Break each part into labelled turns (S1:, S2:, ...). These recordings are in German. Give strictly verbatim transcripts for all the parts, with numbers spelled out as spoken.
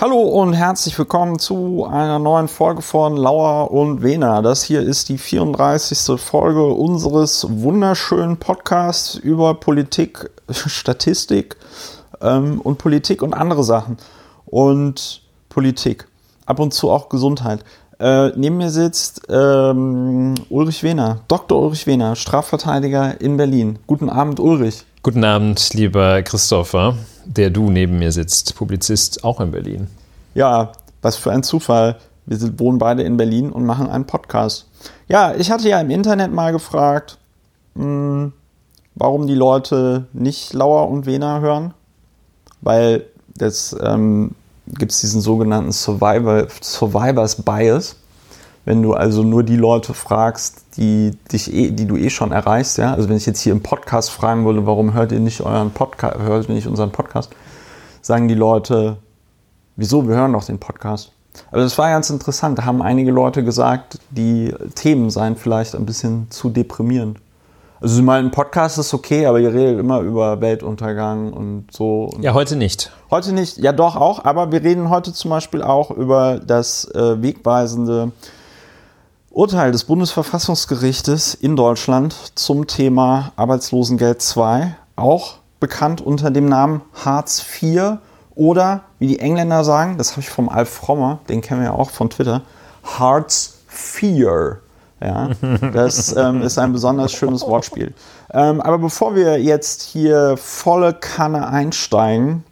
S1: Hallo und herzlich willkommen zu einer neuen Folge von Lauer und Wehner. Das hier ist die vierunddreißigste Folge unseres wunderschönen Podcasts über Politik, Statistik ähm, und Politik und andere Sachen. Und Politik, ab und zu auch Gesundheit. Äh, neben mir sitzt ähm, Ulrich Wehner, Doktor Ulrich Wehner, Strafverteidiger in Berlin. Guten Abend, Ulrich.
S2: Guten Abend, lieber Christopher, der du neben mir sitzt, Publizist auch in Berlin.
S1: Ja, was für ein Zufall. Wir sind, wohnen beide in Berlin und machen einen Podcast. Ja, ich hatte ja im Internet mal gefragt, mh, warum die Leute nicht Lauer und Wehner hören. Weil das ähm, gibt es diesen sogenannten Survivor, Survivors Bias. Wenn du also nur die Leute fragst, die, dich eh, die du eh schon erreichst, ja, also wenn ich jetzt hier im Podcast fragen würde, warum hört ihr nicht euren Podcast, hört ihr nicht unseren Podcast, sagen die Leute, wieso, wir hören doch den Podcast. Aber das war ganz interessant, da haben einige Leute gesagt, die Themen seien vielleicht ein bisschen zu deprimierend. Also mal ein Podcast ist okay, aber ihr redet immer über Weltuntergang und so.
S2: Ja, heute nicht.
S1: Heute nicht, ja doch auch, aber wir reden heute zum Beispiel auch über das äh, wegweisende Urteil des Bundesverfassungsgerichtes in Deutschland zum Thema Arbeitslosengeld zwei, auch bekannt unter dem Namen Hartz vier oder, wie die Engländer sagen, das habe ich vom Alf Frommer, den kennen wir ja auch von Twitter, Hartz vier. Ja, das ähm, ist ein besonders schönes Wortspiel. Ähm, aber bevor wir jetzt hier volle Kanne einsteigen,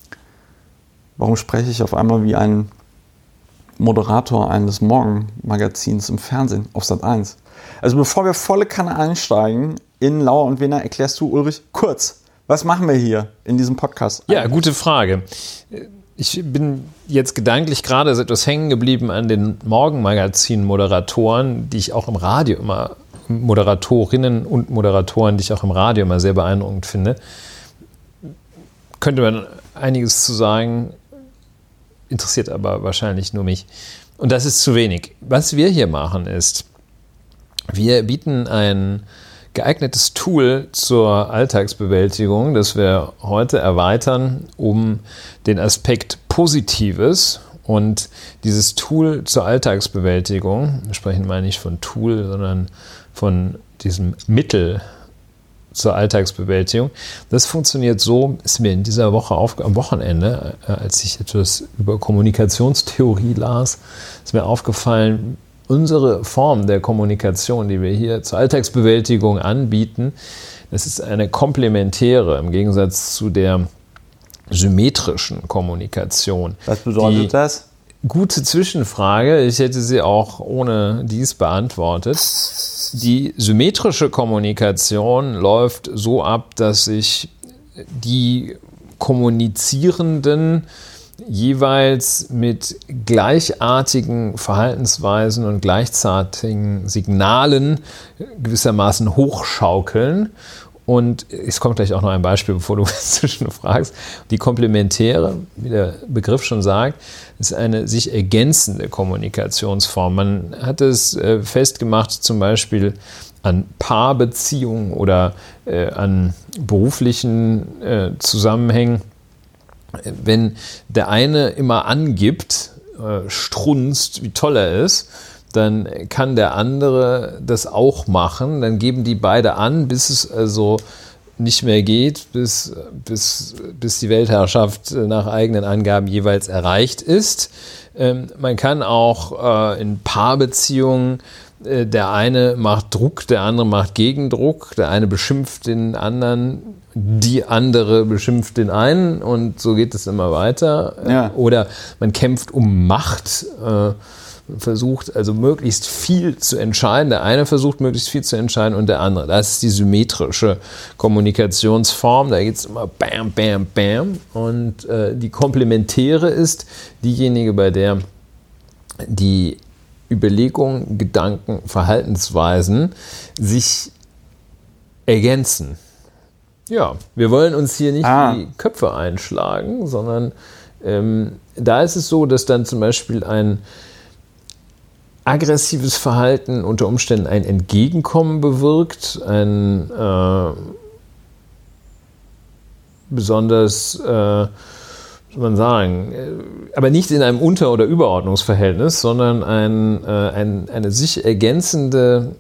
S1: warum spreche ich auf einmal wie ein Moderator eines Morgenmagazins im Fernsehen auf Sat eins? Also bevor wir volle Kanne einsteigen in Lauer und Wehner, erklärst du, Ulrich, kurz, was machen wir hier in diesem Podcast?
S2: Ja, gute Frage. Ich bin jetzt gedanklich gerade etwas hängen geblieben an den Morgenmagazin-Moderatoren, die ich auch im Radio immer, Moderatorinnen und Moderatoren, die ich auch im Radio immer sehr beeindruckend finde. Könnte man einiges zu sagen, interessiert aber wahrscheinlich nur mich. Und das ist zu wenig. Was wir hier machen ist, wir bieten ein geeignetes Tool zur Alltagsbewältigung, das wir heute erweitern um den Aspekt Positives. Und dieses Tool zur Alltagsbewältigung, wir sprechen mal nicht von Tool, sondern von diesem Mittel zur Alltagsbewältigung, das funktioniert so, ist mir in dieser Woche auf, am Wochenende, als ich etwas über Kommunikationstheorie las, ist mir aufgefallen, unsere Form der Kommunikation, die wir hier zur Alltagsbewältigung anbieten, das ist eine komplementäre im Gegensatz zu der symmetrischen Kommunikation.
S1: Was bedeutet
S2: die
S1: das?
S2: Gute Zwischenfrage, ich hätte sie auch ohne dies beantwortet. Die symmetrische Kommunikation läuft so ab, dass sich die Kommunizierenden jeweils mit gleichartigen Verhaltensweisen und gleichzeitigen Signalen gewissermaßen hochschaukeln. Und es kommt gleich auch noch ein Beispiel, bevor du zwischen fragst. Die komplementäre, wie der Begriff schon sagt, ist eine sich ergänzende Kommunikationsform. Man hat es festgemacht, zum Beispiel an Paarbeziehungen oder äh, an beruflichen äh, Zusammenhängen. Wenn der eine immer angibt, äh, strunzt, wie toll er ist, dann kann der andere das auch machen. Dann geben die beide an, bis es also nicht mehr geht, bis, bis, bis die Weltherrschaft nach eigenen Angaben jeweils erreicht ist. Ähm, man kann auch äh, in Paarbeziehungen, äh, der eine macht Druck, der andere macht Gegendruck, der eine beschimpft den anderen, die andere beschimpft den einen und so geht es immer weiter.
S1: Ja.
S2: Oder man kämpft um Macht, äh, versucht also möglichst viel zu entscheiden. Der eine versucht möglichst viel zu entscheiden und der andere. Das ist die symmetrische Kommunikationsform. Da geht es immer bam, bam, bam. Und äh, die komplementäre ist diejenige, bei der die Überlegungen, Gedanken, Verhaltensweisen sich ergänzen. Ja, wir wollen uns hier nicht ah. die Köpfe einschlagen, sondern ähm, da ist es so, dass dann zum Beispiel ein aggressives Verhalten unter Umständen ein Entgegenkommen bewirkt, ein äh, besonders äh, soll man sagen, aber nicht in einem Unter- oder Überordnungsverhältnis, sondern ein, ein, eine sich ergänzende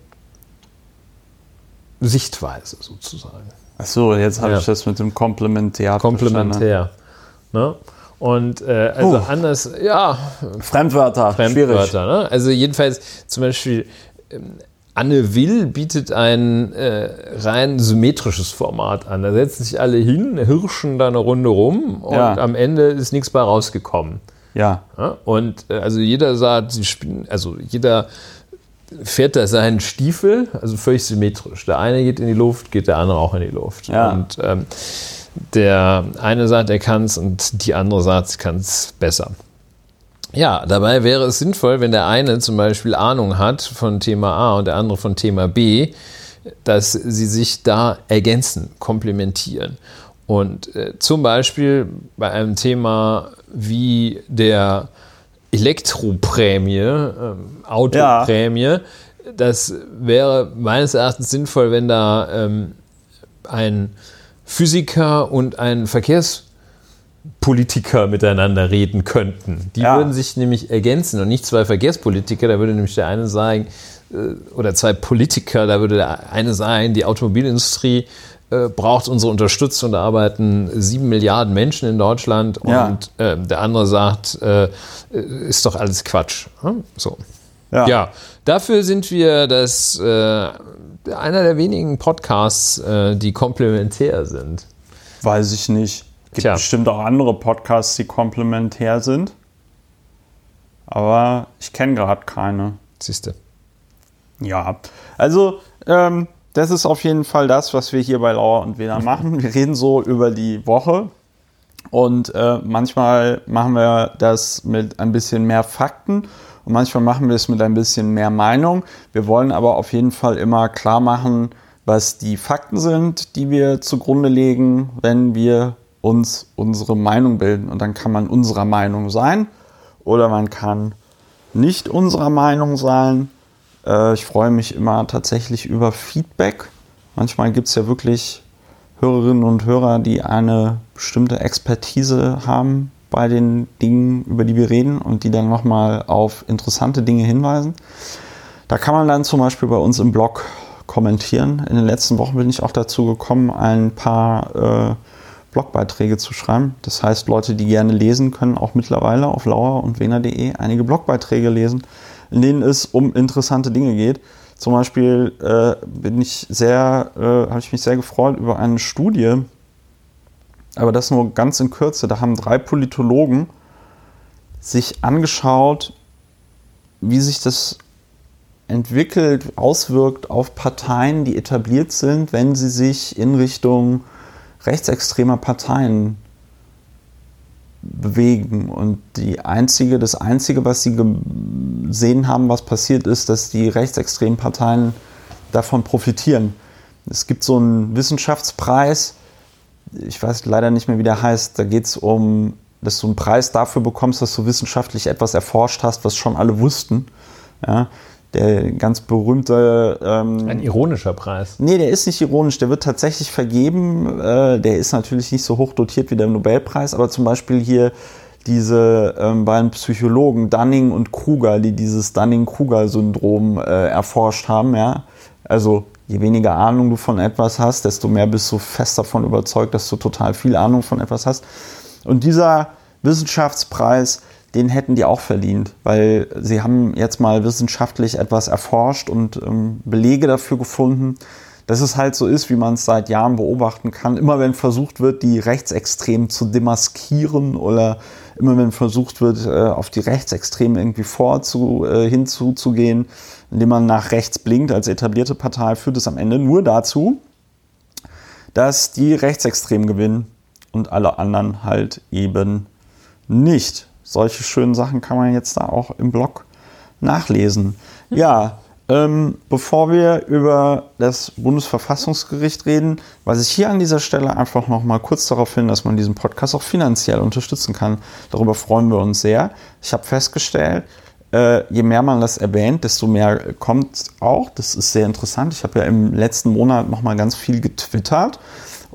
S2: Sichtweise sozusagen.
S1: Ach so, jetzt habe
S2: ja.
S1: ich das mit dem Komplementär.
S2: Komplementär. Ne? Und äh, also uh. anders, ja.
S1: Fremdwörter,
S2: Fremdwörter, ne? Also jedenfalls zum Beispiel ähm, Anne Will bietet ein äh, rein symmetrisches Format an. Da setzen sich alle hin, hirschen da eine Runde rum und ja. am Ende ist nichts bei rausgekommen.
S1: Ja.
S2: ja? Und äh, also jeder sagt, sie spielen, also jeder fährt da seinen Stiefel, also völlig symmetrisch. Der eine geht in die Luft, geht der andere auch in die Luft.
S1: Ja.
S2: Und ähm, der eine sagt, er kann es und die andere sagt, sie kann es besser. Ja, dabei wäre es sinnvoll, wenn der eine zum Beispiel Ahnung hat von Thema A und der andere von Thema B, dass sie sich da ergänzen, komplementieren. Und äh, zum Beispiel bei einem Thema wie der Elektroprämie, ähm, Autoprämie, ja. das wäre meines Erachtens sinnvoll, wenn da ähm, ein Physiker und ein Verkehrspolitiker miteinander reden könnten. Die ja. würden sich nämlich ergänzen und nicht zwei Verkehrspolitiker, da würde nämlich der eine sagen, äh, oder zwei Politiker, da würde der eine sagen, die Automobilindustrie äh, braucht unsere Unterstützung, da arbeiten sieben Milliarden Menschen in Deutschland und
S1: ja.
S2: äh, der andere sagt, äh, ist doch alles Quatsch. Hm? So. Ja. ja, dafür sind wir das äh, einer der wenigen Podcasts, äh, die komplementär sind.
S1: Weiß ich nicht. Gibt Tja. bestimmt auch andere Podcasts, die komplementär sind. Aber ich kenne gerade keine.
S2: Siehste.
S1: Ja, also ähm, das ist auf jeden Fall das, was wir hier bei Lauer und Wehner machen. Wir reden so über die Woche und äh, manchmal machen wir das mit ein bisschen mehr Fakten. Und manchmal machen wir es mit ein bisschen mehr Meinung. Wir wollen aber auf jeden Fall immer klar machen, was die Fakten sind, die wir zugrunde legen, wenn wir uns unsere Meinung bilden. Und dann kann man unserer Meinung sein oder man kann nicht unserer Meinung sein. Äh, ich freue mich immer tatsächlich über Feedback. Manchmal gibt es ja wirklich Hörerinnen und Hörer, die eine bestimmte Expertise haben bei den Dingen, über die wir reden und die dann nochmal auf interessante Dinge hinweisen. Da kann man dann zum Beispiel bei uns im Blog kommentieren. In den letzten Wochen bin ich auch dazu gekommen, ein paar äh, Blogbeiträge zu schreiben. Das heißt, Leute, die gerne lesen, können auch mittlerweile auf lauer und wehner punkt de einige Blogbeiträge lesen, in denen es um interessante Dinge geht. Zum Beispiel äh, bin ich sehr, äh, habe ich mich sehr gefreut über eine Studie, aber das nur ganz in Kürze. Da haben drei Politologen sich angeschaut, wie sich das entwickelt, auswirkt auf Parteien, die etabliert sind, wenn sie sich in Richtung rechtsextremer Parteien bewegen. Und die einzige, das Einzige, was sie gesehen haben, was passiert ist, dass die rechtsextremen Parteien davon profitieren. Es gibt so einen Wissenschaftspreis, ich weiß leider nicht mehr, wie der heißt, da geht es um, dass du einen Preis dafür bekommst, dass du wissenschaftlich etwas erforscht hast, was schon alle wussten. Ja, der ganz berühmte... Ähm,
S2: Ein ironischer Preis.
S1: Nee, der ist nicht ironisch, der wird tatsächlich vergeben. Äh, der ist natürlich nicht so hoch dotiert wie der Nobelpreis, aber zum Beispiel hier diese ähm, beiden Psychologen Dunning und Kruger, die dieses Dunning-Kruger-Syndrom äh, erforscht haben. Ja? Also je weniger Ahnung du von etwas hast, desto mehr bist du fest davon überzeugt, dass du total viel Ahnung von etwas hast. Und dieser Wissenschaftspreis, den hätten die auch verdient, weil sie haben jetzt mal wissenschaftlich etwas erforscht und ähm, Belege dafür gefunden, dass es halt so ist, wie man es seit Jahren beobachten kann. Immer wenn versucht wird, die Rechtsextremen zu demaskieren oder immer wenn versucht wird, äh, auf die Rechtsextremen irgendwie vorzu, äh, hinzuzugehen, indem man nach rechts blinkt als etablierte Partei, führt es am Ende nur dazu, dass die Rechtsextremen gewinnen und alle anderen halt eben nicht. Solche schönen Sachen kann man jetzt da auch im Blog nachlesen. Ja, ähm, bevor wir über das Bundesverfassungsgericht reden, weise ich hier an dieser Stelle einfach noch mal kurz darauf hin, dass man diesen Podcast auch finanziell unterstützen kann. Darüber freuen wir uns sehr. Ich habe festgestellt, äh, je mehr man das erwähnt, desto mehr kommt auch. Das ist sehr interessant. Ich habe ja im letzten Monat noch mal ganz viel getwittert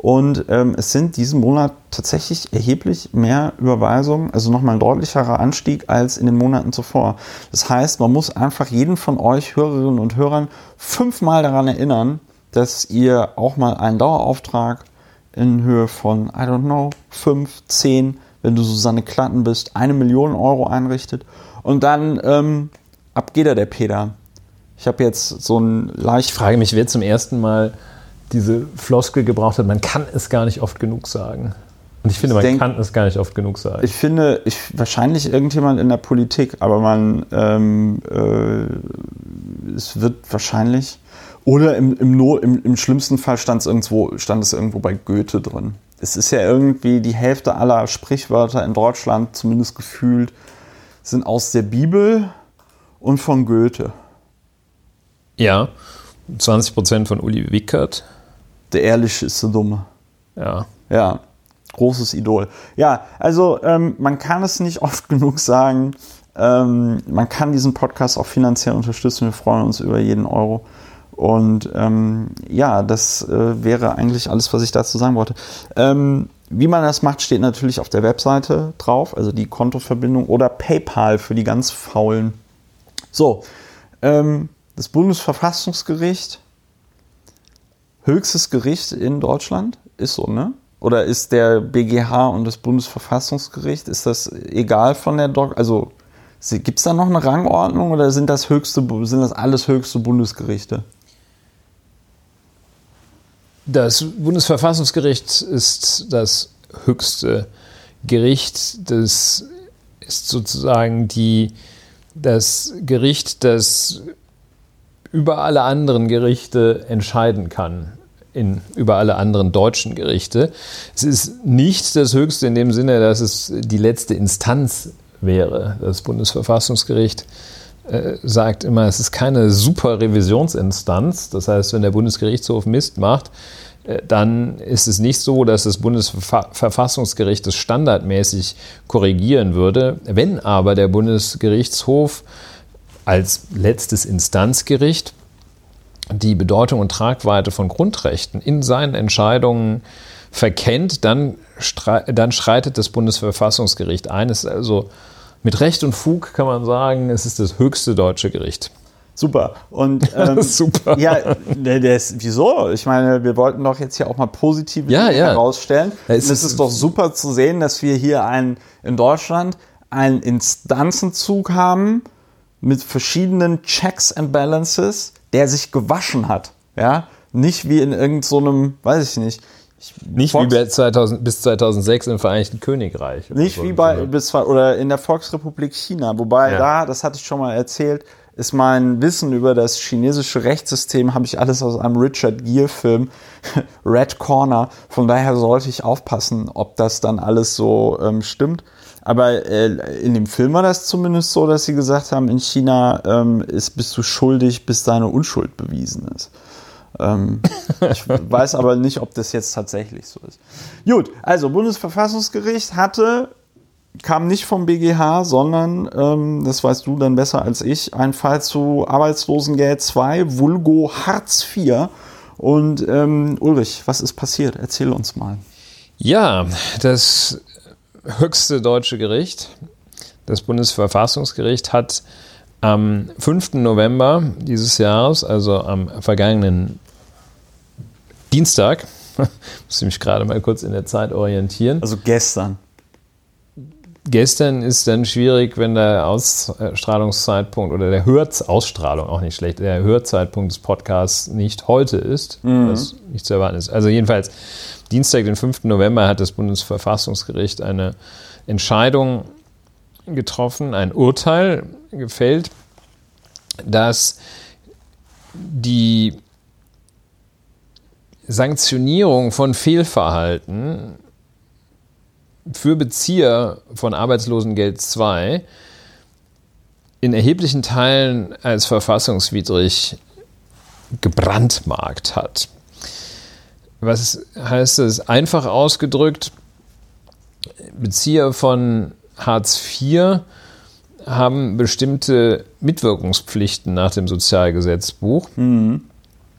S1: Und ähm, es sind diesen Monat tatsächlich erheblich mehr Überweisungen, also nochmal ein deutlicherer Anstieg als in den Monaten zuvor. Das heißt, man muss einfach jeden von euch Hörerinnen und Hörern fünfmal daran erinnern, dass ihr auch mal einen Dauerauftrag in Höhe von, I don't know, fünf, zehn, wenn du Susanne Klatten bist, eine Million Euro einrichtet. Und dann ähm, ab geht er, der Peter. Ich habe jetzt so ein leicht...
S2: Ich frage mich, wer zum ersten Mal diese Floskel gebraucht hat, man kann es gar nicht oft genug sagen. Und ich finde, man denk, kann es gar nicht oft genug sagen.
S1: Ich finde, ich, wahrscheinlich irgendjemand in der Politik, aber man, ähm, äh, es wird wahrscheinlich, oder im, im, no, im, im schlimmsten Fall stand es irgendwo, stand es irgendwo bei Goethe drin. Es ist ja irgendwie die Hälfte aller Sprichwörter in Deutschland, zumindest gefühlt, sind aus der Bibel und von Goethe.
S2: Ja, zwanzig Prozent von Uli Wickert.
S1: Der Ehrliche ist der Dumme.
S2: Ja.
S1: Ja, großes Idol. Ja, also ähm, man kann es nicht oft genug sagen. Ähm, man kann diesen Podcast auch finanziell unterstützen. Wir freuen uns über jeden Euro. Und ähm, ja, das äh, wäre eigentlich alles, was ich dazu sagen wollte. Ähm, wie man das macht, steht natürlich auf der Webseite drauf, also die Kontoverbindung oder PayPal für die ganz Faulen. So, ähm, das Bundesverfassungsgericht, höchstes Gericht in Deutschland, ist so, ne? Oder ist der B G H und das Bundesverfassungsgericht, ist das egal von der Doc? Also gibt es da noch eine Rangordnung oder sind das höchste, sind das alles höchste Bundesgerichte?
S2: Das Bundesverfassungsgericht ist das höchste Gericht. Das ist sozusagen die, das Gericht, das über alle anderen Gerichte entscheiden kann, in, über alle anderen deutschen Gerichte. Es ist nicht das höchste in dem Sinne, dass es die letzte Instanz wäre. Das Bundesverfassungsgericht äh, sagt immer, es ist keine super Revisionsinstanz. Das heißt, wenn der Bundesgerichtshof Mist macht, äh, dann ist es nicht so, dass das Bundesverfassungsgericht das standardmäßig korrigieren würde. Wenn aber der Bundesgerichtshof als letztes Instanzgericht die Bedeutung und Tragweite von Grundrechten in seinen Entscheidungen verkennt, dann, strei- dann schreitet das Bundesverfassungsgericht ein. Es ist also mit Recht und Fug kann man sagen, es ist das höchste deutsche Gericht.
S1: Super. Und ähm,
S2: super.
S1: Ja, das, wieso? Ich meine, wir wollten doch jetzt hier auch mal positive
S2: ja,
S1: Dinge
S2: ja.
S1: herausstellen.
S2: Ja,
S1: es ist, ist doch super zu sehen, dass wir hier einen, in Deutschland einen Instanzenzug haben mit verschiedenen Checks and Balances, der sich gewaschen hat. Ja? Nicht wie in irgendeinem, so weiß ich nicht. Ich,
S2: nicht Volks- wie bei zweitausend, bis zweitausendsechs im Vereinigten Königreich.
S1: Nicht so wie bei bis, oder in der Volksrepublik China. Wobei ja. da, das hatte ich schon mal erzählt, ist mein Wissen über das chinesische Rechtssystem, habe ich alles aus einem Richard Gere-Film, Red Corner. Von daher sollte ich aufpassen, ob das dann alles so ähm, stimmt. Aber äh, in dem Film war das zumindest so, dass sie gesagt haben, in China ähm, ist, bist du schuldig, bis deine Unschuld bewiesen ist. Ähm, ich weiß aber nicht, ob das jetzt tatsächlich so ist. Gut, also Bundesverfassungsgericht hatte, kam nicht vom B G H, sondern, ähm, das weißt du dann besser als ich, ein Fall zu Arbeitslosengeld zwei, Vulgo Hartz vier. Und ähm, Ulrich, was ist passiert? Erzähl uns mal.
S2: Ja, das höchste deutsche Gericht, das Bundesverfassungsgericht, hat am fünften November dieses Jahres, also am vergangenen Dienstag, muss ich mich gerade mal kurz in der Zeit orientieren.
S1: Also gestern.
S2: Gestern ist dann schwierig, wenn der Ausstrahlungszeitpunkt oder der Hörausstrahlung auch nicht schlecht, der Hörzeitpunkt des Podcasts nicht heute ist, mhm. was nicht zu erwarten ist. Also jedenfalls Dienstag, den fünften November, hat das Bundesverfassungsgericht eine Entscheidung getroffen, ein Urteil gefällt, dass die Sanktionierung von Fehlverhalten für Bezieher von Arbeitslosengeld zwei in erheblichen Teilen als verfassungswidrig gebrandmarkt hat. Was heißt das? Einfach ausgedrückt, Bezieher von Hartz vier haben bestimmte Mitwirkungspflichten nach dem Sozialgesetzbuch. Mhm.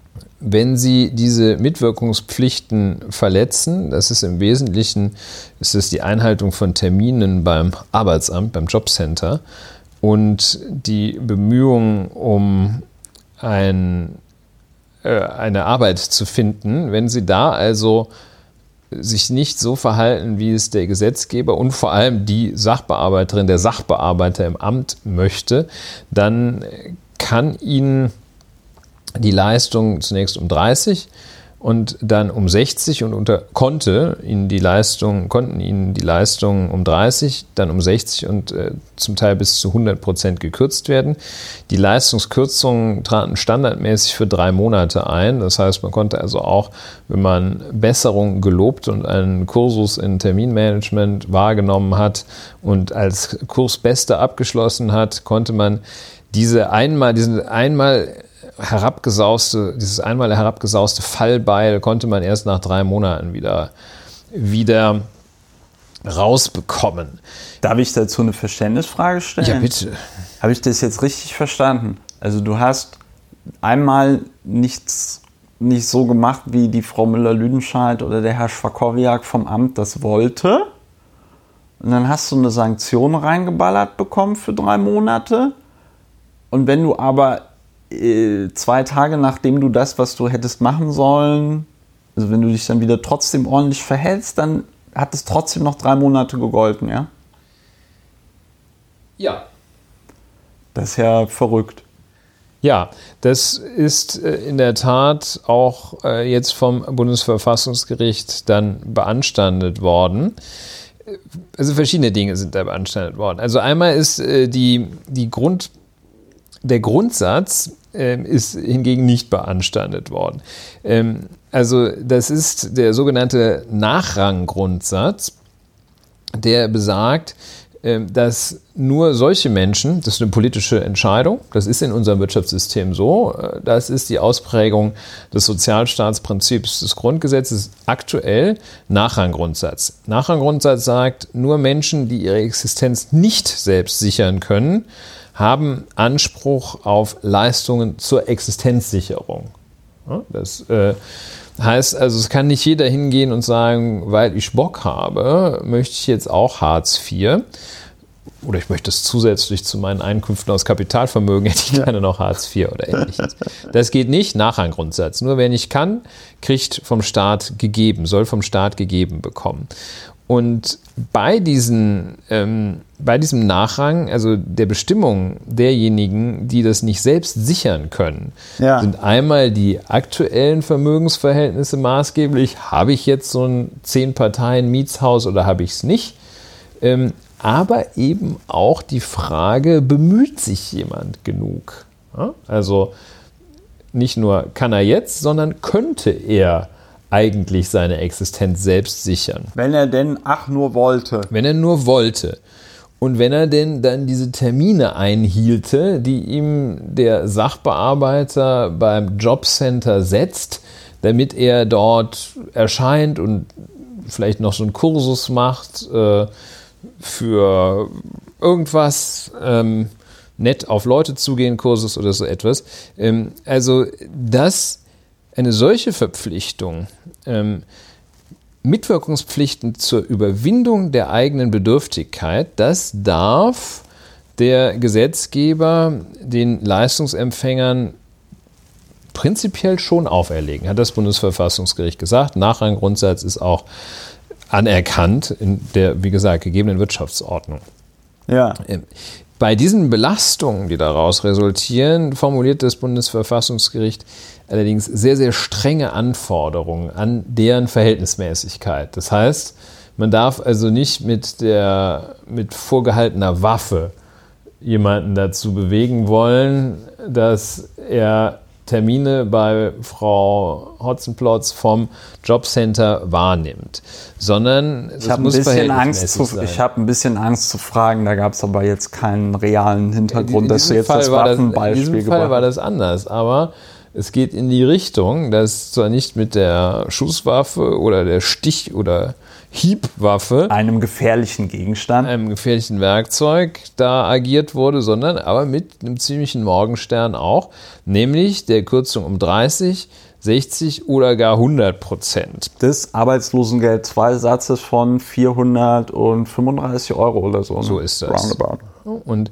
S2: wenn Sie diese Mitwirkungspflichten verletzen, das ist im Wesentlichen ist es die Einhaltung von Terminen beim Arbeitsamt, beim Jobcenter und die Bemühungen um ein, äh, eine Arbeit zu finden, wenn Sie da also sich nicht so verhalten, wie es der Gesetzgeber und vor allem die Sachbearbeiterin, der Sachbearbeiter im Amt möchte, dann kann Ihnen die Leistung zunächst um dreißig und dann um sechzig und unter, konnte Ihnen die Leistung, konnten Ihnen die Leistungen um dreißig, dann um sechzig und äh, zum Teil bis zu hundert Prozent gekürzt werden. Die Leistungskürzungen traten standardmäßig für drei Monate ein. Das heißt, man konnte also auch, wenn man Besserung gelobt und einen Kursus in Terminmanagement wahrgenommen hat und als Kursbester abgeschlossen hat, konnte man diese einmal, diesen einmal herabgesauste, dieses einmal herabgesauste Fallbeil konnte man erst nach drei Monaten wieder, wieder rausbekommen.
S1: Darf ich dazu eine Verständnisfrage stellen?
S2: Ja, bitte.
S1: Habe ich das jetzt richtig verstanden? Also du hast einmal nichts nicht so gemacht, wie die Frau Müller-Lüdenscheid oder der Herr Schwakowiak vom Amt das wollte. Und dann hast du eine Sanktion reingeballert bekommen für drei Monate. Und wenn du aber zwei Tage nachdem du das, was du hättest machen sollen, also wenn du dich dann wieder trotzdem ordentlich verhältst, dann hat es trotzdem noch drei Monate gegolten, ja?
S2: Ja.
S1: Das ist ja verrückt.
S2: Ja, das ist in der Tat auch jetzt vom Bundesverfassungsgericht dann beanstandet worden. Also verschiedene Dinge sind da beanstandet worden. Also einmal ist die, die Grund Der Grundsatz äh, ist hingegen nicht beanstandet worden. Ähm, also das ist der sogenannte Nachranggrundsatz, der besagt, äh, dass nur solche Menschen, das ist eine politische Entscheidung, das ist in unserem Wirtschaftssystem so, äh, das ist die Ausprägung des Sozialstaatsprinzips des Grundgesetzes, aktuell Nachranggrundsatz. Nachranggrundsatz sagt, nur Menschen, die ihre Existenz nicht selbst sichern können, haben Anspruch auf Leistungen zur Existenzsicherung. Das äh, heißt also, es kann nicht jeder hingehen und sagen, weil ich Bock habe, möchte ich jetzt auch Hartz vier oder ich möchte es zusätzlich zu meinen Einkünften aus Kapitalvermögen, hätte ich gerne noch Hartz vier oder ähnliches. Das geht nicht, Nachranggrundsatz. Nur wer nicht kann, kriegt vom Staat gegeben, soll vom Staat gegeben bekommen. Und bei, diesen, ähm, bei diesem Nachrang, also der Bestimmung derjenigen, die das nicht selbst sichern können, ja. sind einmal die aktuellen Vermögensverhältnisse maßgeblich. Habe ich jetzt so ein Zehn-Parteien-Mietshaus oder habe ich es nicht? Ähm, aber eben auch die Frage, bemüht sich jemand genug? Ja? Also nicht nur kann er jetzt, sondern könnte er eigentlich seine Existenz selbst sichern.
S1: Wenn er denn, ach, nur wollte.
S2: Wenn er nur wollte. Und wenn er denn dann diese Termine einhielte, die ihm der Sachbearbeiter beim Jobcenter setzt, damit er dort erscheint und vielleicht noch so einen Kursus macht äh, für irgendwas, ähm, nett auf Leute zugehen, Kursus oder so etwas. Ähm, also das Eine solche Verpflichtung, ähm, Mitwirkungspflichten zur Überwindung der eigenen Bedürftigkeit, das darf der Gesetzgeber den Leistungsempfängern prinzipiell schon auferlegen, hat das Bundesverfassungsgericht gesagt. Nachranggrundsatz ist auch anerkannt in der, wie gesagt, gegebenen Wirtschaftsordnung.
S1: Ja.
S2: Ähm, Bei diesen Belastungen, die daraus resultieren, formuliert das Bundesverfassungsgericht allerdings sehr, sehr strenge Anforderungen an deren Verhältnismäßigkeit. Das heißt, man darf also nicht mit, der, mit vorgehaltener Waffe jemanden dazu bewegen wollen, dass er Termine bei Frau Hotzenplotz vom Jobcenter wahrnimmt, sondern es
S1: ich muss verhältnismäßig sein. Ich habe ein bisschen Angst zu fragen, da gab es aber jetzt keinen realen Hintergrund, dass du jetzt
S2: Fall
S1: das Waffenbeispiel
S2: gebracht hast. In diesem Fall war das anders, aber es geht in die Richtung, dass zwar nicht mit der Schusswaffe oder der Stich- oder Hiebwaffe,
S1: einem gefährlichen Gegenstand,
S2: einem gefährlichen Werkzeug da agiert wurde, sondern aber mit einem ziemlichen Morgenstern auch, nämlich der Kürzung um dreißig, sechzig oder gar hundert Prozent
S1: des Arbeitslosengeld zwei Satzes von vierhundertfünfunddreißig Euro oder so. Ne?
S2: So ist das.
S1: Roundabout.
S2: Und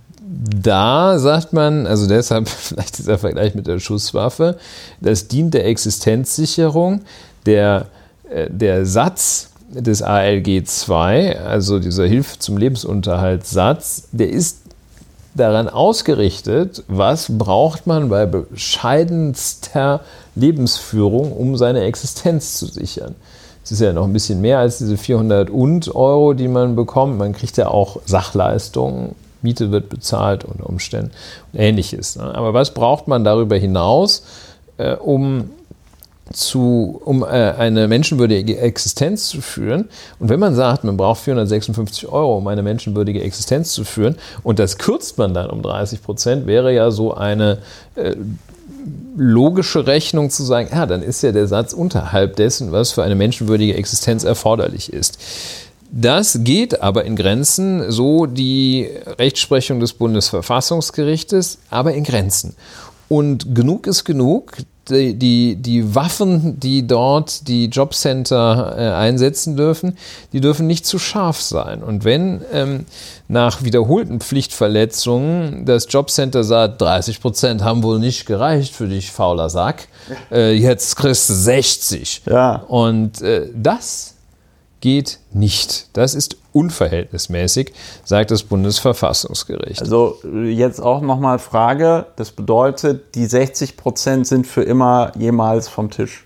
S2: da sagt man, also deshalb vielleicht dieser Vergleich mit der Schusswaffe, das dient der Existenzsicherung. Der, der Satz des A L G zwei, also dieser Hilfe zum Lebensunterhaltssatz, der ist daran ausgerichtet, was braucht man bei bescheidenster Lebensführung, um seine Existenz zu sichern. Es ist ja noch ein bisschen mehr als diese vierhundert und Euro, die man bekommt. Man kriegt ja auch Sachleistungen, Miete wird bezahlt unter Umständen und Ähnliches. Aber was braucht man darüber hinaus, äh, um, zu, um äh, eine menschenwürdige Existenz zu führen? Und wenn man sagt, man braucht vierhundertsechsundfünfzig Euro, um eine menschenwürdige Existenz zu führen, und das kürzt man dann um dreißig Prozent, wäre ja so eine äh, logische Rechnung zu sagen, ja, dann ist ja der Satz unterhalb dessen, was für eine menschenwürdige Existenz erforderlich ist. Das geht aber in Grenzen, so die Rechtsprechung des Bundesverfassungsgerichtes, aber in Grenzen. Und genug ist genug. Die, die, die Waffen, die dort die Jobcenter äh, einsetzen dürfen, die dürfen nicht zu scharf sein. Und wenn ähm, nach wiederholten Pflichtverletzungen das Jobcenter sagt, dreißig Prozent haben wohl nicht gereicht für dich, fauler Sack, äh, jetzt kriegst du sechzig.
S1: Ja.
S2: Und äh, das geht nicht. Das ist unverhältnismäßig, sagt das Bundesverfassungsgericht.
S1: Also jetzt auch nochmal Frage, das bedeutet, die sechzig Prozent sind für immer jemals vom Tisch?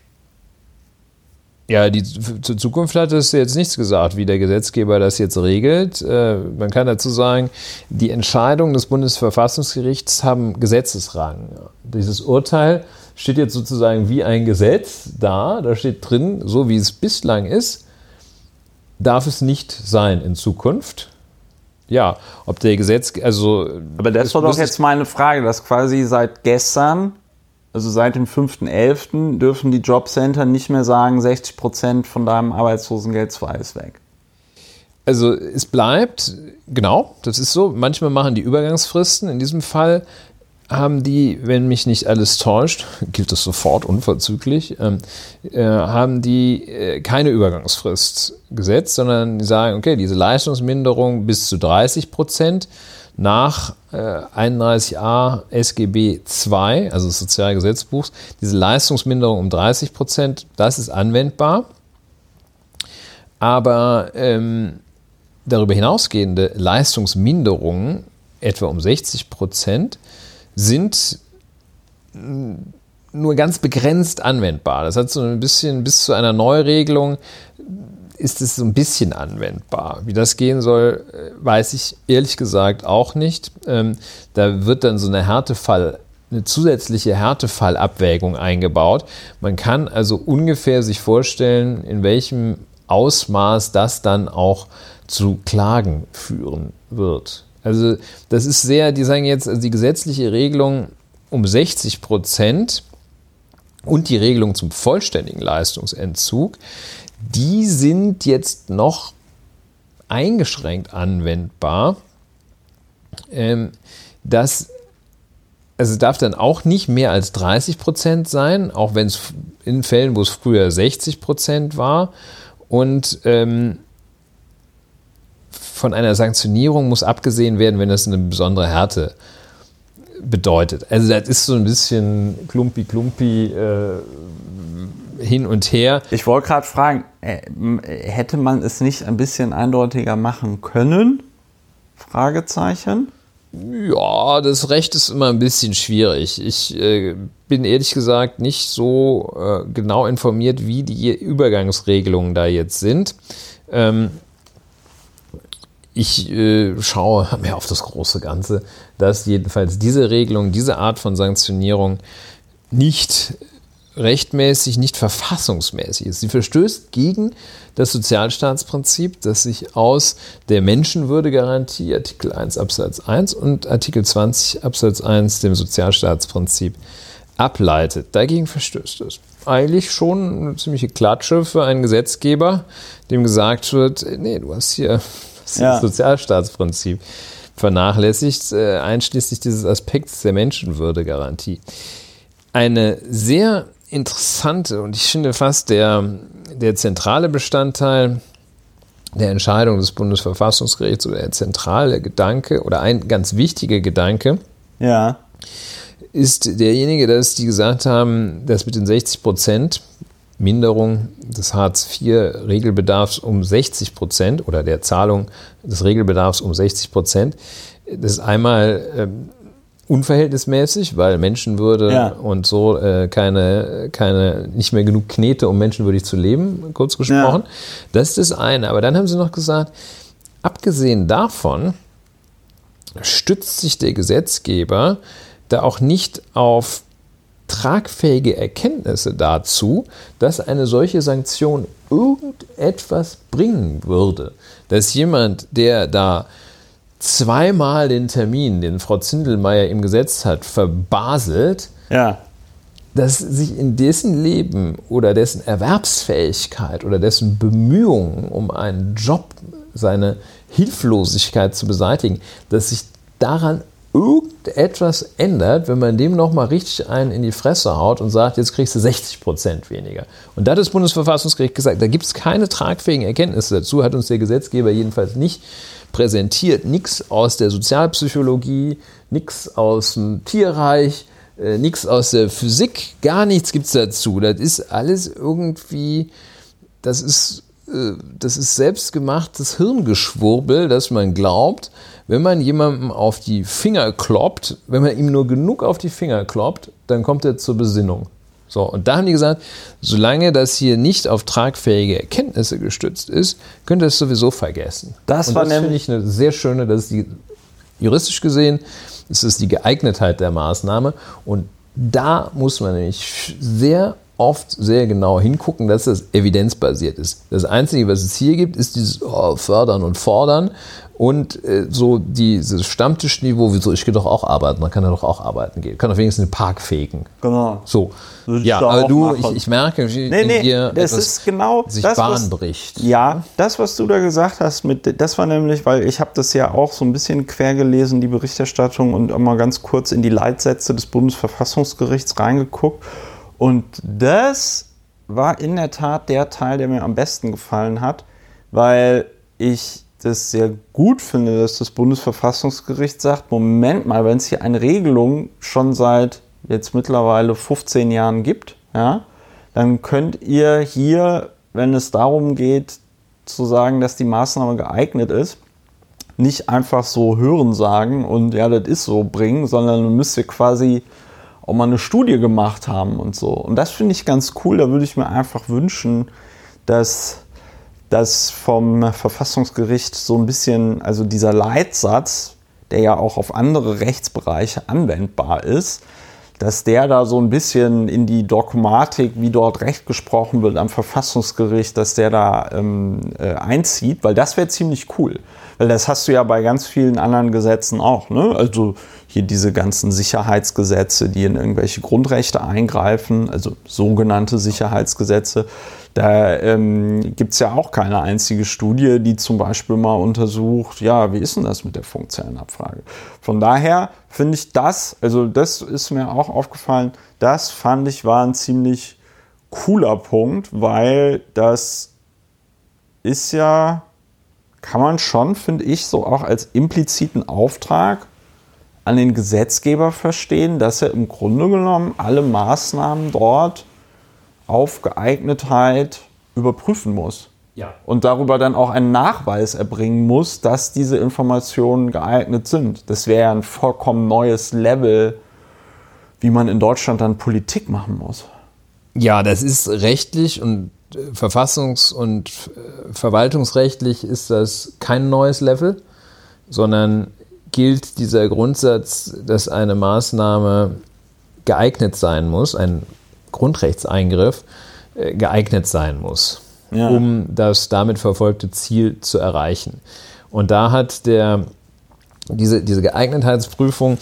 S2: Ja, die zur Zukunft hat es jetzt nichts gesagt, wie der Gesetzgeber das jetzt regelt. Äh, man kann dazu sagen, die Entscheidungen des Bundesverfassungsgerichts haben Gesetzesrang. Dieses Urteil steht jetzt sozusagen wie ein Gesetz da, da steht drin, so wie es bislang ist, darf es nicht sein in Zukunft. Ja, ob der Gesetz, also...
S1: Aber das war doch jetzt meine Frage, dass quasi seit gestern, also seit dem fünften elften dürfen die Jobcenter nicht mehr sagen, sechzig Prozent von deinem Arbeitslosengeld zwei ist weg.
S2: Also es bleibt, genau, das ist so, manchmal machen die Übergangsfristen, in diesem Fall haben die, wenn mich nicht alles täuscht, gilt das sofort unverzüglich, ähm, äh, haben die äh, keine Übergangsfrist gesetzt, sondern die sagen, okay, diese Leistungsminderung bis zu dreißig Prozent nach äh, einunddreißig a S G B zwei, also des Sozialgesetzbuchs, diese Leistungsminderung um dreißig Prozent, das ist anwendbar. Aber ähm, darüber hinausgehende Leistungsminderungen, etwa um sechzig Prozent, sind nur ganz begrenzt anwendbar. Das hat so ein bisschen, bis zu einer Neuregelung ist es so ein bisschen anwendbar. Wie das gehen soll, weiß ich ehrlich gesagt auch nicht. Ähm, da wird dann so eine Härtefall, eine zusätzliche Härtefallabwägung eingebaut. Man kann also ungefähr sich vorstellen, in welchem Ausmaß das dann auch zu Klagen führen wird. Also das ist sehr, die sagen jetzt, also die gesetzliche Regelung um sechzig Prozent und die Regelung zum vollständigen Leistungsentzug, die sind jetzt noch eingeschränkt anwendbar. Ähm, das also darf dann auch nicht mehr als dreißig Prozent sein, auch wenn es in Fällen, wo es früher sechzig Prozent war. Und ähm, von einer Sanktionierung muss abgesehen werden, wenn das eine besondere Härte bedeutet. Also das ist so ein bisschen klumpi-klumpi äh, hin und her.
S1: Ich wollte gerade fragen, äh, hätte man es nicht ein bisschen eindeutiger machen können? Fragezeichen.
S2: Ja, das Recht ist immer ein bisschen schwierig. Ich äh, bin ehrlich gesagt nicht so äh, genau informiert, wie die Übergangsregelungen da jetzt sind. Ähm, Ich äh, schaue mehr auf das große Ganze, dass jedenfalls diese Regelung, diese Art von Sanktionierung nicht rechtmäßig, nicht verfassungsmäßig ist. Sie verstößt gegen das Sozialstaatsprinzip, das sich aus der Menschenwürdegarantie, Artikel eins Absatz eins und Artikel zwanzig Absatz eins, dem Sozialstaatsprinzip, ableitet. Dagegen verstößt es. Eigentlich schon eine ziemliche Klatsche für einen Gesetzgeber, dem gesagt wird, nee, du hast hier das ja. Sozialstaatsprinzip vernachlässigt, einschließlich dieses Aspekts der Menschenwürdegarantie. Eine sehr interessante und ich finde fast der, der zentrale Bestandteil der Entscheidung des Bundesverfassungsgerichts oder der zentrale Gedanke oder ein ganz wichtiger Gedanke
S1: ja.
S2: ist derjenige, dass die gesagt haben, dass mit den sechzig Prozent Minderung des Hartz vier Regelbedarfs um sechzig Prozent oder der Zahlung des Regelbedarfs um sechzig Prozent, das ist einmal ähm, unverhältnismäßig, weil Menschenwürde
S1: ja. und
S2: so äh, keine, keine, nicht mehr genug Knete, um menschenwürdig zu leben, kurz gesprochen. Ja. Das ist das eine. Aber dann haben sie noch gesagt, abgesehen davon stützt sich der Gesetzgeber da auch nicht auf tragfähige Erkenntnisse dazu, dass eine solche Sanktion irgendetwas bringen würde. Dass jemand, der da zweimal den Termin, den Frau Zindelmeier ihm gesetzt hat, verbaselt,
S1: ja.
S2: dass sich in dessen Leben oder dessen Erwerbsfähigkeit oder dessen Bemühungen um einen Job, seine Hilflosigkeit zu beseitigen, dass sich daran irgendetwas ändert, wenn man dem nochmal richtig einen in die Fresse haut und sagt, jetzt kriegst du sechzig Prozent weniger. Und da hat das Bundesverfassungsgericht gesagt, da gibt es keine tragfähigen Erkenntnisse dazu, hat uns der Gesetzgeber jedenfalls nicht präsentiert. Nichts aus der Sozialpsychologie, nichts aus dem Tierreich, äh, nichts aus der Physik, gar nichts gibt es dazu. Das ist alles irgendwie, das ist, äh, das ist selbstgemachtes Hirngeschwurbel, dass man glaubt, wenn man jemandem auf die Finger kloppt, wenn man ihm nur genug auf die Finger kloppt, dann kommt er zur Besinnung. So, und da haben die gesagt, solange das hier nicht auf tragfähige Erkenntnisse gestützt ist, könnt ihr es sowieso vergessen.
S1: Das
S2: und
S1: war
S2: das finde ich eine sehr schöne, das ist die, juristisch gesehen, ist es die Geeignetheit der Maßnahme. Und da muss man nämlich sehr oft sehr genau hingucken, dass das evidenzbasiert ist. Das Einzige, was es hier gibt, ist dieses oh, Fördern und Fordern und äh, so dieses Stammtischniveau, wieso, ich gehe doch auch arbeiten, man kann ja doch auch arbeiten gehen, kann doch wenigstens den Park fegen.
S1: Genau.
S2: So.
S1: Würde
S2: ja, aber du, ich, ich merke, wie
S1: nee, nee,
S2: dir
S1: das ist genau
S2: sich
S1: das,
S2: Bahn
S1: was,
S2: bricht.
S1: Ja, das, was du da gesagt hast, mit, das war nämlich, weil ich habe das ja auch so ein bisschen quer gelesen, die Berichterstattung, und mal ganz kurz in die Leitsätze des Bundesverfassungsgerichts reingeguckt. Und das war in der Tat der Teil, der mir am besten gefallen hat, weil ich das sehr gut finde, dass das Bundesverfassungsgericht sagt, Moment mal, wenn es hier eine Regelung schon seit jetzt mittlerweile fünfzehn Jahren gibt, ja, dann könnt ihr hier, wenn es darum geht, zu sagen, dass die Maßnahme geeignet ist, nicht einfach so hören sagen und ja, das ist so bringen, sondern dann müsst ihr quasi auch mal eine Studie gemacht haben und so. Und das finde ich ganz cool, da würde ich mir einfach wünschen, dass das vom Verfassungsgericht so ein bisschen, also dieser Leitsatz, der ja auch auf andere Rechtsbereiche anwendbar ist, dass der da so ein bisschen in die Dogmatik, wie dort Recht gesprochen wird am Verfassungsgericht, dass der da ähm, äh, einzieht, weil das wäre ziemlich cool. Weil das hast du ja bei ganz vielen anderen Gesetzen auch, ne? Also hier diese ganzen Sicherheitsgesetze, die in irgendwelche Grundrechte eingreifen, also sogenannte Sicherheitsgesetze. Da ähm, gibt es ja auch keine einzige Studie, die zum Beispiel mal untersucht, ja, wie ist denn das mit der funktionellen Abfrage? Von daher finde ich das, also das ist mir auch aufgefallen, das fand ich war ein ziemlich cooler Punkt, weil das ist ja, kann man schon, finde ich, so auch als impliziten Auftrag an den Gesetzgeber verstehen, dass er im Grunde genommen alle Maßnahmen dort auf Geeignetheit überprüfen muss.
S2: Ja.
S1: Und darüber dann auch einen Nachweis erbringen muss, dass diese Informationen geeignet sind. Das wäre ja ein vollkommen neues Level, wie man in Deutschland dann Politik machen muss.
S2: Ja, das ist rechtlich und verfassungs- und verwaltungsrechtlich ist das kein neues Level, sondern gilt dieser Grundsatz, dass eine Maßnahme geeignet sein muss, ein Grundrechtseingriff äh, geeignet sein muss, ja, um das damit verfolgte Ziel zu erreichen. Und da hat der, diese, diese Geeignetheitsprüfung,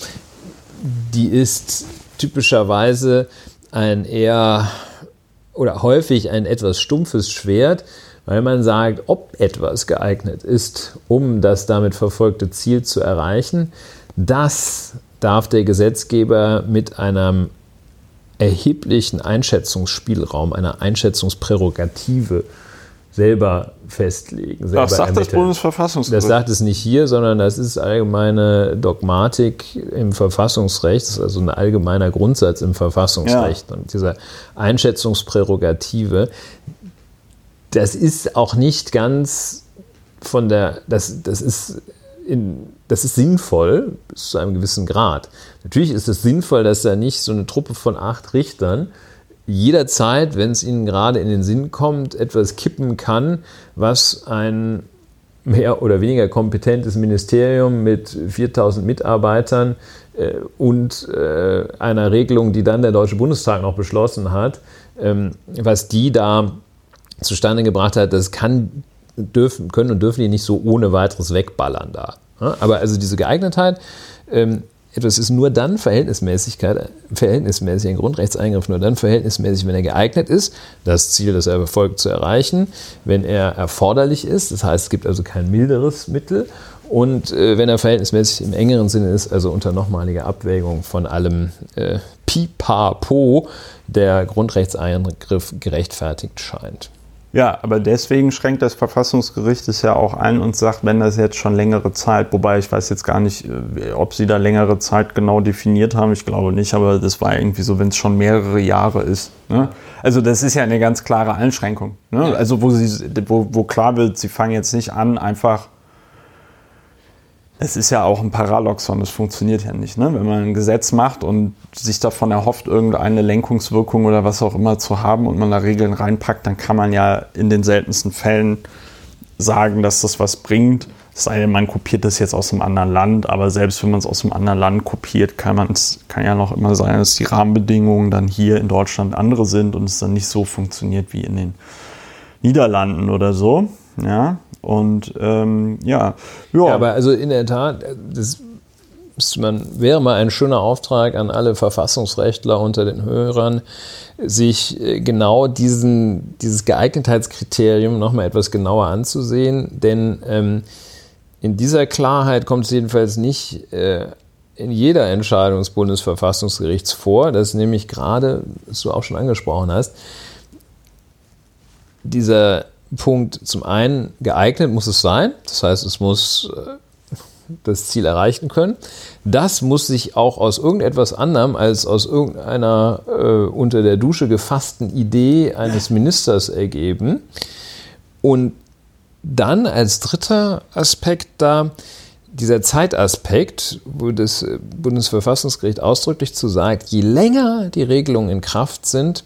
S2: die ist typischerweise ein eher oder häufig ein etwas stumpfes Schwert, weil man sagt, ob etwas geeignet ist, um das damit verfolgte Ziel zu erreichen, das darf der Gesetzgeber mit einem erheblichen Einschätzungsspielraum, einer Einschätzungsprärogative selber festlegen. Selber
S1: das sagt
S2: ermitteln.
S1: das Bundesverfassungsgericht.
S2: Das sagt es nicht hier, sondern das ist allgemeine Dogmatik im Verfassungsrecht. Das ist also ein allgemeiner Grundsatz im Verfassungsrecht. Ja. Und diese Einschätzungsprärogative, das ist auch nicht ganz von der, das, das ist in, das ist sinnvoll bis zu einem gewissen Grad. Natürlich ist es sinnvoll, dass da nicht so eine Truppe von acht Richtern jederzeit, wenn es ihnen gerade in den Sinn kommt, etwas kippen kann, was ein mehr oder weniger kompetentes Ministerium mit viertausend Mitarbeitern äh, und äh, einer Regelung, die dann der Deutsche Bundestag noch beschlossen hat, ähm, was die da zustande gebracht hat, das kann, dürfen, können und dürfen die nicht so ohne weiteres wegballern da. Ja? Aber also diese Geeignetheit, ähm, etwas ist nur dann Verhältnismäßigkeit, verhältnismäßig, ein Grundrechtseingriff nur dann verhältnismäßig, wenn er geeignet ist, das Ziel, das er verfolgt, zu erreichen, wenn er erforderlich ist, das heißt, es gibt also kein milderes Mittel, und äh, wenn er verhältnismäßig im engeren Sinne ist, also unter nochmaliger Abwägung von allem äh, Pipapo, der Grundrechtseingriff gerechtfertigt scheint.
S1: Ja, aber deswegen schränkt das Verfassungsgericht es ja auch ein und sagt, wenn das jetzt schon längere Zeit, wobei ich weiß jetzt gar nicht, ob sie da längere Zeit genau definiert haben, ich glaube nicht, aber das war irgendwie so, wenn es schon mehrere Jahre ist. Ne? Also das ist ja eine ganz klare Einschränkung. Ne? Also wo, sie, wo, wo klar wird, sie fangen jetzt nicht an, einfach, es ist ja auch ein Paradoxon, das funktioniert ja nicht. Ne? Wenn man ein Gesetz macht und sich davon erhofft, irgendeine Lenkungswirkung oder was auch immer zu haben und man da Regeln reinpackt, dann kann man ja in den seltensten Fällen sagen, dass das was bringt. Es sei denn, man kopiert das jetzt aus einem anderen Land, aber selbst wenn man es aus einem anderen Land kopiert, kann man es, kann ja noch immer sein, dass die Rahmenbedingungen dann hier in Deutschland andere sind und es dann nicht so funktioniert wie in den Niederlanden oder so. Ja. Und ähm, ja.
S2: ja. Ja, aber also in der Tat, das man, wäre mal ein schöner Auftrag an alle Verfassungsrechtler unter den Hörern, sich genau diesen, dieses Geeignetheitskriterium nochmal etwas genauer anzusehen, denn ähm, in dieser Klarheit kommt es jedenfalls nicht äh, in jeder Entscheidung des Bundesverfassungsgerichts vor, dass nämlich gerade, was du auch schon angesprochen hast, dieser Punkt, zum einen geeignet muss es sein, das heißt, es muss äh, das Ziel erreichen können. Das muss sich auch aus irgendetwas anderem als aus irgendeiner äh, unter der Dusche gefassten Idee eines Ministers ergeben. Und dann als dritter Aspekt da dieser Zeitaspekt, wo das Bundesverfassungsgericht ausdrücklich zu sagt, je länger die Regelungen in Kraft sind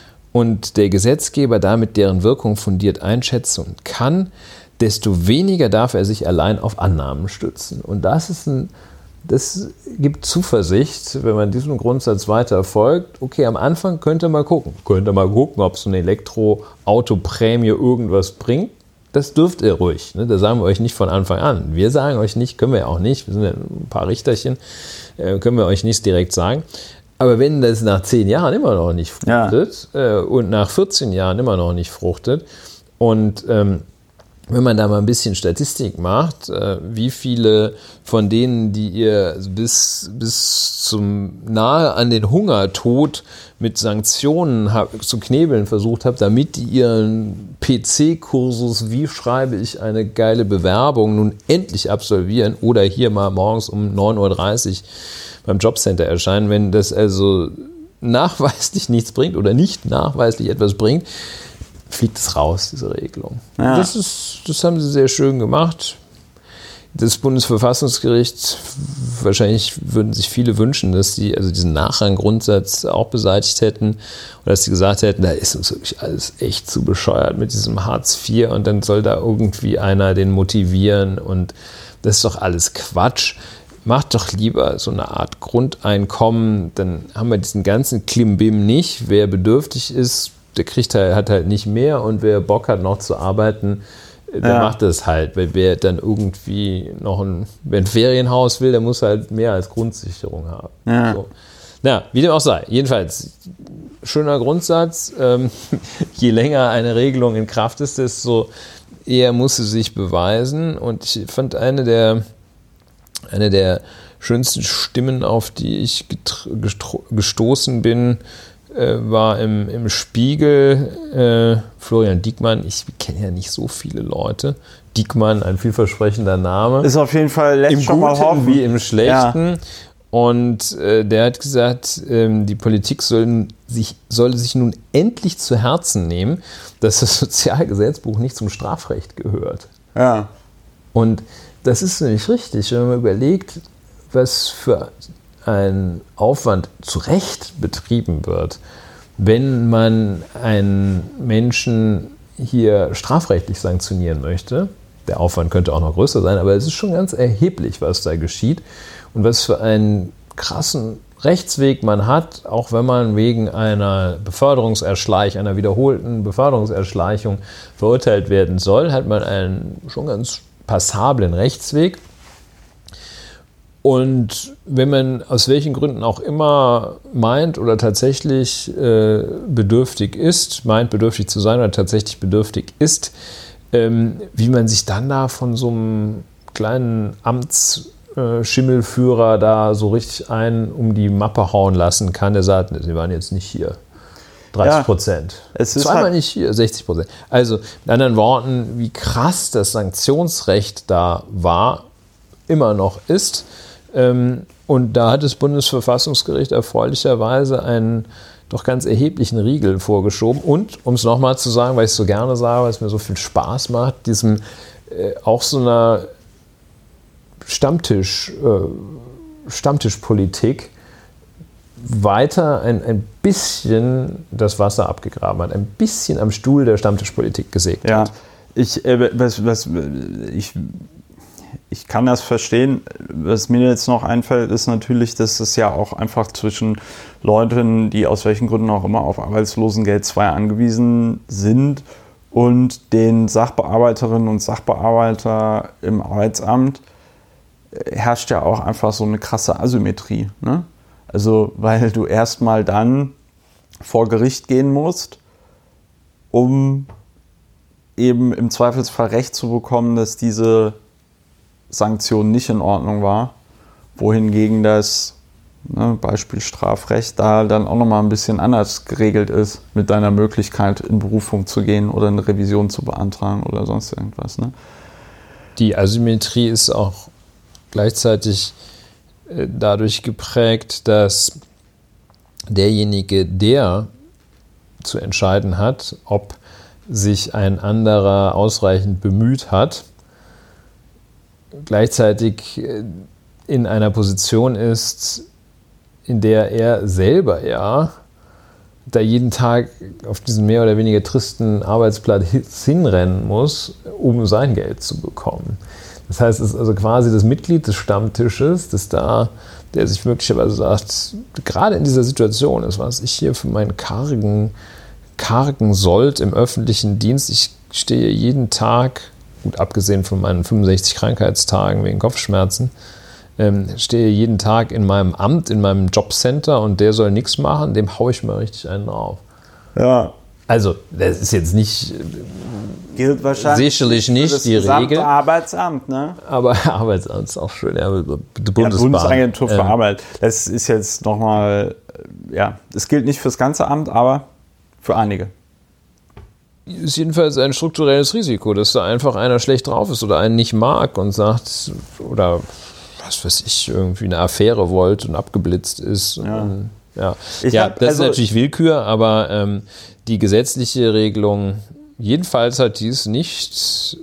S2: und der Gesetzgeber damit deren Wirkung fundiert einschätzen kann, desto weniger darf er sich allein auf Annahmen stützen. Und das ist ein, das gibt Zuversicht, wenn man diesem Grundsatz weiter folgt. Okay, am Anfang könnt ihr mal gucken. Könnt ihr mal gucken, ob so eine Elektroautoprämie irgendwas bringt. Das dürft ihr ruhig. Ne? Das sagen wir euch nicht von Anfang an. Wir sagen euch nicht, können wir ja auch nicht. Wir sind ja ein paar Richterchen, äh, können wir euch nicht direkt sagen. Aber wenn das nach zehn Jahren immer noch nicht fruchtet ja. äh, und nach vierzehn Jahren immer noch nicht fruchtet und ähm, wenn man da mal ein bisschen Statistik macht, äh, wie viele von denen, die ihr bis, bis zum nahe an den Hungertod mit Sanktionen hab, zu knebeln versucht habt, damit die ihren P C-Kursus, wie schreibe ich eine geile Bewerbung, nun endlich absolvieren oder hier mal morgens um neun Uhr dreißig beim Jobcenter erscheinen, wenn das also nachweislich nichts bringt oder nicht nachweislich etwas bringt, fliegt es raus, diese Regelung. Ja. Das ist, das haben sie sehr schön gemacht. Das Bundesverfassungsgericht, wahrscheinlich würden sich viele wünschen, dass sie also diesen Nachranggrundsatz auch beseitigt hätten oder dass sie gesagt hätten, da ist uns wirklich alles echt zu bescheuert mit diesem Hartz vier und dann soll da irgendwie einer den motivieren und das ist doch alles Quatsch. Macht doch lieber so eine Art Grundeinkommen, dann haben wir diesen ganzen Klimbim nicht. Wer bedürftig ist, der kriegt halt, hat halt nicht mehr und wer Bock hat noch zu arbeiten, der ja. macht das halt. Weil wer dann irgendwie noch ein, wer ein Ferienhaus will, der muss halt mehr als Grundsicherung haben. Ja. So. Na, wie dem auch sei. Jedenfalls, schöner Grundsatz. Ähm, je länger eine Regelung in Kraft ist, desto eher muss sie sich beweisen. Und ich fand eine der Eine der schönsten Stimmen, auf die ich getro- gestoßen bin, äh, war im, im Spiegel äh, Florian Diekmann. Ich kenne ja nicht so viele Leute. Diekmann, ein vielversprechender Name.
S1: Ist auf jeden Fall lässt
S2: im
S1: schon
S2: Guten
S1: mal hoffen.
S2: Wie im Schlechten.
S1: Ja.
S2: Und äh, der hat gesagt, ähm, die Politik soll sich, solle sich nun endlich zu Herzen nehmen, dass das Sozialgesetzbuch nicht zum Strafrecht gehört.
S1: Ja.
S2: Und das ist nämlich richtig, wenn man überlegt, was für ein Aufwand zu Recht betrieben wird, wenn man einen Menschen hier strafrechtlich sanktionieren möchte. Der Aufwand könnte auch noch größer sein, aber es ist schon ganz erheblich, was da geschieht und was für einen krassen Rechtsweg man hat, auch wenn man wegen einer Beförderungserschleichung, einer wiederholten Beförderungserschleichung verurteilt werden soll, hat man einen schon ganz passablen Rechtsweg. Und wenn man aus welchen Gründen auch immer meint oder tatsächlich äh, bedürftig ist, meint bedürftig zu sein oder tatsächlich bedürftig ist, ähm, wie man sich dann da von so einem kleinen Amtsschimmelführer äh, da so richtig einen um die Mappe hauen lassen kann, der sagt, Sie waren jetzt nicht hier. dreißig Prozent. Ja, zweimal halt nicht hier, sechzig Prozent. Also mit anderen Worten, wie krass das Sanktionsrecht da war, immer noch ist. Und da hat das Bundesverfassungsgericht erfreulicherweise einen doch ganz erheblichen Riegel vorgeschoben. Und, um es nochmal zu sagen, weil ich es so gerne sage, weil es mir so viel Spaß macht, diesem äh, auch so einer Stammtisch, äh, Stammtischpolitik weiter ein, ein bisschen das Wasser abgegraben hat, ein bisschen am Stuhl der Stammtischpolitik gesägt
S1: ja,
S2: hat.
S1: Ich, äh, was, was, ich Ich kann das verstehen. Was mir jetzt noch einfällt, ist natürlich, dass es ja auch einfach zwischen Leuten, die aus welchen Gründen auch immer auf Arbeitslosengeld zwei angewiesen sind, und den Sachbearbeiterinnen und Sachbearbeiter im Arbeitsamt herrscht ja auch einfach so eine krasse Asymmetrie. Ne? Also, weil du erstmal dann vor Gericht gehen musst, um eben im Zweifelsfall Recht zu bekommen, dass diese Sanktion nicht in Ordnung war, wohingegen das ne, Beispiel Strafrecht da dann auch nochmal ein bisschen anders geregelt ist mit deiner Möglichkeit in Berufung zu gehen oder eine Revision zu beantragen oder sonst irgendwas. Ne?
S2: Die Asymmetrie ist auch gleichzeitig äh, dadurch geprägt, dass derjenige, der zu entscheiden hat, ob sich ein anderer ausreichend bemüht hat, gleichzeitig in einer Position ist, in der er selber ja da jeden Tag auf diesen mehr oder weniger tristen Arbeitsplatz hinrennen muss, um sein Geld zu bekommen. Das heißt, es ist also quasi das Mitglied des Stammtisches, das da, der sich möglicherweise sagt, gerade in dieser Situation ist, was ich hier für meinen kargen, kargen Sold im öffentlichen Dienst, ich stehe jeden Tag, gut abgesehen von meinen fünfundsechzig Krankheitstagen wegen Kopfschmerzen, ähm, stehe jeden Tag in meinem Amt, in meinem Jobcenter und der soll nichts machen, dem haue ich mal richtig einen drauf.
S1: Ja.
S2: Also, das ist jetzt nicht,
S1: gilt wahrscheinlich
S2: sicherlich nicht
S1: das
S2: die Regel.
S1: Arbeitsamt, ne?
S2: Aber Arbeitsamt ist auch schön, ja, Bundesbahn.
S1: Ja, Bundesagentur für
S2: ähm,
S1: Arbeit. Das ist jetzt nochmal, ja, es gilt nicht fürs ganze Amt, aber für einige.
S2: Ist jedenfalls ein strukturelles Risiko, dass da einfach einer schlecht drauf ist oder einen nicht mag und sagt, oder was weiß ich, irgendwie eine Affäre wollte und abgeblitzt ist.
S1: Ja,
S2: und, ja.
S1: Ich
S2: ja
S1: hab,
S2: das
S1: also,
S2: ist natürlich Willkür, aber ähm, die gesetzliche Regelung, jedenfalls hat dies nicht,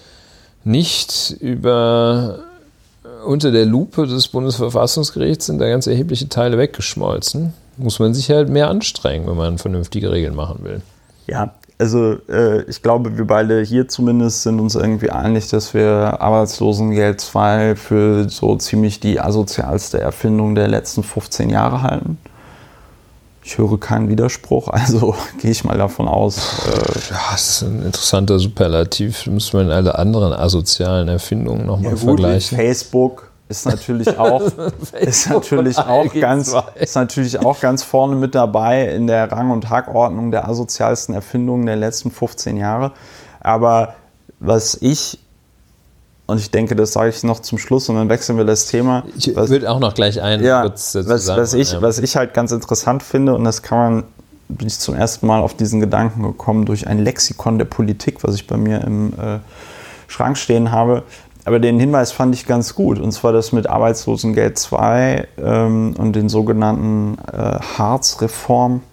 S2: nicht über, unter der Lupe des Bundesverfassungsgerichts sind da ganz erhebliche Teile weggeschmolzen. Muss man sich halt mehr anstrengen, wenn man vernünftige Regeln machen will.
S1: Ja, also äh, ich glaube, wir beide hier zumindest sind uns irgendwie einig, dass wir Arbeitslosengeld zwei für so ziemlich die asozialste Erfindung der letzten fünfzehn Jahre halten. Ich höre keinen Widerspruch, also gehe ich mal davon aus. Äh,
S2: ja, das ist ein interessanter Superlativ. Da müssen wir in alle anderen asozialen Erfindungen nochmal
S1: ja,
S2: vergleichen.
S1: Facebook ist natürlich auch, ist natürlich auch ganz, ist natürlich auch ganz vorne mit dabei in der Rang- und Tagordnung der asozialsten Erfindungen der letzten fünfzehn Jahre. Aber was ich, und ich denke, das sage ich noch zum Schluss und dann wechseln wir das Thema.
S2: Ich würde auch noch gleich einen
S1: ja,
S2: kurz dazu
S1: was,
S2: sagen.
S1: Was ich,
S2: ja.
S1: was ich halt ganz interessant finde, und das kann man bin ich zum ersten Mal auf diesen Gedanken gekommen durch ein Lexikon der Politik, was ich bei mir im äh, Schrank stehen habe. Aber den Hinweis fand ich ganz gut, und zwar das mit Arbeitslosengeld zwei ähm, und den sogenannten äh, Hartz-Reform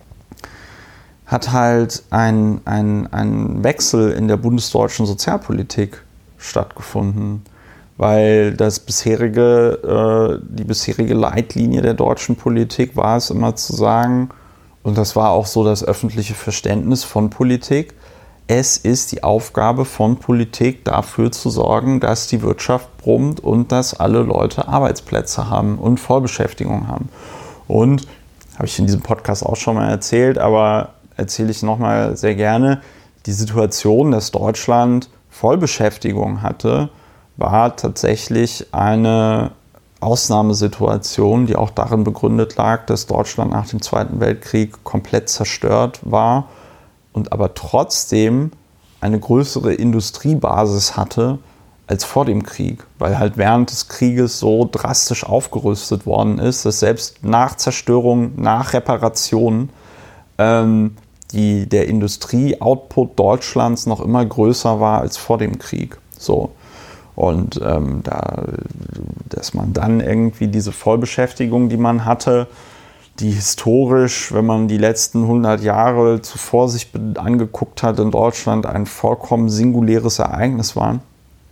S1: hat halt ein, ein, ein Wechsel in der bundesdeutschen Sozialpolitik stattgefunden, weil das bisherige, äh, die bisherige Leitlinie der deutschen Politik war es immer zu sagen, und das war auch so das öffentliche Verständnis von Politik, es ist die Aufgabe von Politik, dafür zu sorgen, dass die Wirtschaft brummt und dass alle Leute Arbeitsplätze haben und Vollbeschäftigung haben. Und, habe ich in diesem Podcast auch schon mal erzählt, aber erzähle ich nochmal sehr gerne, die Situation, dass Deutschland Vollbeschäftigung hatte, war tatsächlich eine Ausnahmesituation, die auch darin begründet lag, dass Deutschland nach dem Zweiten Weltkrieg komplett zerstört war und aber trotzdem eine größere Industriebasis hatte als vor dem Krieg, weil halt während des Krieges so drastisch aufgerüstet worden ist, dass selbst nach Zerstörung, nach Reparation ähm, die, der Industrie-Output Deutschlands noch immer größer war als vor dem Krieg. So. Und ähm, da, dass man dann irgendwie diese Vollbeschäftigung, die man hatte, die historisch, wenn man die letzten hundert Jahre zuvor sich angeguckt hat, in Deutschland ein vollkommen singuläres Ereignis war,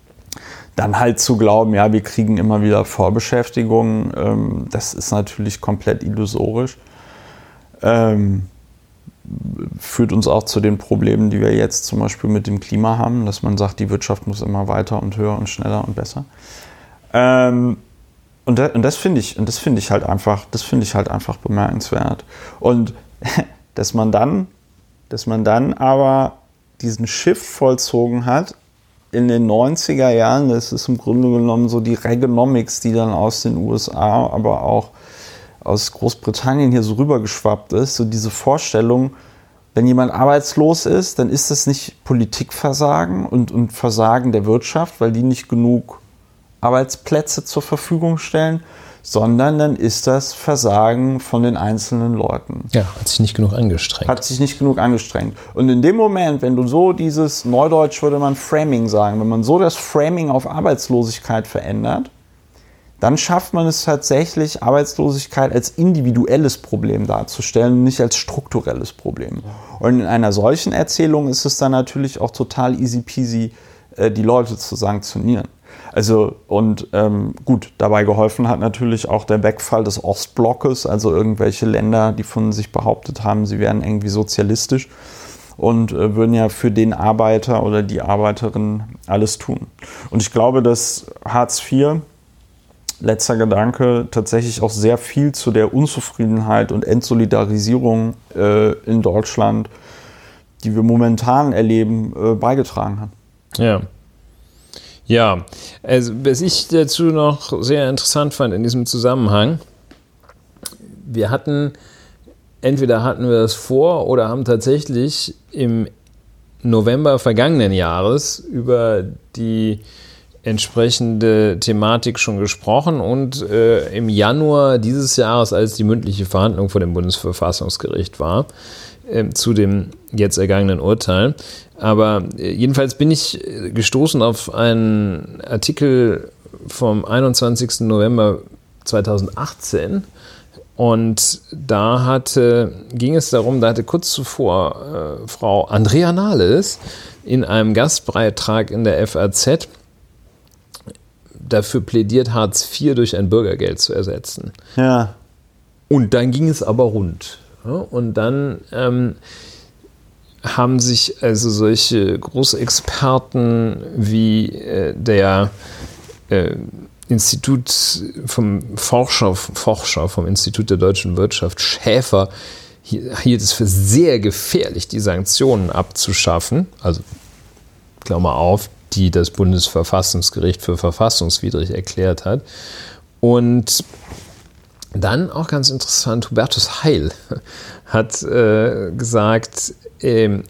S1: dann halt zu glauben, ja, wir kriegen immer wieder Vollbeschäftigung, ähm, das ist natürlich komplett illusorisch. Ähm, führt uns auch zu den Problemen, die wir jetzt zum Beispiel mit dem Klima haben, dass man sagt, die Wirtschaft muss immer weiter und höher und schneller und besser. Ähm, und, da, und das finde ich, und das finde ich halt einfach, das finde ich halt einfach bemerkenswert. Und dass man dann, dass man dann aber diesen Shift vollzogen hat in den neunziger Jahren, das ist im Grunde genommen so die Reaganomics, die dann aus den U S A, aber auch aus Großbritannien hier so rübergeschwappt ist, so diese Vorstellung, wenn jemand arbeitslos ist, dann ist das nicht Politikversagen und, und Versagen der Wirtschaft, weil die nicht genug Arbeitsplätze zur Verfügung stellen, sondern dann ist das Versagen von den einzelnen Leuten.
S2: Ja, hat sich nicht genug angestrengt.
S1: Hat sich nicht genug angestrengt. Und in dem Moment, wenn du so dieses, Neudeutsch würde man Framing sagen, wenn man so das Framing auf Arbeitslosigkeit verändert, dann schafft man es tatsächlich, Arbeitslosigkeit als individuelles Problem darzustellen und nicht als strukturelles Problem. Und in einer solchen Erzählung ist es dann natürlich auch total easy peasy, die Leute zu sanktionieren. Also, und ähm, gut, dabei geholfen hat natürlich auch der Wegfall des Ostblockes, also irgendwelche Länder, die von sich behauptet haben, sie wären irgendwie sozialistisch und äh, würden ja für den Arbeiter oder die Arbeiterin alles tun. Und ich glaube, dass Hartz vier, letzter Gedanke, tatsächlich auch sehr viel zu der Unzufriedenheit und Entsolidarisierung äh, in Deutschland, die wir momentan erleben, äh, beigetragen hat.
S2: Ja. Ja, also was ich dazu noch sehr interessant fand in diesem Zusammenhang, wir hatten, entweder hatten wir das vor oder haben tatsächlich im November vergangenen Jahres über die entsprechende Thematik schon gesprochen und äh, im Januar dieses Jahres, als die mündliche Verhandlung vor dem Bundesverfassungsgericht war, äh, zu dem jetzt ergangenen Urteil. Aber äh, jedenfalls bin ich gestoßen auf einen Artikel vom einundzwanzigsten November zweitausendachtzehn und da hatte, ging es darum, da hatte kurz zuvor äh, Frau Andrea Nahles in einem Gastbeitrag in der F A Z dafür plädiert, Hartz vier durch ein Bürgergeld zu ersetzen.
S1: Ja.
S2: Und dann ging es aber rund. Ja, und dann ähm, haben sich also solche Großexperten wie äh, der äh, Institut vom Forscher, Forscher vom Institut der deutschen Wirtschaft, Schäfer, hielt es für sehr gefährlich, die Sanktionen abzuschaffen. Also, Klammer auf, die das Bundesverfassungsgericht für verfassungswidrig erklärt hat. Und dann auch ganz interessant, Hubertus Heil hat äh, gesagt, äh,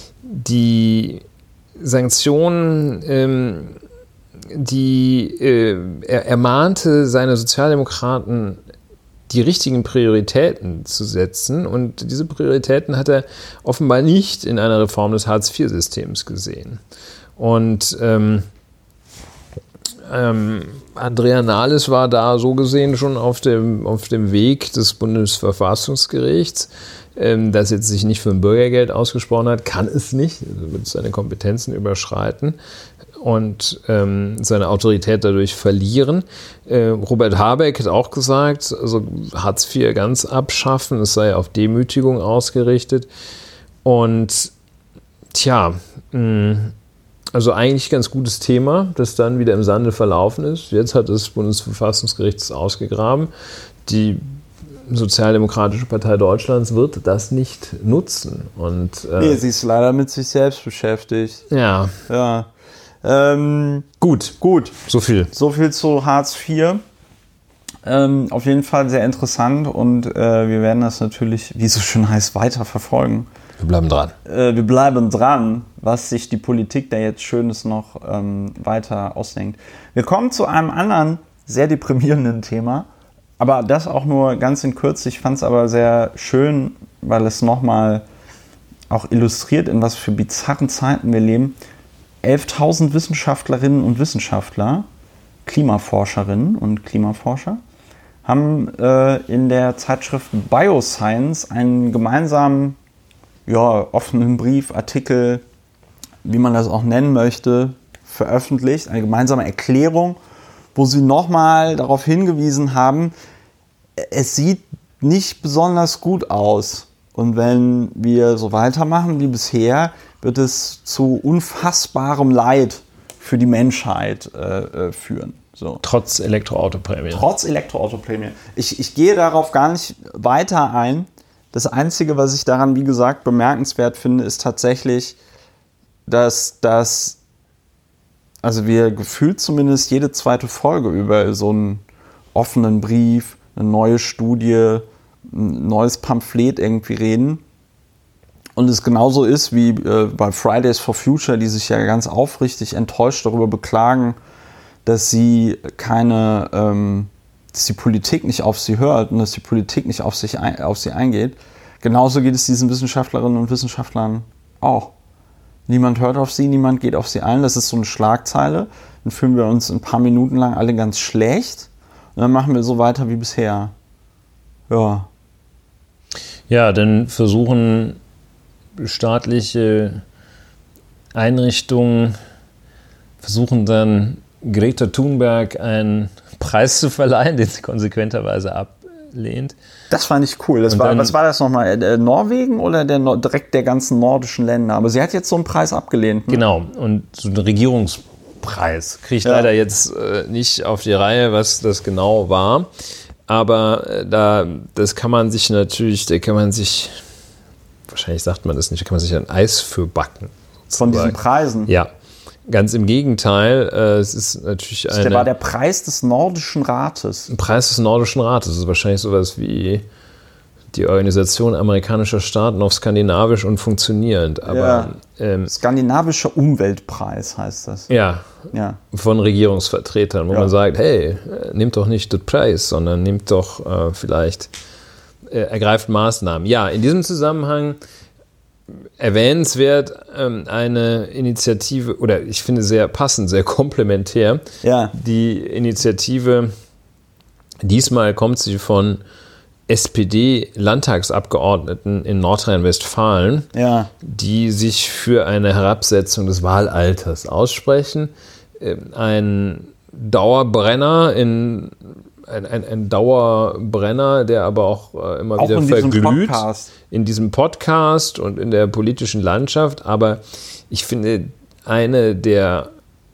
S2: die Sanktionen, äh, die, äh, er, er mahnte seine Sozialdemokraten, die richtigen Prioritäten zu setzen. Und diese Prioritäten hat er offenbar nicht in einer Reform des Hartz vier Systems gesehen. Und ähm, ähm, Andrea Nahles war da so gesehen schon auf dem, auf dem Weg des Bundesverfassungsgerichts, ähm, das jetzt sich nicht für ein Bürgergeld ausgesprochen hat, kann es nicht, also wird seine Kompetenzen überschreiten und ähm, seine Autorität dadurch verlieren. Äh, Robert Habeck hat auch gesagt, also Hartz vier ganz abschaffen, es sei auf Demütigung ausgerichtet. Und tja, mh, also eigentlich ganz gutes Thema, das dann wieder im Sande verlaufen ist. Jetzt hat das Bundesverfassungsgericht es ausgegraben. Die Sozialdemokratische Partei Deutschlands wird das nicht nutzen. Und, äh,
S1: nee, sie ist leider mit sich selbst beschäftigt.
S2: Ja.
S1: Ja. Ähm,
S2: gut.
S1: Gut.
S2: So viel.
S1: So viel zu Hartz vier. Ähm, auf jeden Fall sehr interessant und äh, wir werden das natürlich, wie es so schön heißt, weiter verfolgen.
S2: Wir bleiben dran.
S1: Äh, wir bleiben dran, was sich die Politik da jetzt Schönes noch ähm, weiter ausdenkt. Wir kommen zu einem anderen, sehr deprimierenden Thema, aber das auch nur ganz in Kürze. Ich fand es aber sehr schön, weil es nochmal auch illustriert, in was für bizarren Zeiten wir leben. elftausend Wissenschaftlerinnen und Wissenschaftler, Klimaforscherinnen und Klimaforscher, haben äh, in der Zeitschrift Bioscience einen gemeinsamen, ja, offenen Brief, Artikel, wie man das auch nennen möchte, veröffentlicht. Eine gemeinsame Erklärung, wo sie nochmal darauf hingewiesen haben, es sieht nicht besonders gut aus. Und wenn wir so weitermachen wie bisher, wird es zu unfassbarem Leid für die Menschheit äh, führen. So.
S2: Trotz Elektroautoprämie.
S1: Trotz Elektroautoprämie. Ich, ich gehe darauf gar nicht weiter ein. Das Einzige, was ich daran, wie gesagt, bemerkenswert finde, ist tatsächlich, dass das, also wir gefühlt zumindest jede zweite Folge über so einen offenen Brief, eine neue Studie, ein neues Pamphlet irgendwie reden. Und es genauso ist wie äh, bei Fridays for Future, die sich ja ganz aufrichtig enttäuscht darüber beklagen, dass sie keine, ähm, dass die Politik nicht auf sie hört und dass die Politik nicht auf, sich ein, auf sie eingeht. Genauso geht es diesen Wissenschaftlerinnen und Wissenschaftlern auch. Niemand hört auf sie, niemand geht auf sie ein. Das ist so eine Schlagzeile. Dann fühlen wir uns ein paar Minuten lang alle ganz schlecht und dann machen wir so weiter wie bisher. Ja.
S2: Ja, dann versuchen staatliche Einrichtungen, versuchen dann Greta Thunberg einen Preis zu verleihen, den sie konsequenterweise ablehnt.
S1: Das fand ich cool. Das war, dann, was war das nochmal? Äh, Norwegen oder der, direkt der ganzen nordischen Länder? Aber sie hat jetzt so einen Preis abgelehnt. Ne?
S2: Genau. Und so einen Regierungspreis kriege ich ja. leider jetzt äh, nicht auf die Reihe, was das genau war. Aber äh, da, das kann man sich natürlich, da kann man sich, wahrscheinlich sagt man das nicht, da kann man sich ein Eis für backen.
S1: Von diesen Preisen?
S2: Ja. Ganz im Gegenteil, äh, es ist natürlich eine...
S1: Das war der Preis des Nordischen Rates.
S2: Ein Preis des Nordischen Rates. Das ist wahrscheinlich sowas wie die Organisation amerikanischer Staaten auf Skandinavisch und funktionierend. Aber,
S1: ja.
S2: ähm,
S1: Skandinavischer Umweltpreis heißt das.
S2: Ja,
S1: ja.
S2: Von Regierungsvertretern, wo ja. man sagt, hey, nehmt doch nicht den Preis, sondern nehmt doch äh, vielleicht, äh, ergreift Maßnahmen. Ja, in diesem Zusammenhang erwähnenswert ähm, eine Initiative, oder ich finde sehr passend, sehr komplementär,
S1: ja.
S2: die Initiative, diesmal kommt sie von S P D-Landtagsabgeordneten in Nordrhein-Westfalen,
S1: ja.
S2: die sich für eine Herabsetzung des Wahlalters aussprechen. Ein Dauerbrenner in Ein, ein, ein Dauerbrenner, der aber auch äh, immer
S1: auch
S2: wieder
S1: in
S2: verglüht
S1: diesem Podcast.
S2: in diesem Podcast und in der politischen Landschaft. Aber ich finde, eine der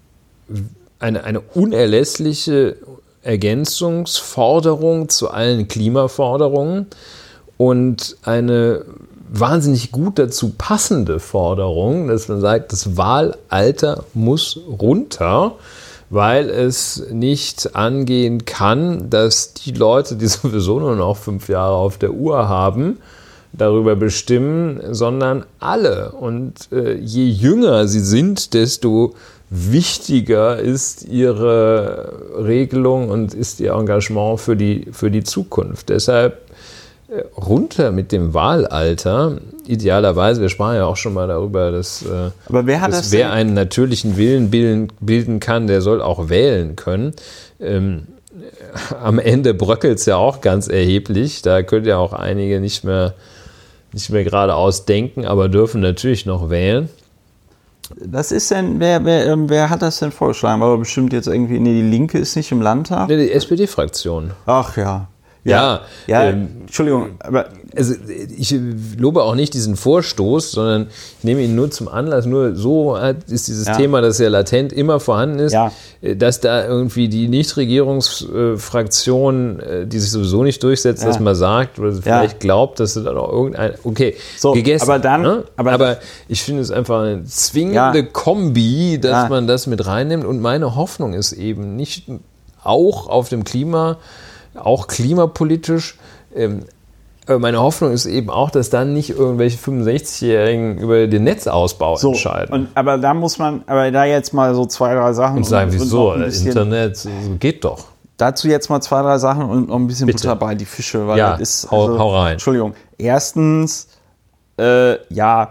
S2: eine, eine unerlässliche Ergänzungsforderung zu allen Klimaforderungen und eine wahnsinnig gut dazu passende Forderung, dass man sagt, das Wahlalter muss runter, weil es nicht angehen kann, dass die Leute, die sowieso nur noch fünf Jahre auf der Uhr haben, darüber bestimmen, sondern alle. Und äh, je jünger sie sind, desto wichtiger ist ihre Regelung und ist ihr Engagement für die, für die Zukunft. Deshalb runter mit dem Wahlalter, idealerweise, wir sprachen ja auch schon mal darüber, dass,
S1: Aber wer, hat
S2: dass
S1: das
S2: wer
S1: denn?
S2: einen natürlichen Willen bilden, bilden kann, der soll auch wählen können. Ähm, am Ende bröckelt es ja auch ganz erheblich, da können ja auch einige nicht mehr, nicht mehr geradeaus denken, aber dürfen natürlich noch wählen.
S1: Was ist denn, wer, wer, wer hat das denn vorgeschlagen? Aber bestimmt jetzt irgendwie, nee, die Linke ist nicht im Landtag?
S2: Die S P D-Fraktion.
S1: Ach ja.
S2: Ja,
S1: ja,
S2: ähm,
S1: Entschuldigung, aber
S2: also ich lobe auch nicht diesen Vorstoß, sondern ich nehme ihn nur zum Anlass, nur so ist dieses
S1: ja.
S2: Thema, das ja latent immer vorhanden ist,
S1: ja.
S2: dass da irgendwie die Nichtregierungsfraktion, die sich sowieso nicht durchsetzt,
S1: ja.
S2: dass man sagt oder vielleicht
S1: ja.
S2: glaubt, dass sie dann auch irgendein, okay,
S1: so,
S2: gegessen.
S1: Aber dann,
S2: ne?
S1: aber,
S2: aber ich finde es einfach eine zwingende
S1: ja.
S2: Kombi, dass
S1: ja.
S2: man das mit reinnimmt und meine Hoffnung ist eben nicht auch auf dem Klima, auch klimapolitisch. Ähm, meine Hoffnung ist eben auch, dass dann nicht irgendwelche fünfundsechzigjährigen über den Netzausbau
S1: so,
S2: entscheiden.
S1: Und, aber da muss man, aber da jetzt mal so zwei, drei Sachen.
S2: Und sagen,
S1: und,
S2: wieso?
S1: und bisschen,
S2: Internet geht doch.
S1: Dazu jetzt mal zwei, drei Sachen und noch ein bisschen
S2: Bitte.
S1: Butter bei die Fische. Weil
S2: ja,
S1: das ist,
S2: hau,
S1: also,
S2: hau rein.
S1: Entschuldigung. Erstens, äh, ja,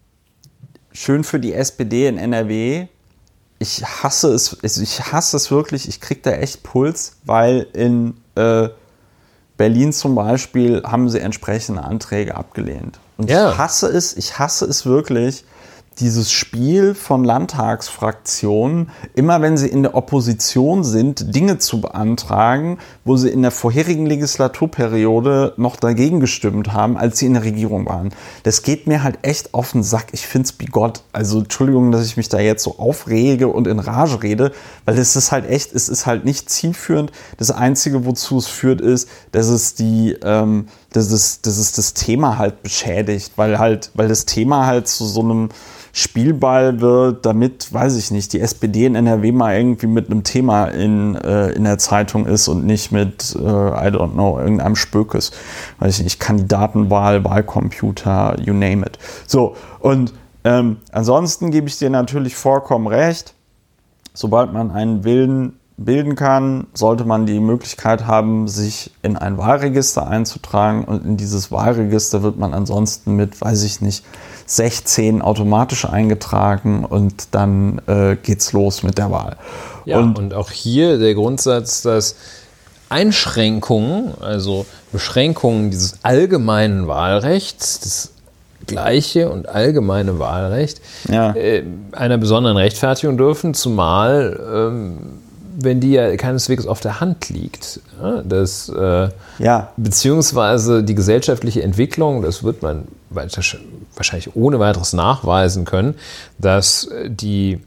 S1: schön für die S P D in N R W. Ich hasse es, ich hasse es wirklich, ich kriege da echt Puls, weil in äh, Berlin zum Beispiel haben sie entsprechende Anträge abgelehnt. Und
S2: ja.
S1: ich hasse es, ich hasse es wirklich, dieses Spiel von Landtagsfraktionen, immer wenn sie in der Opposition sind, Dinge zu beantragen, wo sie in der vorherigen Legislaturperiode noch dagegen gestimmt haben, als sie in der Regierung waren. Das geht mir halt echt auf den Sack. Ich find's bigott. Also Entschuldigung, dass ich mich da jetzt so aufrege und in Rage rede, weil es ist halt echt, es ist halt nicht zielführend. Das Einzige, wozu es führt, ist, dass es die, ähm, dass es, dass es das Thema halt beschädigt, weil halt, weil das Thema halt zu so einem Spielball wird, damit, weiß ich nicht, die S P D in N R W mal irgendwie mit einem Thema in, äh, in der Zeitung ist und nicht mit, äh, I don't know, irgendeinem Spökes. Weiß ich nicht, Kandidatenwahl, Wahlcomputer, you name it. So, und ähm, ansonsten gebe ich dir natürlich vollkommen recht, sobald man einen Willen bilden kann, sollte man die Möglichkeit haben, sich in ein Wahlregister einzutragen und in dieses Wahlregister wird man ansonsten mit, weiß ich nicht, sechzehn automatisch eingetragen und dann äh, geht's los mit der Wahl.
S2: Ja, und, und auch hier der Grundsatz, dass Einschränkungen, also Beschränkungen dieses allgemeinen Wahlrechts, das gleiche und allgemeine Wahlrecht,
S1: ja.
S2: äh, einer besonderen Rechtfertigung dürfen, zumal ähm, wenn die ja keineswegs auf der Hand liegt. Ja, das, äh,
S1: ja.
S2: Beziehungsweise die gesellschaftliche Entwicklung, das wird man wahrscheinlich ohne weiteres nachweisen können, dass die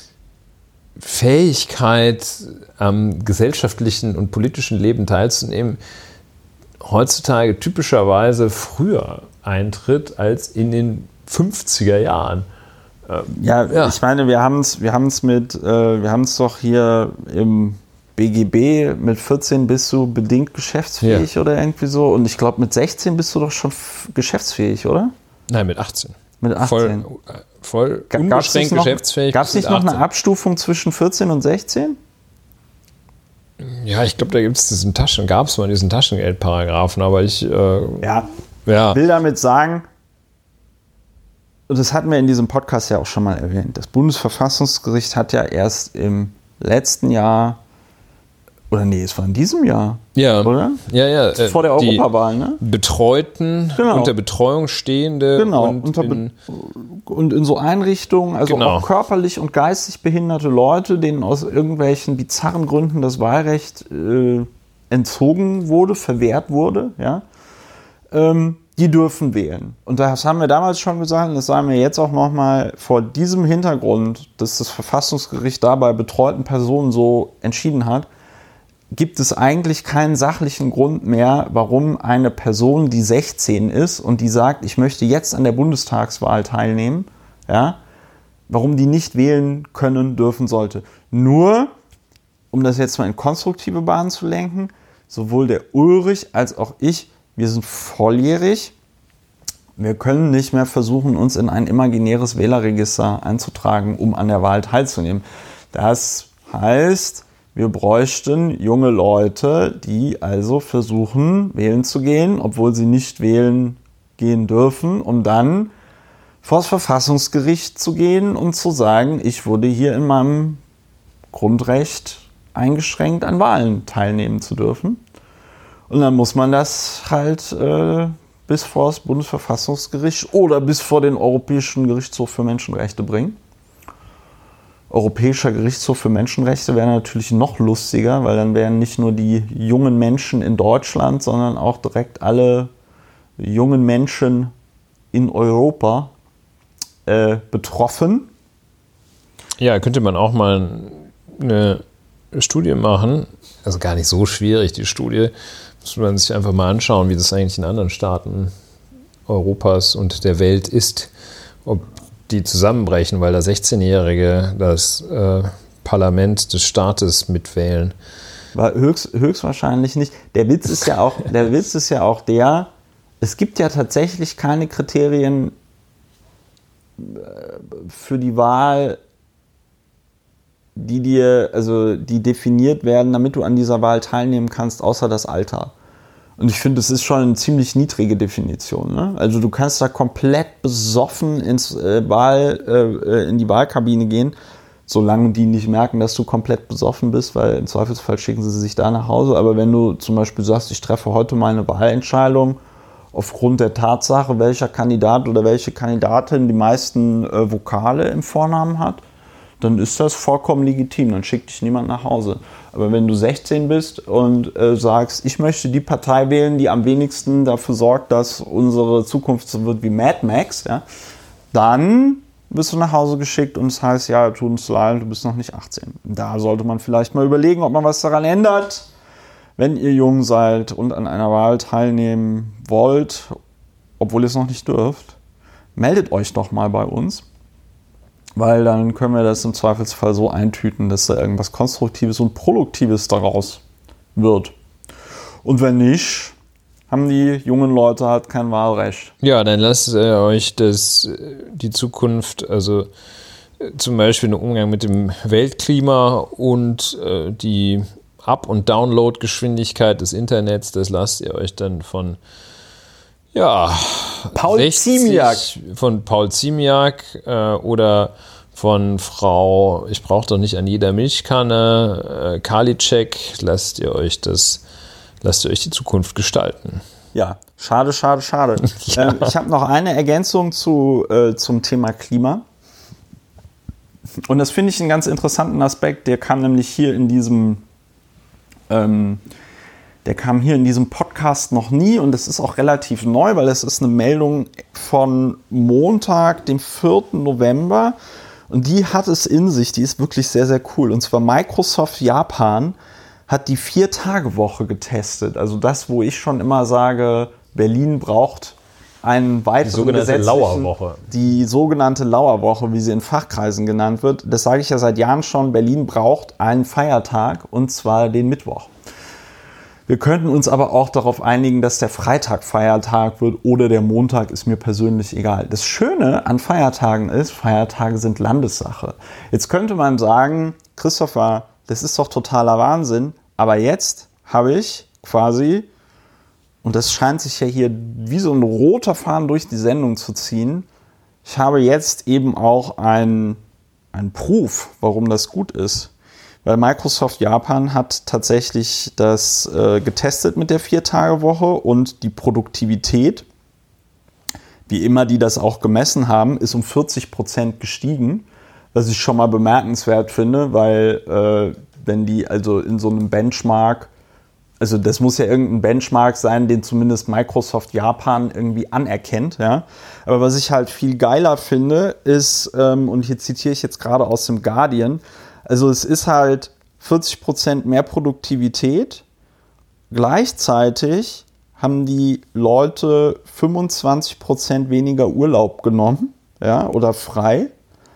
S2: Fähigkeit, am gesellschaftlichen und politischen Leben teilzunehmen, heutzutage typischerweise früher eintritt als in den fünfziger Jahren.
S1: Ja,
S2: ja,
S1: ich meine, wir haben es wir haben's mit, äh, wir haben es doch hier im B G B, mit vierzehn bist du bedingt geschäftsfähig ja. oder irgendwie so und ich glaube mit sechzehn bist du doch schon f- geschäftsfähig, oder?
S2: Nein, mit achtzehn.
S1: Mit achtzehn.
S2: Voll, voll unbeschränkt geschäftsfähig.
S1: Gab es nicht noch eine Abstufung zwischen vierzehn und sechzehn?
S2: Ja, ich glaube, da gibt es diesen Taschen, gab es mal diesen Taschengeldparagraphen, aber ich äh,
S1: ja.
S2: ja,
S1: will damit sagen, und das hatten wir in diesem Podcast ja auch schon mal erwähnt, das Bundesverfassungsgericht hat ja erst im letzten Jahr, oder nee, es war in diesem Jahr,
S2: ja,
S1: oder?
S2: Ja, ja. Äh,
S1: vor der Europawahl, ne?
S2: Betreuten,
S1: genau.
S2: unter Betreuung stehende
S1: genau.
S2: und,
S1: unter
S2: in,
S1: Be- und in so Einrichtungen, also
S2: genau.
S1: auch körperlich und geistig behinderte Leute, denen aus irgendwelchen bizarren Gründen das Wahlrecht äh, entzogen wurde, verwehrt wurde, ja, ähm, die dürfen wählen. Und das haben wir damals schon gesagt, und das sagen wir jetzt auch nochmal, vor diesem Hintergrund, dass das Verfassungsgericht da bei betreuten Personen so entschieden hat, gibt es eigentlich keinen sachlichen Grund mehr, warum eine Person, die sechzehn ist und die sagt, ich möchte jetzt an der Bundestagswahl teilnehmen, ja, warum die nicht wählen können, dürfen sollte. Nur, um das jetzt mal in konstruktive Bahnen zu lenken, sowohl der Ulrich als auch ich, wir sind volljährig Wir können nicht mehr versuchen, uns in ein imaginäres Wählerregister einzutragen, um an der Wahl teilzunehmen. Das heißt, wir bräuchten junge Leute, die also versuchen, wählen zu gehen, obwohl sie nicht wählen gehen dürfen, um dann vor das Verfassungsgericht zu gehen und zu sagen, ich wurde hier in meinem Grundrecht eingeschränkt, an Wahlen teilnehmen zu dürfen. Und dann muss man das halt äh, bis vor das Bundesverfassungsgericht oder bis vor den Europäischen Gerichtshof für Menschenrechte bringen. Europäischer Gerichtshof für Menschenrechte wäre natürlich noch lustiger, weil dann wären nicht nur die jungen Menschen in Deutschland, sondern auch direkt alle jungen Menschen in Europa äh, betroffen.
S2: Ja, könnte man auch mal eine Studie machen. Also gar nicht so schwierig, die Studie. Muss man sich einfach mal anschauen, wie das eigentlich in anderen Staaten Europas und der Welt ist. Ob die zusammenbrechen, weil da sechzehnjährige das äh, Parlament des Staates mitwählen.
S1: War höchst, höchstwahrscheinlich nicht. Der Witz ist ja auch, der Witz ist ja auch der, es gibt ja tatsächlich keine Kriterien für die Wahl, die dir, also die definiert werden, damit du an dieser Wahl teilnehmen kannst, außer das Alter. Und ich finde, das ist schon eine ziemlich niedrige Definition. Ne? Also du kannst da komplett besoffen ins äh, Wahl, äh, in die Wahlkabine gehen, solange die nicht merken, dass du komplett besoffen bist, weil im Zweifelsfall schicken sie sich da nach Hause. Aber wenn du zum Beispiel sagst, ich treffe heute mal eine Wahlentscheidung aufgrund der Tatsache, welcher Kandidat oder welche Kandidatin die meisten äh, Vokale im Vornamen hat, dann ist das vollkommen legitim, dann schickt dich niemand nach Hause. Aber wenn du sechzehn bist und äh, sagst, ich möchte die Partei wählen, die am wenigsten dafür sorgt, dass unsere Zukunft so wird wie Mad Max, ja, dann wirst du nach Hause geschickt und es heißt, ja, tut uns leid, du bist noch nicht achtzehn. Da sollte man vielleicht mal überlegen, ob man was daran ändert. Wenn ihr jung seid und an einer Wahl teilnehmen wollt, obwohl ihr es noch nicht dürft, meldet euch doch mal bei uns. Weil dann können wir das im Zweifelsfall so eintüten, dass da irgendwas Konstruktives und Produktives daraus wird. Und wenn nicht, haben die jungen Leute halt kein Wahlrecht.
S2: Ja, dann lasst äh, euch das, die Zukunft, also äh, zum Beispiel den Umgang mit dem Weltklima und äh, die Up- und Download-Geschwindigkeit des Internets, das lasst ihr euch dann von Ja,
S1: Paul Ziemiak.
S2: Von Paul Ziemiak äh, oder von Frau, ich brauche doch nicht an jeder Milchkanne, äh, Karliczek, lasst ihr euch das, lasst ihr euch die Zukunft gestalten.
S1: Ja, schade, schade, schade. ja. ähm, ich habe noch eine Ergänzung zu, äh, zum Thema Klima. Und das finde ich einen ganz interessanten Aspekt, der kam nämlich hier in diesem ähm, Der kam hier in diesem Podcast noch nie und das ist auch relativ neu, weil es ist eine Meldung von Montag, dem vierten November und die hat es in sich, die ist wirklich sehr, sehr cool. Und zwar Microsoft Japan hat die Vier-Tage-Woche getestet. Also das, wo ich schon immer sage, Berlin braucht einen weiteren
S2: die sogenannte
S1: gesetzlichen...
S2: Lauerwoche.
S1: Die sogenannte Lauerwoche, wie sie in Fachkreisen genannt wird. Das sage ich ja seit Jahren schon, Berlin braucht einen Feiertag und zwar den Mittwoch. Wir könnten uns aber auch darauf einigen, dass der Freitag Feiertag wird oder der Montag, ist mir persönlich egal. Das Schöne an Feiertagen ist, Feiertage sind Landessache. Jetzt könnte man sagen, Christopher, das ist doch totaler Wahnsinn, aber jetzt habe ich quasi, und das scheint sich ja hier wie so ein roter Faden durch die Sendung zu ziehen, ich habe jetzt eben auch ein, ein Proof, warum das gut ist. Weil Microsoft Japan hat tatsächlich das äh, getestet mit der Vier-Tage-Woche und die Produktivität, wie immer die das auch gemessen haben, ist um vierzig Prozent gestiegen, was ich schon mal bemerkenswert finde, weil äh, wenn die also in so einem Benchmark, also das muss ja irgendein Benchmark sein, den zumindest Microsoft Japan irgendwie anerkennt, ja. Aber was ich halt viel geiler finde, ist, ähm, und hier zitiere ich jetzt gerade aus dem Guardian, also es ist halt vierzig Prozent mehr Produktivität. Gleichzeitig haben die Leute fünfundzwanzig Prozent weniger Urlaub genommen, ja, oder frei.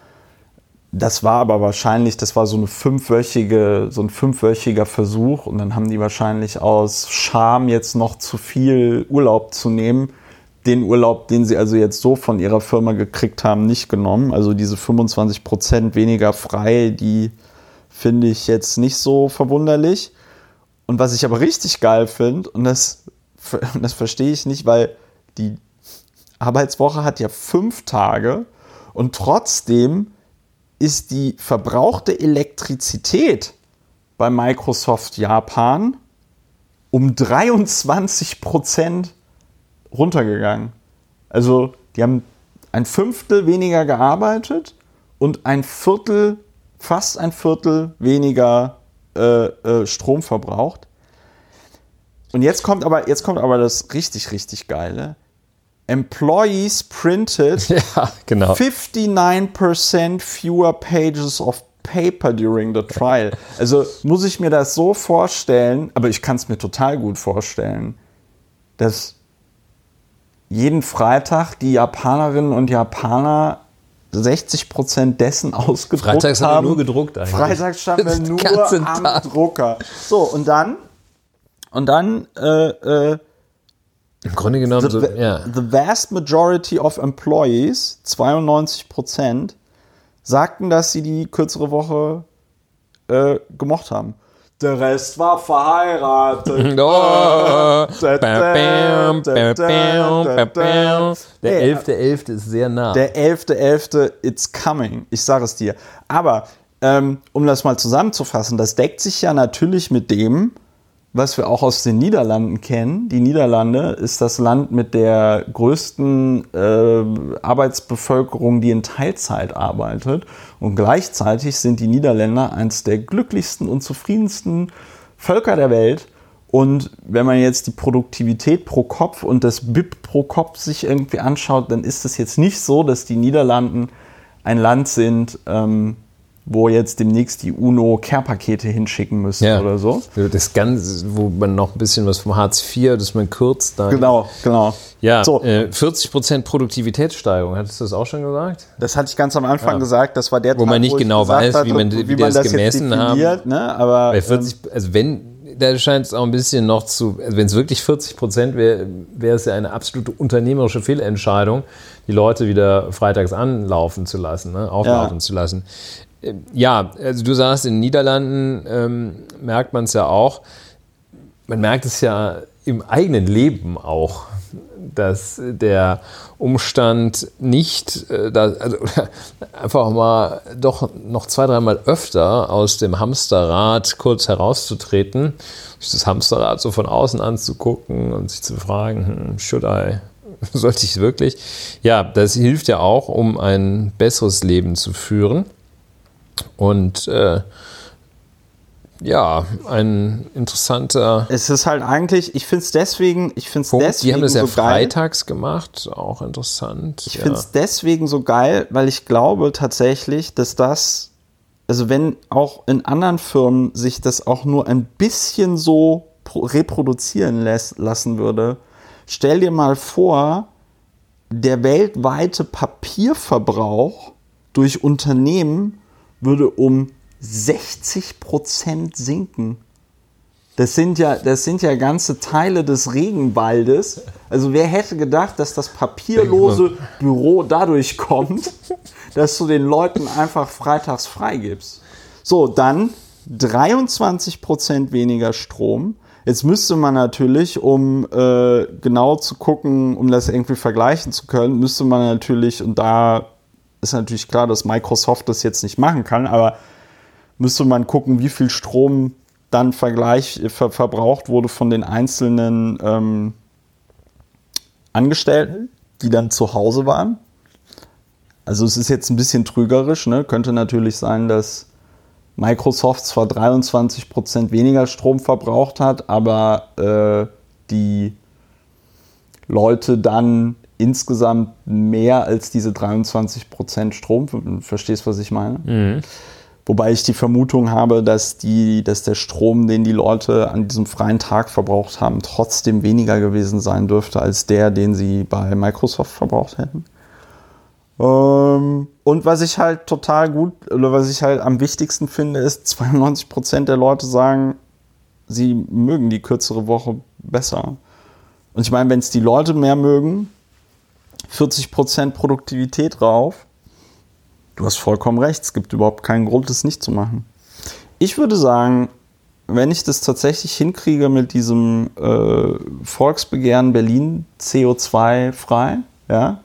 S1: Das war aber wahrscheinlich, das war so eine fünfwöchige, so ein fünfwöchiger Versuch und dann haben die wahrscheinlich aus Scham jetzt noch zu viel Urlaub zu nehmen, den Urlaub, den sie also jetzt so von ihrer Firma gekriegt haben, nicht genommen. Also diese fünfundzwanzig Prozent weniger frei, die finde ich jetzt nicht so verwunderlich. Und was ich aber richtig geil finde, und das, das verstehe ich nicht, weil die Arbeitswoche hat ja fünf Tage und trotzdem ist die verbrauchte Elektrizität bei Microsoft Japan um dreiundzwanzig Prozent runtergegangen. Also die haben ein Fünftel weniger gearbeitet und ein Viertel, fast ein Viertel weniger äh, äh, Strom verbraucht. Und jetzt kommt aber, jetzt kommt aber das richtig, richtig Geile. Employees printed
S2: ja, genau.
S1: fifty-nine percent fewer pages of paper during the trial. Also muss ich mir das so vorstellen, aber ich kann es mir total gut vorstellen, dass jeden Freitag die Japanerinnen und Japaner sechzig Prozent dessen ausgedruckt
S2: Freitags
S1: haben.
S2: haben wir nur gedruckt eigentlich.
S1: Freitags standen wir nur
S2: ganzen
S1: am
S2: Tag.
S1: Drucker. So, und dann und dann äh, äh,
S2: im Grunde genommen
S1: the,
S2: so, ja.
S1: the vast majority of employees, zweiundneunzig Prozent, sagten, dass sie die kürzere Woche äh, gemocht haben. Der Rest war verheiratet.
S2: Oh. Der elfte elfte ist sehr nah.
S1: Der elfte elfte, it's coming. Ich sage es dir. Aber ähm, um das mal zusammenzufassen, das deckt sich ja natürlich mit dem, was wir auch aus den Niederlanden kennen. Die Niederlande ist das Land mit der größten äh, Arbeitsbevölkerung, die in Teilzeit arbeitet. Und gleichzeitig sind die Niederländer eines der glücklichsten und zufriedensten Völker der Welt. Und wenn man jetzt die Produktivität pro Kopf und das B I P pro Kopf sich irgendwie anschaut, dann ist es jetzt nicht so, dass die Niederlanden ein Land sind, ähm, wo jetzt demnächst die UNO Care-Pakete hinschicken müssen
S2: ja.
S1: oder so.
S2: Das Ganze, wo man noch ein bisschen was vom Hartz vier, das man kürzt. Dann.
S1: Genau, genau.
S2: Ja,
S1: so.
S2: äh, vierzig Prozent Produktivitätssteigerung, hattest du das auch schon gesagt?
S1: Das hatte ich ganz am Anfang
S2: ja.
S1: gesagt, das war der
S2: Wo
S1: Tag,
S2: man nicht
S1: wo
S2: genau
S1: gesagt
S2: weiß,
S1: hatte,
S2: wie man, wie
S1: wie
S2: die
S1: man
S2: das,
S1: das
S2: gemessen
S1: jetzt
S2: haben.
S1: Ne? Aber,
S2: Bei vierzig, also wenn, da scheint es auch ein bisschen noch zu, also wenn es wirklich vierzig Prozent wäre, wäre es ja eine absolute unternehmerische Fehlentscheidung, die Leute wieder freitags anlaufen zu lassen, ne? auflaufen ja. zu lassen. Ja, also du sagst, in den Niederlanden ähm, merkt man es ja auch. Man merkt es ja im eigenen Leben auch, dass der Umstand nicht, äh, da, also einfach mal doch noch zwei, dreimal öfter aus dem Hamsterrad kurz herauszutreten, sich das Hamsterrad so von außen anzugucken und sich zu fragen, hm, should I, sollte ich es wirklich? Ja, das hilft ja auch, um ein besseres Leben zu führen. Und äh, ja, ein interessanter
S1: Es ist halt eigentlich, ich finde es deswegen, ich finde es deswegen
S2: Die haben das ja
S1: so
S2: freitags
S1: geil.
S2: gemacht, auch interessant.
S1: Ich
S2: ja.
S1: finde es deswegen so geil, weil ich glaube tatsächlich, dass das, also wenn auch in anderen Firmen sich das auch nur ein bisschen so reproduzieren lässt, lassen würde, stell dir mal vor, der weltweite Papierverbrauch durch Unternehmen würde um sechzig Prozent sinken. Das sind ja, das sind ja ganze Teile des Regenwaldes. Also wer hätte gedacht, dass das papierlose Büro dadurch kommt, dass du den Leuten einfach freitags freigibst. So, dann dreiundzwanzig Prozent weniger Strom. Jetzt müsste man natürlich, um äh, genau zu gucken, um das irgendwie vergleichen zu können, müsste man natürlich, und da ist natürlich klar, dass Microsoft das jetzt nicht machen kann, aber müsste man gucken, wie viel Strom dann Vergleich, ver, verbraucht wurde von den einzelnen ähm, Angestellten, die dann zu Hause waren. Also es ist jetzt ein bisschen trügerisch, ne? Könnte natürlich sein, dass Microsoft zwar dreiundzwanzig Prozent weniger Strom verbraucht hat, aber äh, die Leute dann insgesamt mehr als diese dreiundzwanzig Prozent Strom, verstehst, was ich meine? Mhm. Wobei ich die Vermutung habe, dass, die, dass der Strom, den die Leute an diesem freien Tag verbraucht haben, trotzdem weniger gewesen sein dürfte als der, den sie bei Microsoft verbraucht hätten. Ähm, und was ich halt total gut, oder was ich halt am wichtigsten finde, ist, zweiundneunzig Prozent der Leute sagen, sie mögen die kürzere Woche besser. Und ich meine, wenn es die Leute mehr mögen, vierzig Prozent Produktivität drauf. Du hast vollkommen recht, es gibt überhaupt keinen Grund, das nicht zu machen. Ich würde sagen, wenn ich das tatsächlich hinkriege mit diesem äh, Volksbegehren Berlin C O zwei frei, ja,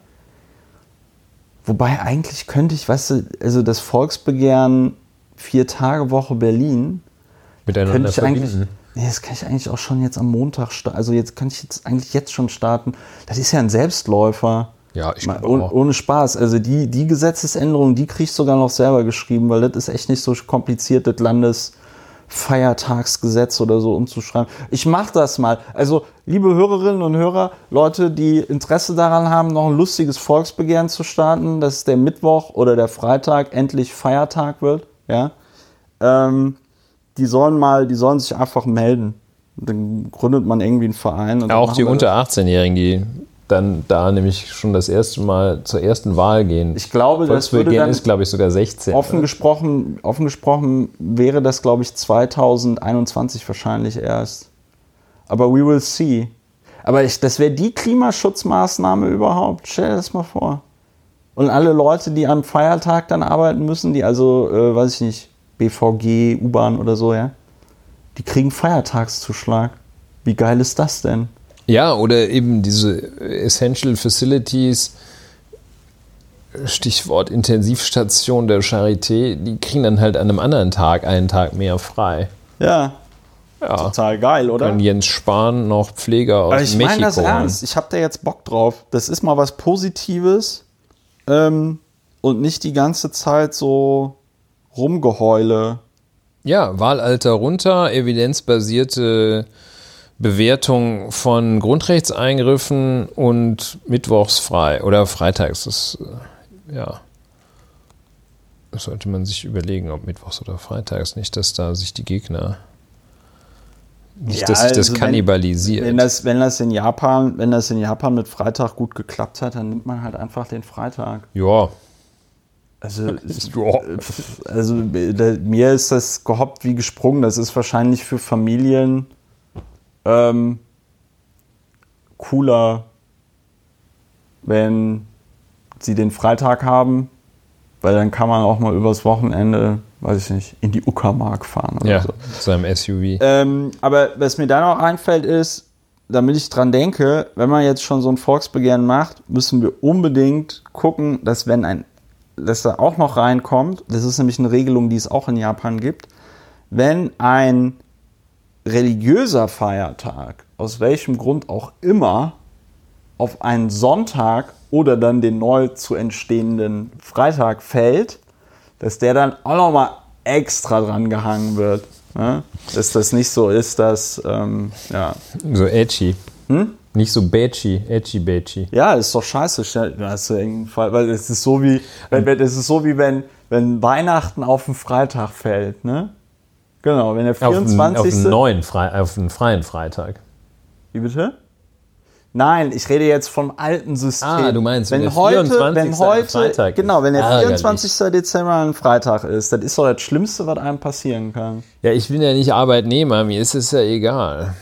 S1: wobei eigentlich könnte ich, weißt du, also das Volksbegehren Vier-Tage-Woche Berlin,
S2: Miteinander
S1: könnte ich
S2: verbinden.
S1: eigentlich, nee, das kann ich eigentlich auch schon jetzt am Montag starten, also jetzt könnte ich jetzt eigentlich jetzt schon starten. Das ist ja ein Selbstläufer.
S2: Ja, ich
S1: Mal,
S2: glaube
S1: ohne,
S2: auch.
S1: ohne Spaß, also die, die Gesetzesänderung, die kriege ich sogar noch selber geschrieben, weil das ist echt nicht so kompliziert, das Landesfeiertagsgesetz oder so umzuschreiben. Ich mache das mal. Also, liebe Hörerinnen und Hörer, Leute, die Interesse daran haben, noch ein lustiges Volksbegehren zu starten, dass der Mittwoch oder der Freitag endlich Feiertag wird, ja, ähm, die sollen mal, die sollen sich einfach melden. Dann gründet man irgendwie einen Verein. Und
S2: Ja, auch die
S1: machen wir
S2: unter
S1: das.
S2: achtzehn-Jährigen, die dann da nämlich schon das erste Mal zur ersten Wahl gehen.
S1: Ich glaube, das würde
S2: Volksbegehren
S1: dann
S2: ist, glaube ich, sogar sechzehn.
S1: offen
S2: ne?
S1: gesprochen, offen gesprochen wäre das, glaube ich, zwanzig einundzwanzig wahrscheinlich erst. Aber we will see. Aber ich, das wäre die Klimaschutzmaßnahme überhaupt. Stell dir das mal vor. Und alle Leute, die am Feiertag dann arbeiten müssen, die also, äh, weiß ich nicht, B V G, U-Bahn oder so, ja, die kriegen Feiertagszuschlag. Wie geil ist das denn?
S2: Ja, oder eben diese Essential Facilities, Stichwort Intensivstation der Charité, die kriegen dann halt an einem anderen Tag einen Tag mehr frei.
S1: Ja,
S2: Ja.
S1: total geil, oder?
S2: Kann Jens Spahn noch Pfleger aus
S1: Aber ich
S2: Mexiko
S1: meine das
S2: holen.
S1: ernst. Ich habe da jetzt Bock drauf. Das ist mal was Positives ähm, und nicht die ganze Zeit so Rumgeheule.
S2: Ja, Wahlalter runter, evidenzbasierte Bewertung von Grundrechtseingriffen und mittwochs frei oder freitags. Das, äh, ja, das sollte man sich überlegen, ob mittwochs oder freitags. Nicht, dass da sich die Gegner, nicht,
S1: Ja,
S2: dass sich das
S1: also wenn-
S2: kannibalisiert.
S1: Wenn das, wenn das in Japan, wenn das in Japan mit Freitag gut geklappt hat, dann nimmt man halt einfach den Freitag.
S2: ja,
S1: Also,
S2: Ja.
S1: also da, mir ist das gehoppt wie gesprungen. Das ist wahrscheinlich für Familien ähm, cooler, wenn sie den Freitag haben, weil dann kann man auch mal übers Wochenende, weiß ich nicht, in die Uckermark fahren oder
S2: ja,
S1: so.
S2: seinem S U V.
S1: Ähm, aber was mir dann auch einfällt ist, damit ich dran denke, wenn man jetzt schon so ein Volksbegehren macht, müssen wir unbedingt gucken, dass wenn ein, dass da auch noch reinkommt, das ist nämlich eine Regelung, die es auch in Japan gibt, wenn ein religiöser Feiertag, aus welchem Grund auch immer, auf einen Sonntag oder dann den neu zu entstehenden Freitag fällt, dass der dann auch nochmal extra dran gehangen wird. Ne? Dass das nicht so ist, dass, ähm, ja.
S2: So edgy.
S1: Hm?
S2: Nicht so bitchy, edgy bitchy.
S1: Ja, ist doch scheiße. Stell- Hast du irgendeinen Fall, weil es ist so wie, wenn, wenn, es ist so wie wenn, wenn Weihnachten auf den Freitag fällt, ne? Genau, wenn der
S2: Auf einen, auf
S1: vierundzwanzigste
S2: einen neuen, Fre auf einen freien Freitag.
S1: Wie bitte? Nein, ich rede jetzt vom alten System.
S2: Ah, du meinst, wenn
S1: wenn
S2: der
S1: heute,
S2: vierundzwanzigste
S1: wenn heute,
S2: Freitag ist.
S1: genau, wenn der
S2: Ärgerlich.
S1: vierundzwanzigste Dezember ein Freitag ist, das ist doch das Schlimmste, was einem passieren kann.
S2: Ja, ich bin ja nicht Arbeitnehmer, mir ist es ja egal.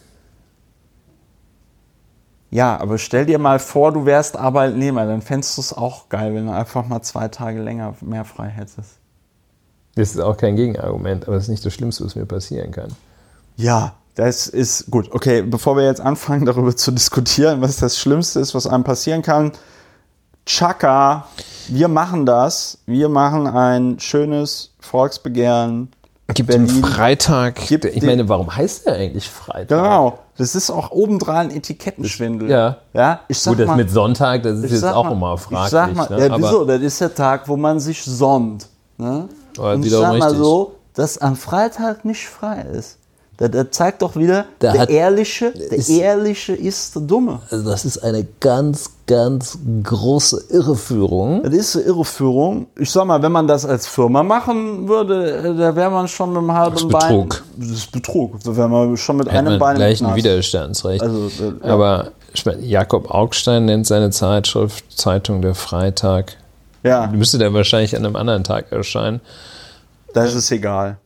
S1: Ja, aber stell dir mal vor, du wärst Arbeitnehmer, dann fändest du es auch geil, wenn du einfach mal zwei Tage länger mehr frei hättest.
S2: Das ist auch kein Gegenargument, aber es ist nicht das Schlimmste, was mir passieren kann.
S1: Ja, das ist gut. Okay, bevor wir jetzt anfangen, darüber zu diskutieren, was das Schlimmste ist, was einem passieren kann. Chaka, wir machen das. Wir machen ein schönes Volksbegehren.
S2: Gibt
S1: Berlin.
S2: den Freitag,
S1: Gibt
S2: ich
S1: den-
S2: meine, warum heißt der eigentlich Freitag?
S1: Genau. Das ist auch obendran Etikettenschwindel.
S2: Ja.
S1: Ja, ich sag
S2: Gut, das
S1: mal,
S2: mit Sonntag, das ist
S1: ich
S2: jetzt
S1: sag
S2: auch
S1: mal,
S2: immer
S1: Ich
S2: fraglich.
S1: sag mal,
S2: ne?
S1: ja, wieso? Das ist der Tag, wo man sich sonnt. Ne?
S2: Aber
S1: Und ich
S2: wiederum
S1: sag mal
S2: richtig.
S1: so, dass am Freitag nicht frei ist. Das, das zeigt doch wieder,
S3: Da
S1: der
S3: hat-
S1: Ehrliche, der
S3: ist-
S1: Ehrliche ist der Dumme.
S3: Also das ist eine ganz, ganz große Irreführung.
S1: Das ist eine Irreführung. Ich sag mal, wenn man das als Firma machen würde, äh, da wäre man schon mit einem halben
S2: Das ist
S1: Bein.
S2: Betrug.
S1: Das ist Betrug. Da wäre man schon mit
S2: Hätte
S1: einem
S2: man
S1: Bein im
S2: gleich ein
S1: Knast.
S2: Widerstandsrecht.
S1: Also, äh, ja.
S2: Aber ich meine, Jakob Augstein nennt seine Zeitschrift Zeitung der Freitag.
S1: Ja,
S2: Die müsste dann wahrscheinlich an einem anderen Tag erscheinen.
S1: das ist egal.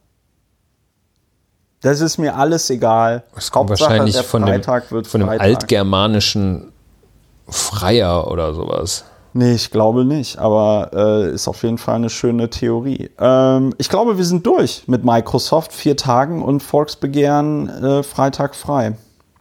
S1: Das ist mir alles egal.
S2: Das kommt wahrscheinlich
S1: der
S2: von dem,
S1: Freitag wird
S2: von dem
S1: Freitag.
S2: altgermanischen freier oder sowas.
S1: Nee, ich glaube nicht, aber äh, ist auf jeden Fall eine schöne Theorie. Ähm, ich glaube, wir sind durch mit Microsoft, vier Tagen und Volksbegehren äh, Freitag frei.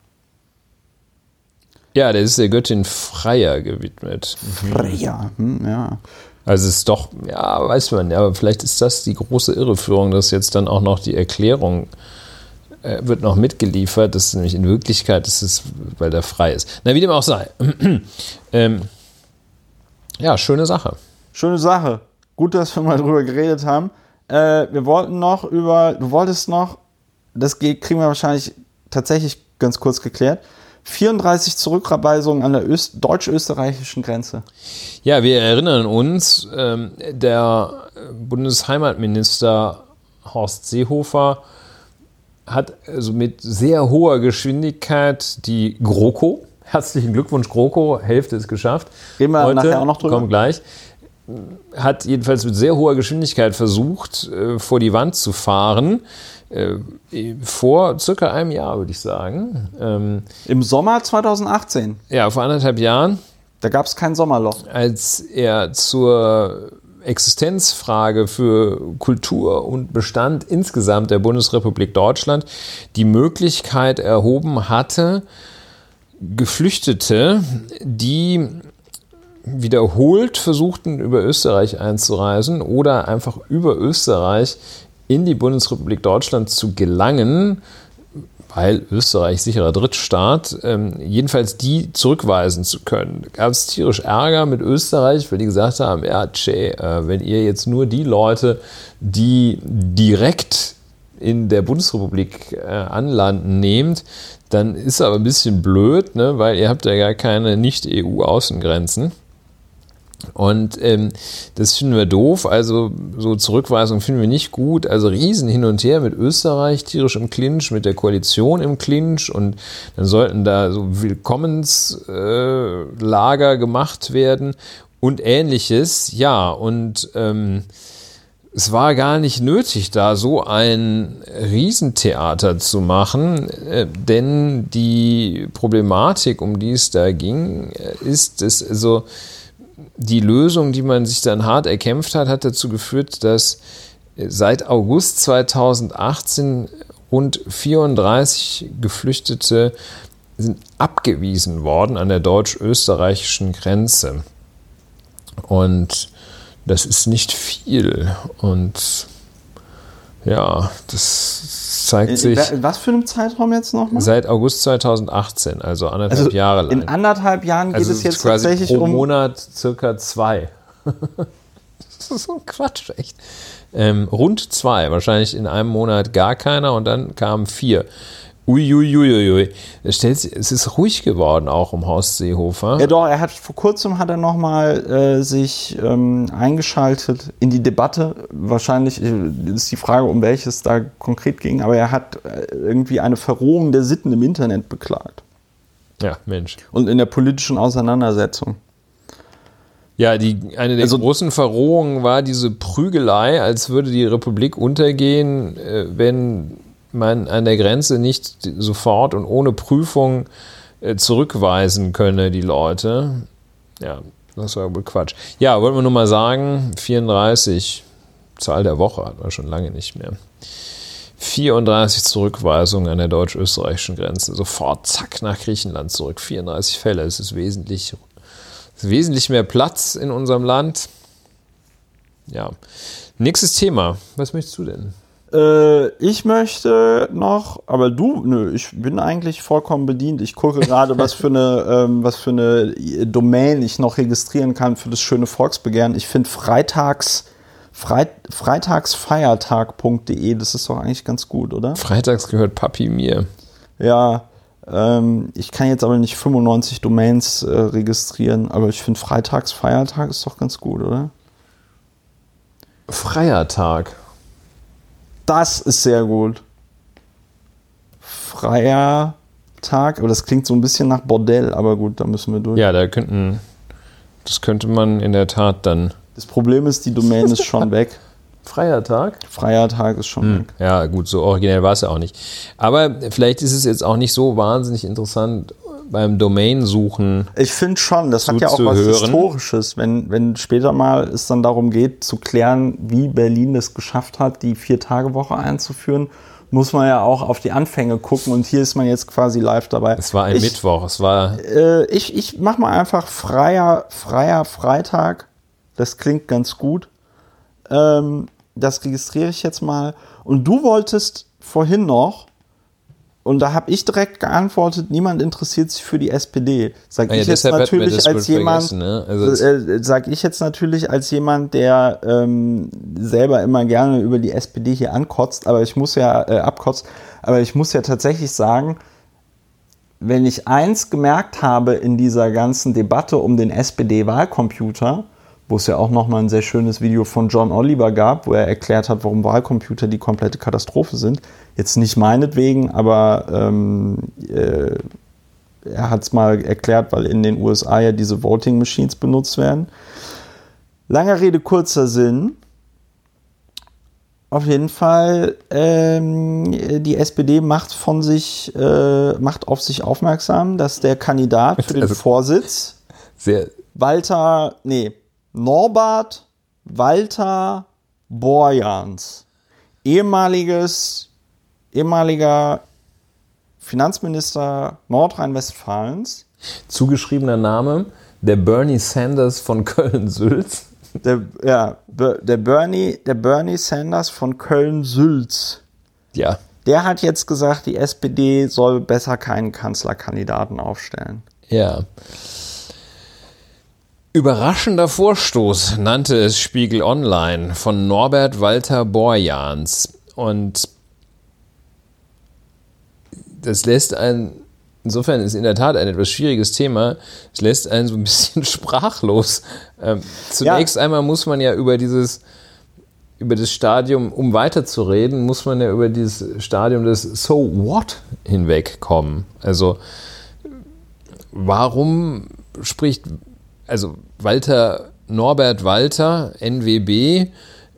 S2: Ja, der ist der Göttin Freya gewidmet.
S1: Freya, hm, ja.
S2: Also es ist doch, ja, weiß man, ja, aber vielleicht ist das die große Irreführung, dass jetzt dann auch noch die Erklärung äh, wird noch mitgeliefert, dass nämlich in Wirklichkeit ist es, weil der frei ist. Na, wie dem auch sei. ähm, Ja, schöne Sache.
S1: Schöne Sache. Gut, dass wir mal drüber geredet haben. Äh, wir wollten noch über, du wolltest noch, das geht, kriegen wir wahrscheinlich tatsächlich ganz kurz geklärt, vierunddreißig Zurückweisungen an der Öst- deutsch-österreichischen Grenze.
S2: Ja, wir erinnern uns, ähm, der Bundesheimatminister Horst Seehofer hat also mit sehr hoher Geschwindigkeit die GroKo, herzlichen Glückwunsch, GroKo, Hälfte ist geschafft.
S1: Reden wir
S2: Heute,
S1: nachher auch noch drüber.
S2: Kommt gleich. Hat jedenfalls mit sehr hoher Geschwindigkeit versucht, äh, vor die Wand zu fahren. Äh, vor circa einem Jahr, würde ich sagen. Ähm,
S1: Im Sommer zweitausendachtzehn.
S2: ja, vor anderthalb Jahren.
S1: Da gab es kein Sommerloch.
S2: Als er zur Existenzfrage für Kultur und Bestand insgesamt der Bundesrepublik Deutschland die Möglichkeit erhoben hatte, Geflüchtete, die wiederholt versuchten, über Österreich einzureisen oder einfach über Österreich in die Bundesrepublik Deutschland zu gelangen, weil Österreich sicherer Drittstaat, ähm, jedenfalls die zurückweisen zu können. Da gab es tierisch Ärger mit Österreich, weil die gesagt haben, ja, tschä, äh, wenn ihr jetzt nur die Leute, die direkt in der Bundesrepublik äh, anlanden, nehmt, dann ist aber ein bisschen blöd, ne, weil ihr habt ja gar keine Nicht-E U-Außengrenzen. Und ähm, das finden wir doof, also so Zurückweisung finden wir nicht gut, also riesen hin und her mit Österreich, tierisch im Clinch, mit der Koalition im Clinch und dann sollten da so Willkommenslager äh, gemacht werden und ähnliches, ja, und ähm, es war gar nicht nötig, da so ein Riesentheater zu machen, äh, denn die Problematik, um die es da ging, ist, dass also die Lösung, die man sich dann hart erkämpft hat, hat dazu geführt, dass seit August zweitausendachtzehn rund vierunddreißig Geflüchtete sind abgewiesen worden an der deutsch-österreichischen Grenze. Und das ist nicht viel. Und ja, das zeigt sich.
S1: Was für einen Zeitraum jetzt nochmal?
S2: Seit August zweitausendachtzehn, also anderthalb
S1: also
S2: Jahre lang.
S1: In anderthalb Jahren geht
S2: also
S1: es jetzt
S2: quasi
S1: tatsächlich
S2: pro
S1: um.
S2: Monat circa zwei. Das ist so ein Quatsch, echt. Ähm, rund zwei, wahrscheinlich in einem Monat gar keiner und dann kamen vier. Uiuiuiui. Es ist ruhig geworden auch um Horst Seehofer.
S1: Ja doch, er hat vor kurzem hat er nochmal äh, sich ähm, eingeschaltet in die Debatte. Wahrscheinlich äh, ist die Frage, um welches da konkret ging, aber er hat äh, irgendwie eine Verrohung der Sitten im Internet beklagt.
S2: Ja, Mensch.
S1: Und in der politischen Auseinandersetzung.
S2: Ja, die, eine der
S1: also,
S2: großen Verrohungen war diese Prügelei, als würde die Republik untergehen, äh, wenn man an der Grenze nicht sofort und ohne Prüfung äh, zurückweisen könne, die Leute. Ja, das war wohl Quatsch. Ja, wollten wir nur mal sagen, vierunddreißig, Zahl der Woche hatten wir schon lange nicht mehr. vierunddreißig Zurückweisungen an der deutsch-österreichischen Grenze. Sofort, zack, nach Griechenland zurück. vierunddreißig Fälle. Es ist wesentlich, es ist wesentlich mehr Platz in unserem Land. Ja. Nächstes Thema. Was möchtest du denn?
S1: Äh, ich möchte noch, aber du, nö, ich bin eigentlich vollkommen bedient. Ich gucke gerade, was für eine, ähm, was für eine Domain ich noch registrieren kann für das schöne Volksbegehren. Ich finde freitags, Freit, freitagsfeiertag punkt de, das ist doch eigentlich ganz gut, oder?
S2: Freitags gehört Papi mir.
S1: Ja, ähm, ich kann jetzt aber nicht fünfundneunzig Domains äh, registrieren, aber ich finde Freitagsfeiertag ist doch ganz gut, oder?
S2: Freier Tag.
S1: Das ist sehr gut. Freier Tag, aber das klingt so ein bisschen nach Bordell, aber gut, da müssen wir durch.
S2: Ja, da könnten, das könnte man in der Tat dann.
S1: Das Problem ist, die Domain ist schon weg.
S2: Freier Tag?
S1: Freier Tag ist schon
S2: hm.
S1: weg.
S2: Ja, gut, so originell war es ja auch nicht. Aber vielleicht ist es jetzt auch nicht so wahnsinnig interessant, beim Domainsuchen.
S1: Ich finde schon, das hat ja auch was Historisches, wenn, wenn später mal es dann darum geht, zu klären, wie Berlin es geschafft hat, die Vier-Tage-Woche einzuführen, muss man ja auch auf die Anfänge gucken und hier ist man jetzt quasi live dabei.
S2: Es war ein
S1: ich,
S2: Mittwoch, es war...
S1: Äh, ich ich mache mal einfach freier, freier Freitag, das klingt ganz gut. Ähm, das registriere ich jetzt mal. Und du wolltest vorhin noch, und da habe ich direkt geantwortet, niemand interessiert sich für die S P D. Sag
S2: ah ja,
S1: ich jetzt natürlich als jemand,
S2: ne? also
S1: äh, sag ich jetzt natürlich als jemand, der ähm, selber immer gerne über die S P D hier ankotzt, aber ich muss ja äh, abkotzt, aber ich muss ja tatsächlich sagen, wenn ich eins gemerkt habe in dieser ganzen Debatte um den S P D-Wahlcomputer, wo es ja auch nochmal ein sehr schönes Video von John Oliver gab, wo er erklärt hat, warum Wahlcomputer die komplette Katastrophe sind. Jetzt nicht meinetwegen, aber ähm, äh, er hat es mal erklärt, weil in den U S A ja diese Voting Machines benutzt werden. Langer Rede, kurzer Sinn. Auf jeden Fall, ähm, die S P D macht von sich, äh, macht auf sich aufmerksam, dass der Kandidat für den also Vorsitz
S2: sehr
S1: Walter, nee, Norbert Walter Borjans, ehemaliges, ehemaliger Finanzminister Nordrhein-Westfalens.
S2: Zugeschriebener Name, der Bernie Sanders von Köln-Sülz.
S1: Der, ja, der Bernie, der Bernie Sanders von Köln-Sülz.
S2: Ja.
S1: Der hat jetzt gesagt, die S P D soll besser keinen Kanzlerkandidaten aufstellen.
S2: Ja. Überraschender Vorstoß nannte es Spiegel Online von Norbert Walter Borjans. Und das lässt einen, insofern ist in der Tat ein etwas schwieriges Thema, es lässt einen so ein bisschen sprachlos. Ähm, zunächst ja. einmal muss man ja über dieses, über das Stadium, um weiterzureden, muss man ja über dieses Stadium des So what hinwegkommen. Also warum spricht also Walter, Norbert Walter, N W B,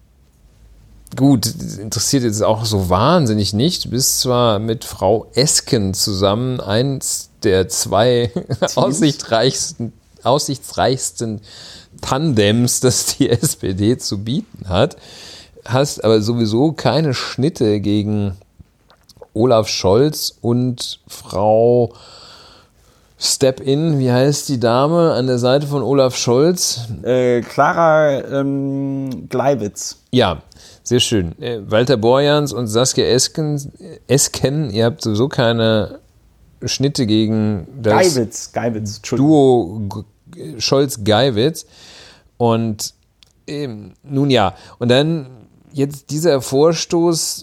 S2: gut, interessiert jetzt auch so wahnsinnig nicht, du bist zwar mit Frau Esken zusammen, eins der zwei aussichtsreichsten, aussichtsreichsten Tandems, das die S P D zu bieten hat, hast aber sowieso keine Schnitte gegen Olaf Scholz und Frau Step-In, wie heißt die Dame an der Seite von Olaf Scholz?
S1: Äh, Clara ähm, Gleiwitz.
S2: Ja, sehr schön. Äh, Walter Borjans und Saskia Esken, Esken, ihr habt sowieso keine Schnitte gegen das
S1: Geiwitz, Geiwitz,
S2: Duo G- Scholz-Geiwitz. Und ähm, nun ja, und dann jetzt dieser Vorstoß,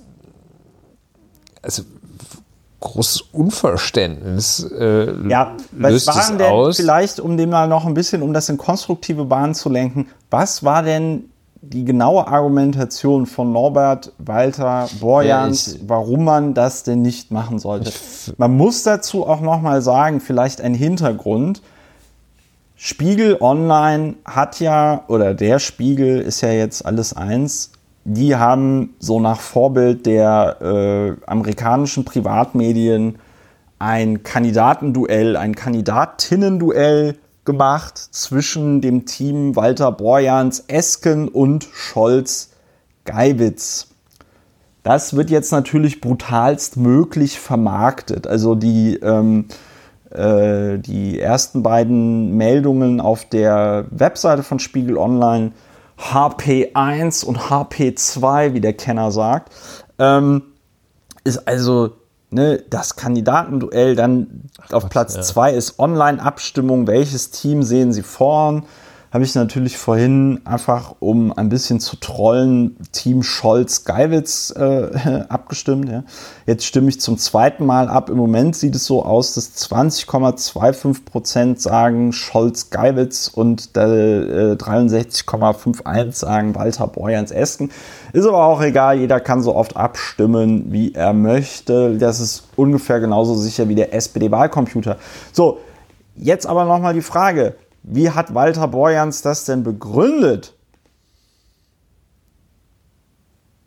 S2: also großes Unverständnis äh,
S1: ja,
S2: löst
S1: was waren
S2: es
S1: denn
S2: aus.
S1: Vielleicht, um dem mal noch ein bisschen, um das in konstruktive Bahnen zu lenken, was war denn die genaue Argumentation von Norbert Walter Borjans, ja, ich, warum man das denn nicht machen sollte? Man muss dazu auch noch mal sagen, vielleicht ein Hintergrund. Spiegel Online hat ja, oder der Spiegel ist ja jetzt alles eins, die haben so nach Vorbild der äh, amerikanischen Privatmedien ein Kandidatenduell, ein Kandidatinnenduell gemacht zwischen dem Team Walter Borjans, Esken und Scholz-Geiwitz. Das wird jetzt natürlich brutalst möglich vermarktet. Also die, ähm, äh, die ersten beiden Meldungen auf der Webseite von Spiegel Online, H P eins und H P zwei, wie der Kenner sagt, ähm, ist also ne, das Kandidatenduell. Dann Ach, auf Platz zwei ja. ist Online-Abstimmung. Welches Team sehen Sie vorn? Habe ich natürlich vorhin einfach, um ein bisschen zu trollen, Team Scholz-Geiwitz äh, abgestimmt. Ja. Jetzt stimme ich zum zweiten Mal ab. Im Moment sieht es so aus, dass zwanzig Komma fünfundzwanzig Prozent sagen Scholz-Geiwitz und äh, dreiundsechzig Komma einundfünfzig sagen Walter Borjans-Esken. Ist aber auch egal, jeder kann so oft abstimmen, wie er möchte. Das ist ungefähr genauso sicher wie der S P D-Wahlcomputer. So, jetzt aber nochmal die Frage: Wie hat Walter Borjans das denn begründet?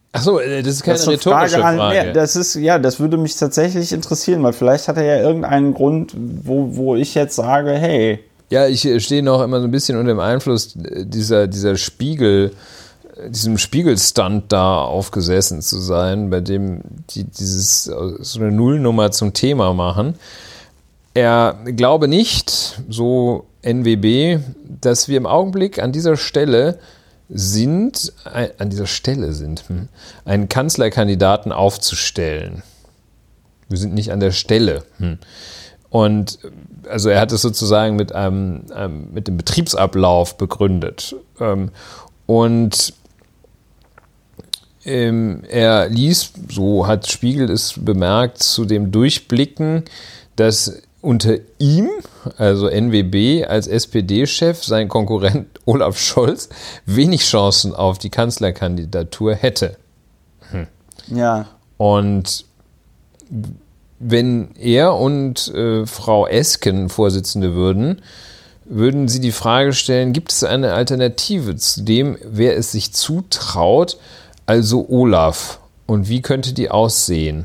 S2: Achso, das ist keine
S1: Das ist eine
S2: rhetorische
S1: Frage
S2: Frage.
S1: an- ja, das ist, ja, das würde mich tatsächlich interessieren, weil vielleicht hat er ja irgendeinen Grund, wo, wo ich jetzt sage, hey.
S2: Ja, ich stehe noch immer so ein bisschen unter dem Einfluss dieser, dieser Spiegel, diesem Spiegelstunt da aufgesessen zu sein, bei dem die dieses so eine Nullnummer zum Thema machen. Er glaube nicht, so N W B, dass wir im Augenblick an dieser Stelle sind, äh, an dieser Stelle sind, hm, einen Kanzlerkandidaten aufzustellen. Wir sind nicht an der Stelle. Hm. Und also er hat es sozusagen mit einem, einem mit dem Betriebsablauf begründet. Ähm, und ähm, er ließ, so hat Spiegel es bemerkt, zu dem Durchblicken, dass unter ihm, also N W B als S P D-Chef, sein Konkurrent Olaf Scholz wenig Chancen auf die Kanzlerkandidatur hätte. Hm.
S1: Ja.
S2: Und wenn er und äh, Frau Esken Vorsitzende würden, würden sie die Frage stellen, gibt es eine Alternative zu dem, wer es sich zutraut, also Olaf, und wie könnte die aussehen?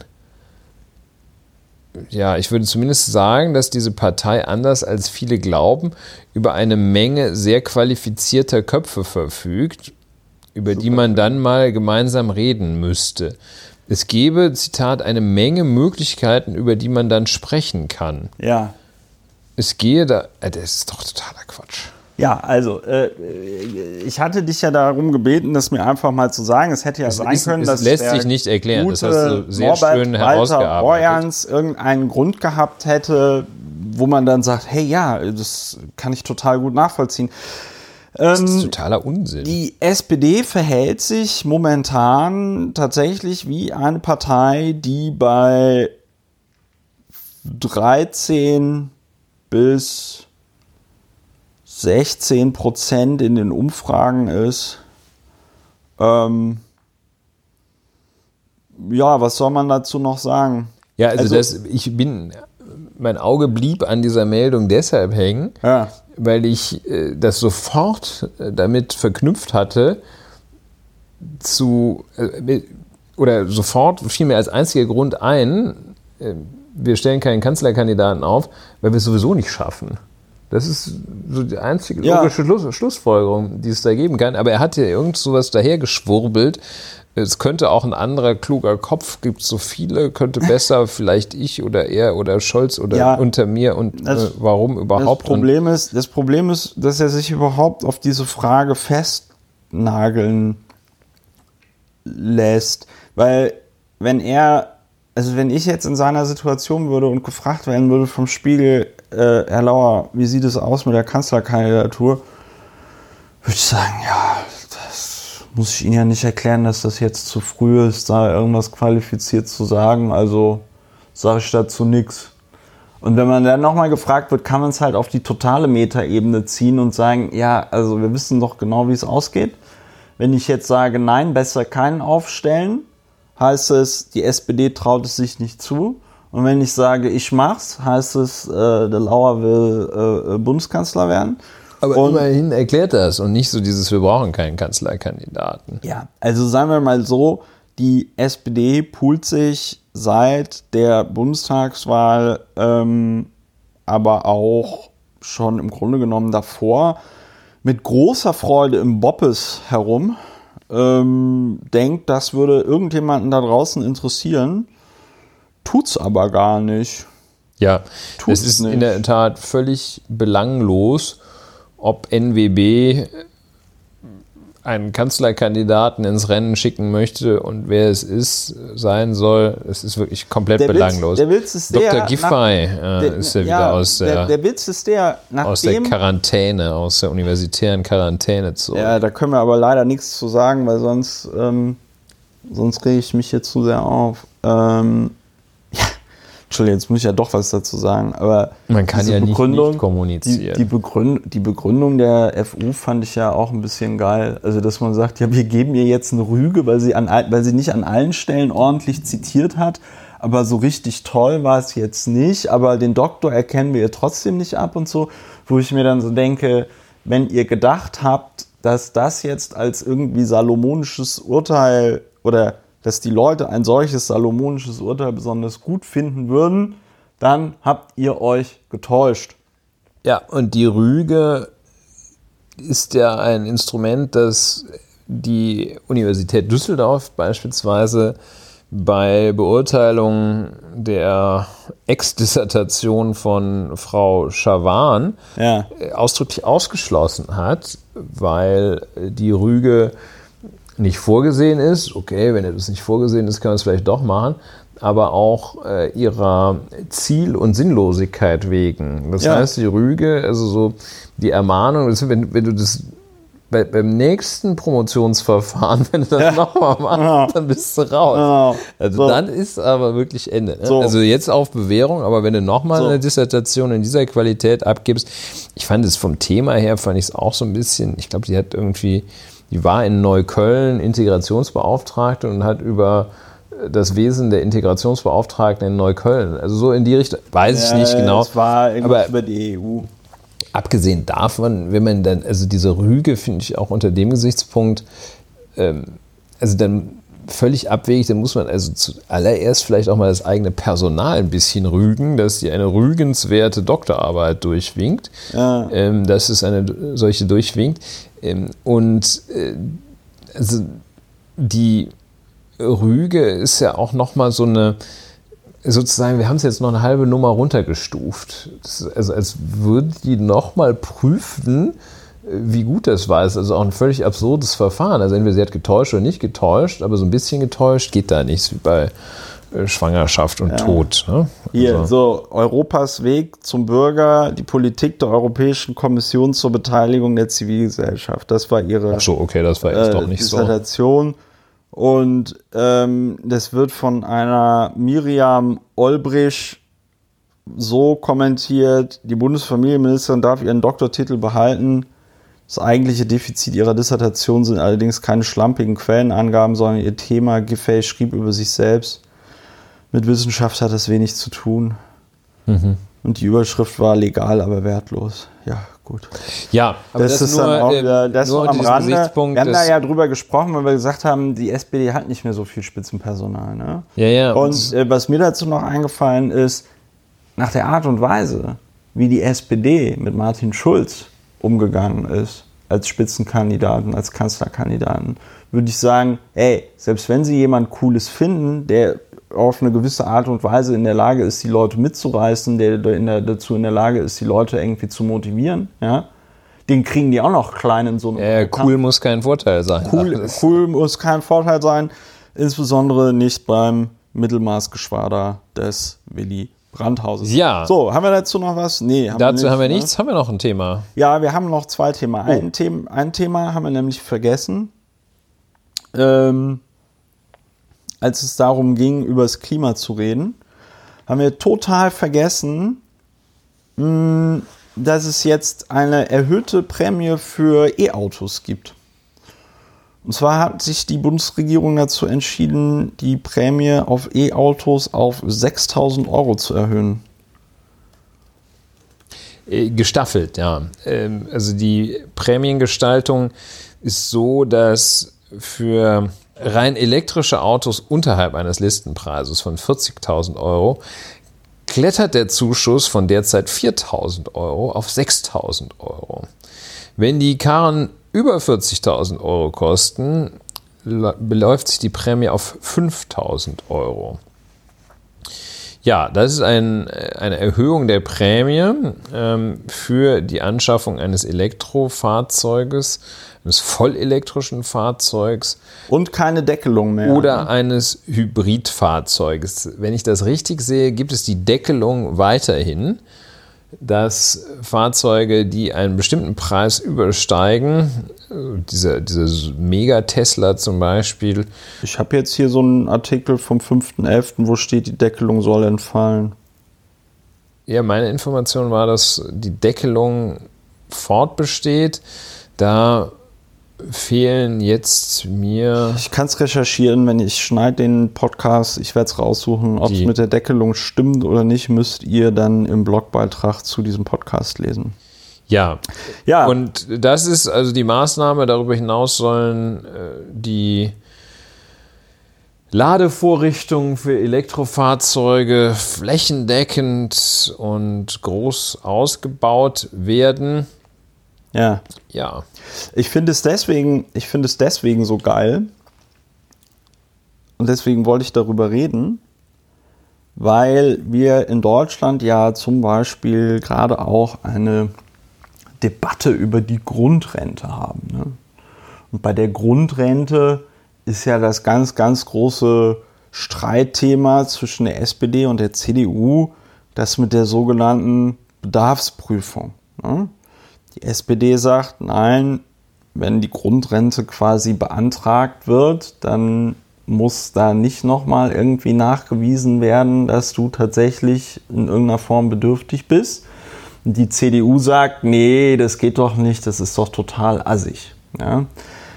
S2: Ja, ich würde zumindest sagen, dass diese Partei, anders als viele glauben, über eine Menge sehr qualifizierter Köpfe verfügt, über Super. die man dann mal gemeinsam reden müsste. Es gäbe, Zitat, eine Menge Möglichkeiten, über die man dann sprechen kann.
S1: Ja.
S2: Es gehe da, äh, das ist doch totaler Quatsch.
S1: Ja, also äh, ich hatte dich ja darum gebeten, das mir einfach mal zu sagen. Es hätte ja
S2: Es
S1: sein
S2: ist-
S1: können,
S2: es
S1: dass
S2: lässt
S1: der
S2: sich nicht erklären. Das
S1: gute
S2: hast du sehr
S1: Norbert
S2: schön
S1: Walter
S2: herausgearbeitet.
S1: Borjans irgendeinen Grund gehabt hätte, wo man dann sagt, hey, ja, das kann ich total gut nachvollziehen.
S2: Das ist
S1: Ähm,
S2: totaler Unsinn.
S1: Die S P D verhält sich momentan tatsächlich wie eine Partei, die bei dreizehn bis sechzehn Prozent in den Umfragen ist. Ähm, ja, was soll man dazu noch sagen?
S2: Ja, also,
S1: also-
S2: das, ich bin, mein Auge blieb an dieser Meldung deshalb hängen,
S1: Ja,
S2: weil ich äh, das sofort äh, damit verknüpft hatte, zu, äh, oder sofort fiel mir als einziger Grund ein, äh, wir stellen keinen Kanzlerkandidaten auf, weil wir es sowieso nicht schaffen. Das ist so die einzige
S1: Ja.
S2: logische Schluss, Schlussfolgerung, die es da geben kann. Aber er hat ja irgend sowas dahergeschwurbelt. Es könnte auch ein anderer kluger Kopf, gibt so viele, könnte besser, vielleicht ich oder er oder Scholz oder
S1: Ja.
S2: unter mir und
S1: Das-
S2: äh, warum
S1: das
S2: überhaupt.
S1: Problem ist, das Problem ist, dass er sich überhaupt auf diese Frage festnageln lässt. Weil wenn er, also wenn ich jetzt in seiner Situation würde und gefragt werden würde vom Spiegel, äh, Herr Lauer, wie sieht es aus mit der Kanzlerkandidatur, würde ich sagen, ja, das muss ich Ihnen ja nicht erklären, dass das jetzt zu früh ist, da irgendwas qualifiziert zu sagen. Also sage ich dazu nichts. Und wenn man dann nochmal gefragt wird, kann man es halt auf die totale Metaebene ziehen und sagen, ja, also wir wissen doch genau, wie es ausgeht. Wenn ich jetzt sage, nein, besser keinen aufstellen, heißt es, die S P D traut es sich nicht zu. Und wenn ich sage, ich mach's, heißt es, äh, der Lauer will äh, Bundeskanzler werden.
S2: Aber
S1: Und-
S2: immerhin erklärt das und nicht so dieses, wir brauchen keinen Kanzlerkandidaten.
S1: Ja, also sagen wir mal so, die S P D poolt sich seit der Bundestagswahl, ähm, aber auch schon im Grunde genommen davor mit großer Freude im Boppes herum. Ähm, denkt, das würde irgendjemanden da draußen interessieren, tut's aber gar nicht.
S2: Ja,
S1: Tut's
S2: es ist
S1: nicht.
S2: in der Tat völlig belanglos, ob N W B einen Kanzlerkandidaten ins Rennen schicken möchte und wer es ist, sein soll. Es ist wirklich komplett
S1: Der Witz-
S2: belanglos.
S1: der Witz ist der,
S2: Doktor Giffey äh,
S1: Der-
S2: ist ja wieder
S1: ja,
S2: aus der,
S1: der, der Witz ist der,
S2: aus der
S1: nachdem
S2: Quarantäne, aus der universitären Quarantäne zurück.
S1: Ja, da können wir aber leider nichts zu sagen, weil sonst, ähm, sonst rege ich mich hier zu sehr auf. Ähm, ja, Entschuldigung, jetzt muss ich ja doch was dazu sagen, aber
S2: Man kann
S1: diese
S2: ja nicht,
S1: Begründung,
S2: nicht kommunizieren.
S1: Die, die, Begründ, die Begründung der F U fand ich ja auch ein bisschen geil. Also, dass man sagt, ja, wir geben ihr jetzt eine Rüge, weil sie, an, all- weil sie nicht an allen Stellen ordentlich zitiert hat. Aber so richtig toll war es jetzt nicht. Aber den Doktor erkennen wir ihr trotzdem nicht ab und so. Wo ich mir dann so denke, wenn ihr gedacht habt, dass das jetzt als irgendwie salomonisches Urteil oder dass die Leute ein solches salomonisches Urteil besonders gut finden würden, dann habt ihr euch getäuscht.
S2: Ja, und die Rüge ist ja ein Instrument, das die Universität Düsseldorf beispielsweise bei Beurteilung der Ex-Dissertation von Frau Schawan
S1: Ja.
S2: ausdrücklich ausgeschlossen hat, weil die Rüge nicht vorgesehen ist. Okay, wenn das nicht vorgesehen ist, kann man es vielleicht doch machen. Aber auch äh, ihrer Ziel- und Sinnlosigkeit wegen. Das
S1: Ja.
S2: heißt, die Rüge, also so die Ermahnung, das, wenn, wenn du das bei, beim nächsten Promotionsverfahren, wenn du das
S1: Ja.
S2: nochmal machst,
S1: Ja.
S2: dann bist du raus.
S1: Ja.
S2: Also
S1: So.
S2: dann ist aber wirklich Ende. Ne?
S1: So.
S2: Also jetzt auf Bewährung, aber wenn du nochmal
S1: So.
S2: eine Dissertation in dieser Qualität abgibst, ich fand es vom Thema her, fand ich es auch so ein bisschen, ich glaube, die hat irgendwie, die war in Neukölln Integrationsbeauftragte und hat über das Wesen der Integrationsbeauftragten in Neukölln, also so in die Richtung, weiß ich nicht genau.
S1: Es war irgendwie
S2: aber
S1: über die E U.
S2: abgesehen davon, wenn man dann, also diese Rüge finde ich auch unter dem Gesichtspunkt, ähm, also dann völlig abwegig, dann muss man also zuallererst vielleicht auch mal das eigene Personal ein bisschen rügen, dass die eine rügenswerte Doktorarbeit durchwinkt,
S1: Ja.
S2: ähm, dass es eine solche durchwinkt. Ähm, und äh, also die Rüge ist ja auch nochmal so eine, sozusagen, wir haben es jetzt noch eine halbe Nummer runtergestuft. Das ist, also als würde die nochmal prüfen, wie gut das war. Es ist also auch ein völlig absurdes Verfahren. Also entweder sie hat getäuscht oder nicht getäuscht, aber so ein bisschen getäuscht geht da nichts, wie bei äh, Schwangerschaft und
S1: Ja.
S2: Tod. Ne?
S1: Hier,
S2: Also,
S1: so Europas Weg zum Bürger, die Politik der Europäischen Kommission zur Beteiligung der Zivilgesellschaft. Das war ihre
S2: ach so, okay, das war jetzt
S1: äh,
S2: doch nicht so.
S1: Dissertation. Und ähm, das wird von einer Miriam Olbrich so kommentiert: Die Bundesfamilienministerin darf ihren Doktortitel behalten. Das eigentliche Defizit ihrer Dissertation sind allerdings keine schlampigen Quellenangaben, sondern ihr Thema. Giffey schrieb über sich selbst. Mit Wissenschaft hat das wenig zu tun.
S2: Mhm.
S1: Und die Überschrift war legal, aber wertlos. Ja, gut.
S2: Ja, aber
S1: Das,
S2: das,
S1: ist
S2: nur,
S1: dann auch
S2: äh,
S1: wieder, das
S2: nur
S1: nur am
S2: unter diesem
S1: Rande. Wir
S2: Gesichtspunkt,
S1: haben da
S2: dass-
S1: ja drüber gesprochen, weil wir gesagt haben, die S P D hat nicht mehr so viel Spitzenpersonal. Ne?
S2: Ja, ja.
S1: Und äh, was mir dazu noch eingefallen ist, nach der Art und Weise, wie die S P D mit Martin Schulz umgegangen ist, als Spitzenkandidaten, als Kanzlerkandidaten, würde ich sagen, ey, selbst wenn sie jemand Cooles finden, der auf eine gewisse Art und Weise in der Lage ist, die Leute mitzureißen, der in der, dazu in der Lage ist, die Leute irgendwie zu motivieren, ja, den kriegen die auch noch klein in so einem
S2: äh, cool muss kein Vorteil sein.
S1: Cool,
S2: Ach, das-
S1: cool muss kein Vorteil sein, insbesondere nicht beim Mittelmaßgeschwader des Willy Brandt-Hauses.
S2: Ja.
S1: So, haben wir dazu noch was? Nee, haben
S2: Dazu
S1: wir nicht,
S2: haben wir
S1: ne?
S2: nichts, haben wir noch ein Thema.
S1: Ja, wir haben noch zwei Themen.
S2: Oh.
S1: Ein, Thema ein Thema haben wir nämlich vergessen, ähm, als es darum ging, über das Klima zu reden, haben wir total vergessen, mh, dass es jetzt eine erhöhte Prämie für E-Autos gibt. Und zwar hat sich die Bundesregierung dazu entschieden, die Prämie auf E-Autos auf sechstausend Euro zu erhöhen.
S2: Äh, Gestaffelt, ja. Ähm, Also die Prämiengestaltung ist so, dass für rein elektrische Autos unterhalb eines Listenpreises von vierzigtausend Euro klettert der Zuschuss von derzeit viertausend Euro auf sechstausend Euro. Wenn die Karren über vierzigtausend Euro kosten, la- beläuft sich die Prämie auf fünftausend Euro. Ja, das ist ein, eine Erhöhung der Prämie ähm, für die Anschaffung eines Elektrofahrzeuges, eines vollelektrischen Fahrzeugs
S1: Und keine Deckelung mehr.
S2: oder eines Hybridfahrzeuges. Wenn ich das richtig sehe, gibt es die Deckelung weiterhin, dass Fahrzeuge, die einen bestimmten Preis übersteigen, äh, diese, diese Mega-Tesla zum Beispiel,
S1: Ich habe jetzt hier so einen Artikel vom fünften elften, wo steht, die Deckelung soll entfallen.
S2: ja, meine Information war, dass die Deckelung fortbesteht. Da fehlen jetzt mir
S1: Ich kann es recherchieren, wenn ich schneide den Podcast, ich werde es raussuchen, ob es
S2: Die-
S1: mit der Deckelung stimmt oder nicht, müsst ihr dann im Blogbeitrag zu diesem Podcast lesen.
S2: ja.
S1: Ja,
S2: Und das ist also die Maßnahme. Darüber hinaus sollen äh, die Ladevorrichtungen für Elektrofahrzeuge flächendeckend und groß ausgebaut werden.
S1: Ja.
S2: Ja.
S1: Ich finde es deswegen, ich finde es deswegen so geil. Und deswegen wollte ich darüber reden, weil wir in Deutschland ja zum Beispiel gerade auch eine Debatte über die Grundrente haben. Ne? Und bei der Grundrente ist ja das ganz, ganz große Streitthema zwischen der S P D und der C D U, das mit der sogenannten Bedarfsprüfung. Ne? Die S P D sagt, nein, wenn die Grundrente quasi beantragt wird, dann muss da nicht nochmal irgendwie nachgewiesen werden, dass du tatsächlich in irgendeiner Form bedürftig bist. Und die C D U sagt, nee, das geht doch nicht, das ist doch total assig. Ja?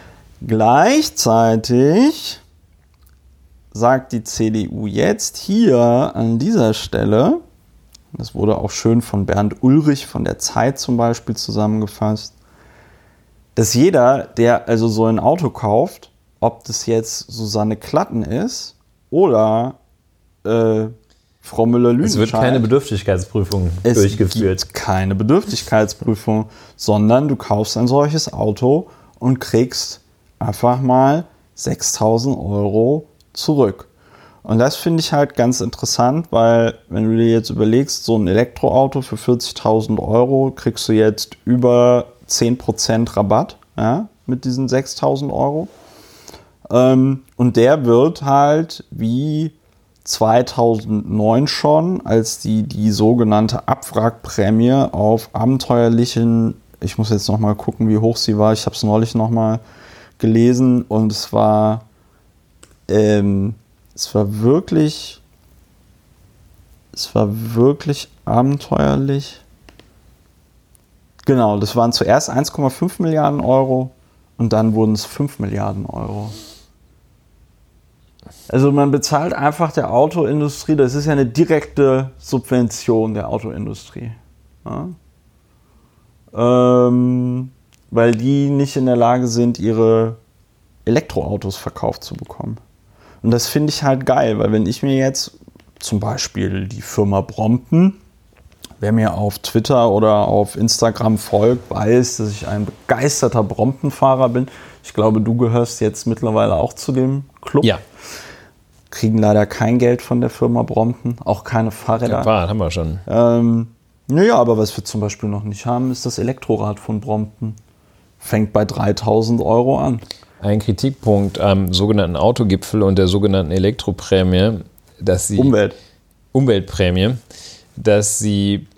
S1: Gleichzeitig sagt die C D U jetzt hier an dieser Stelle, das wurde auch schön von Bernd Ulrich von der Zeit zum Beispiel zusammengefasst, dass jeder, der also so ein Auto kauft, ob das jetzt Susanne Klatten ist oder äh, Frau Müller-Lüdenscheid.
S2: Es wird keine Bedürftigkeitsprüfung
S1: es
S2: durchgeführt.
S1: Es gibt keine Bedürftigkeitsprüfung, sondern du kaufst ein solches Auto und kriegst einfach mal sechstausend Euro zurück. Und das finde ich halt ganz interessant, weil wenn du dir jetzt überlegst, so ein Elektroauto für vierzigtausend Euro kriegst du jetzt über zehn Prozent Rabatt, ja, mit diesen sechstausend Euro. Ähm, und der wird halt wie zweitausendneun schon, als die die sogenannte Abwrackprämie auf abenteuerlichen, ich muss jetzt nochmal gucken, wie hoch sie war, ich habe es neulich nochmal gelesen und es war ähm, es war wirklich es war wirklich abenteuerlich. Genau, das waren zuerst eins Komma fünf Milliarden Euro und dann wurden es fünf Milliarden Euro. Also man bezahlt einfach der Autoindustrie, das ist ja eine direkte Subvention der Autoindustrie. Ja? Ähm, weil die nicht in der Lage sind, ihre Elektroautos verkauft zu bekommen. Und das finde ich halt geil, weil wenn ich mir jetzt zum Beispiel die Firma Brompton, wer mir auf Twitter oder auf Instagram folgt, weiß, dass ich ein begeisterter Brompton-Fahrer bin. Ich glaube, du gehörst jetzt mittlerweile auch zu dem Club.
S2: Ja.
S1: Kriegen leider kein Geld von der Firma Brompton, auch keine Fahrräder.
S2: Ja, Fahrrad haben wir schon.
S1: Ähm, naja, aber was wir zum Beispiel noch nicht haben, ist das Elektrorad von Brompton. Fängt bei dreitausend Euro an.
S2: Ein Kritikpunkt am sogenannten Autogipfel und der sogenannten Elektroprämie, dass sie
S1: Umwelt.
S2: Umweltprämie, dass sie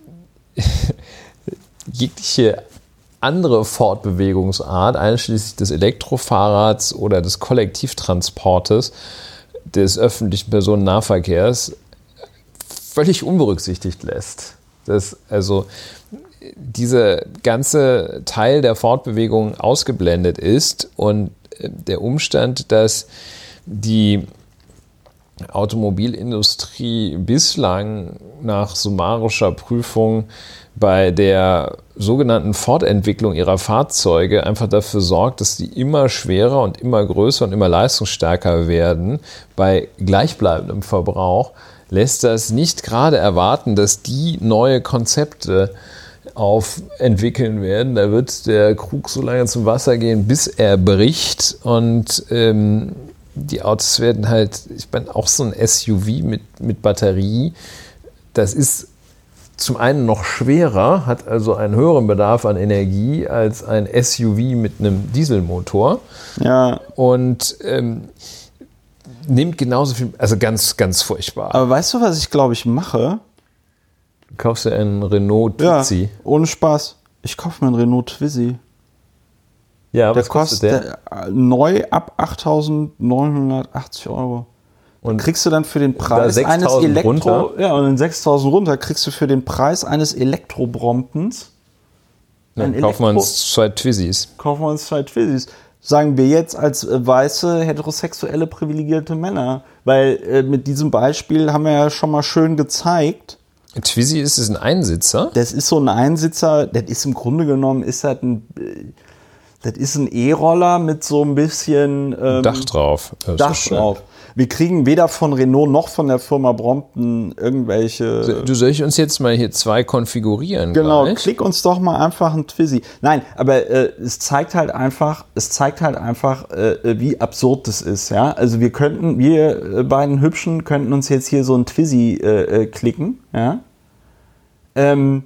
S2: jegliche andere Fortbewegungsart, einschließlich des Elektrofahrrads oder des Kollektivtransportes, des öffentlichen Personennahverkehrs, völlig unberücksichtigt lässt. Dass also dieser ganze Teil der Fortbewegung ausgeblendet ist und der Umstand, dass die Automobilindustrie bislang nach summarischer Prüfung bei der sogenannten Fortentwicklung ihrer Fahrzeuge einfach dafür sorgt, dass sie immer schwerer und immer größer und immer leistungsstärker werden bei gleichbleibendem Verbrauch, lässt das nicht gerade erwarten, dass die neue Konzepte aufentwickeln werden. Da wird der Krug so lange zum Wasser gehen, bis er bricht und ähm, die Autos werden halt, ich meine, auch so ein S U V mit, mit Batterie, das ist zum einen noch schwerer, hat also einen höheren Bedarf an Energie als ein S U V mit einem Dieselmotor.
S1: Ja.
S2: Und ähm, nimmt genauso viel, also ganz, ganz furchtbar.
S1: Aber weißt du, was ich glaube ich mache?
S2: Du kaufst ja einen Renault Twizy.
S1: Ja, ohne Spaß. Ich kaufe mir einen Renault Twizy.
S2: Ja,
S1: der
S2: was kostet der?
S1: der? Neu ab achttausendneunhundertachtzig Euro. Und kriegst du dann für den Preis eines Elektro... Runter. Ja, und in sechstausend runter kriegst du für den Preis eines Elektro-Bromptons...
S2: Ja, kaufen Elektro- wir uns zwei Twizys.
S1: Kaufen wir uns zwei Twizys. Sagen wir jetzt als äh, weiße, heterosexuelle, privilegierte Männer. Weil äh, mit diesem Beispiel haben wir ja schon mal schön gezeigt...
S2: Twizy ist es ein Einsitzer?
S1: Das ist so ein Einsitzer, das ist im Grunde genommen, ist halt ein... Das ist ein E-Roller mit so ein bisschen... Ähm,
S2: Dach drauf.
S1: Dach drauf. Wir kriegen weder von Renault noch von der Firma Brompton irgendwelche...
S2: Du, soll ich uns jetzt mal hier zwei konfigurieren?
S1: Genau,
S2: gleich?
S1: klick uns doch mal einfach ein Twizy. Nein, aber äh, es zeigt halt einfach, es zeigt halt einfach, äh, wie absurd das ist, ja. Also wir könnten, wir beiden Hübschen könnten uns jetzt hier so ein Twizy äh, äh, klicken, ja. Ähm,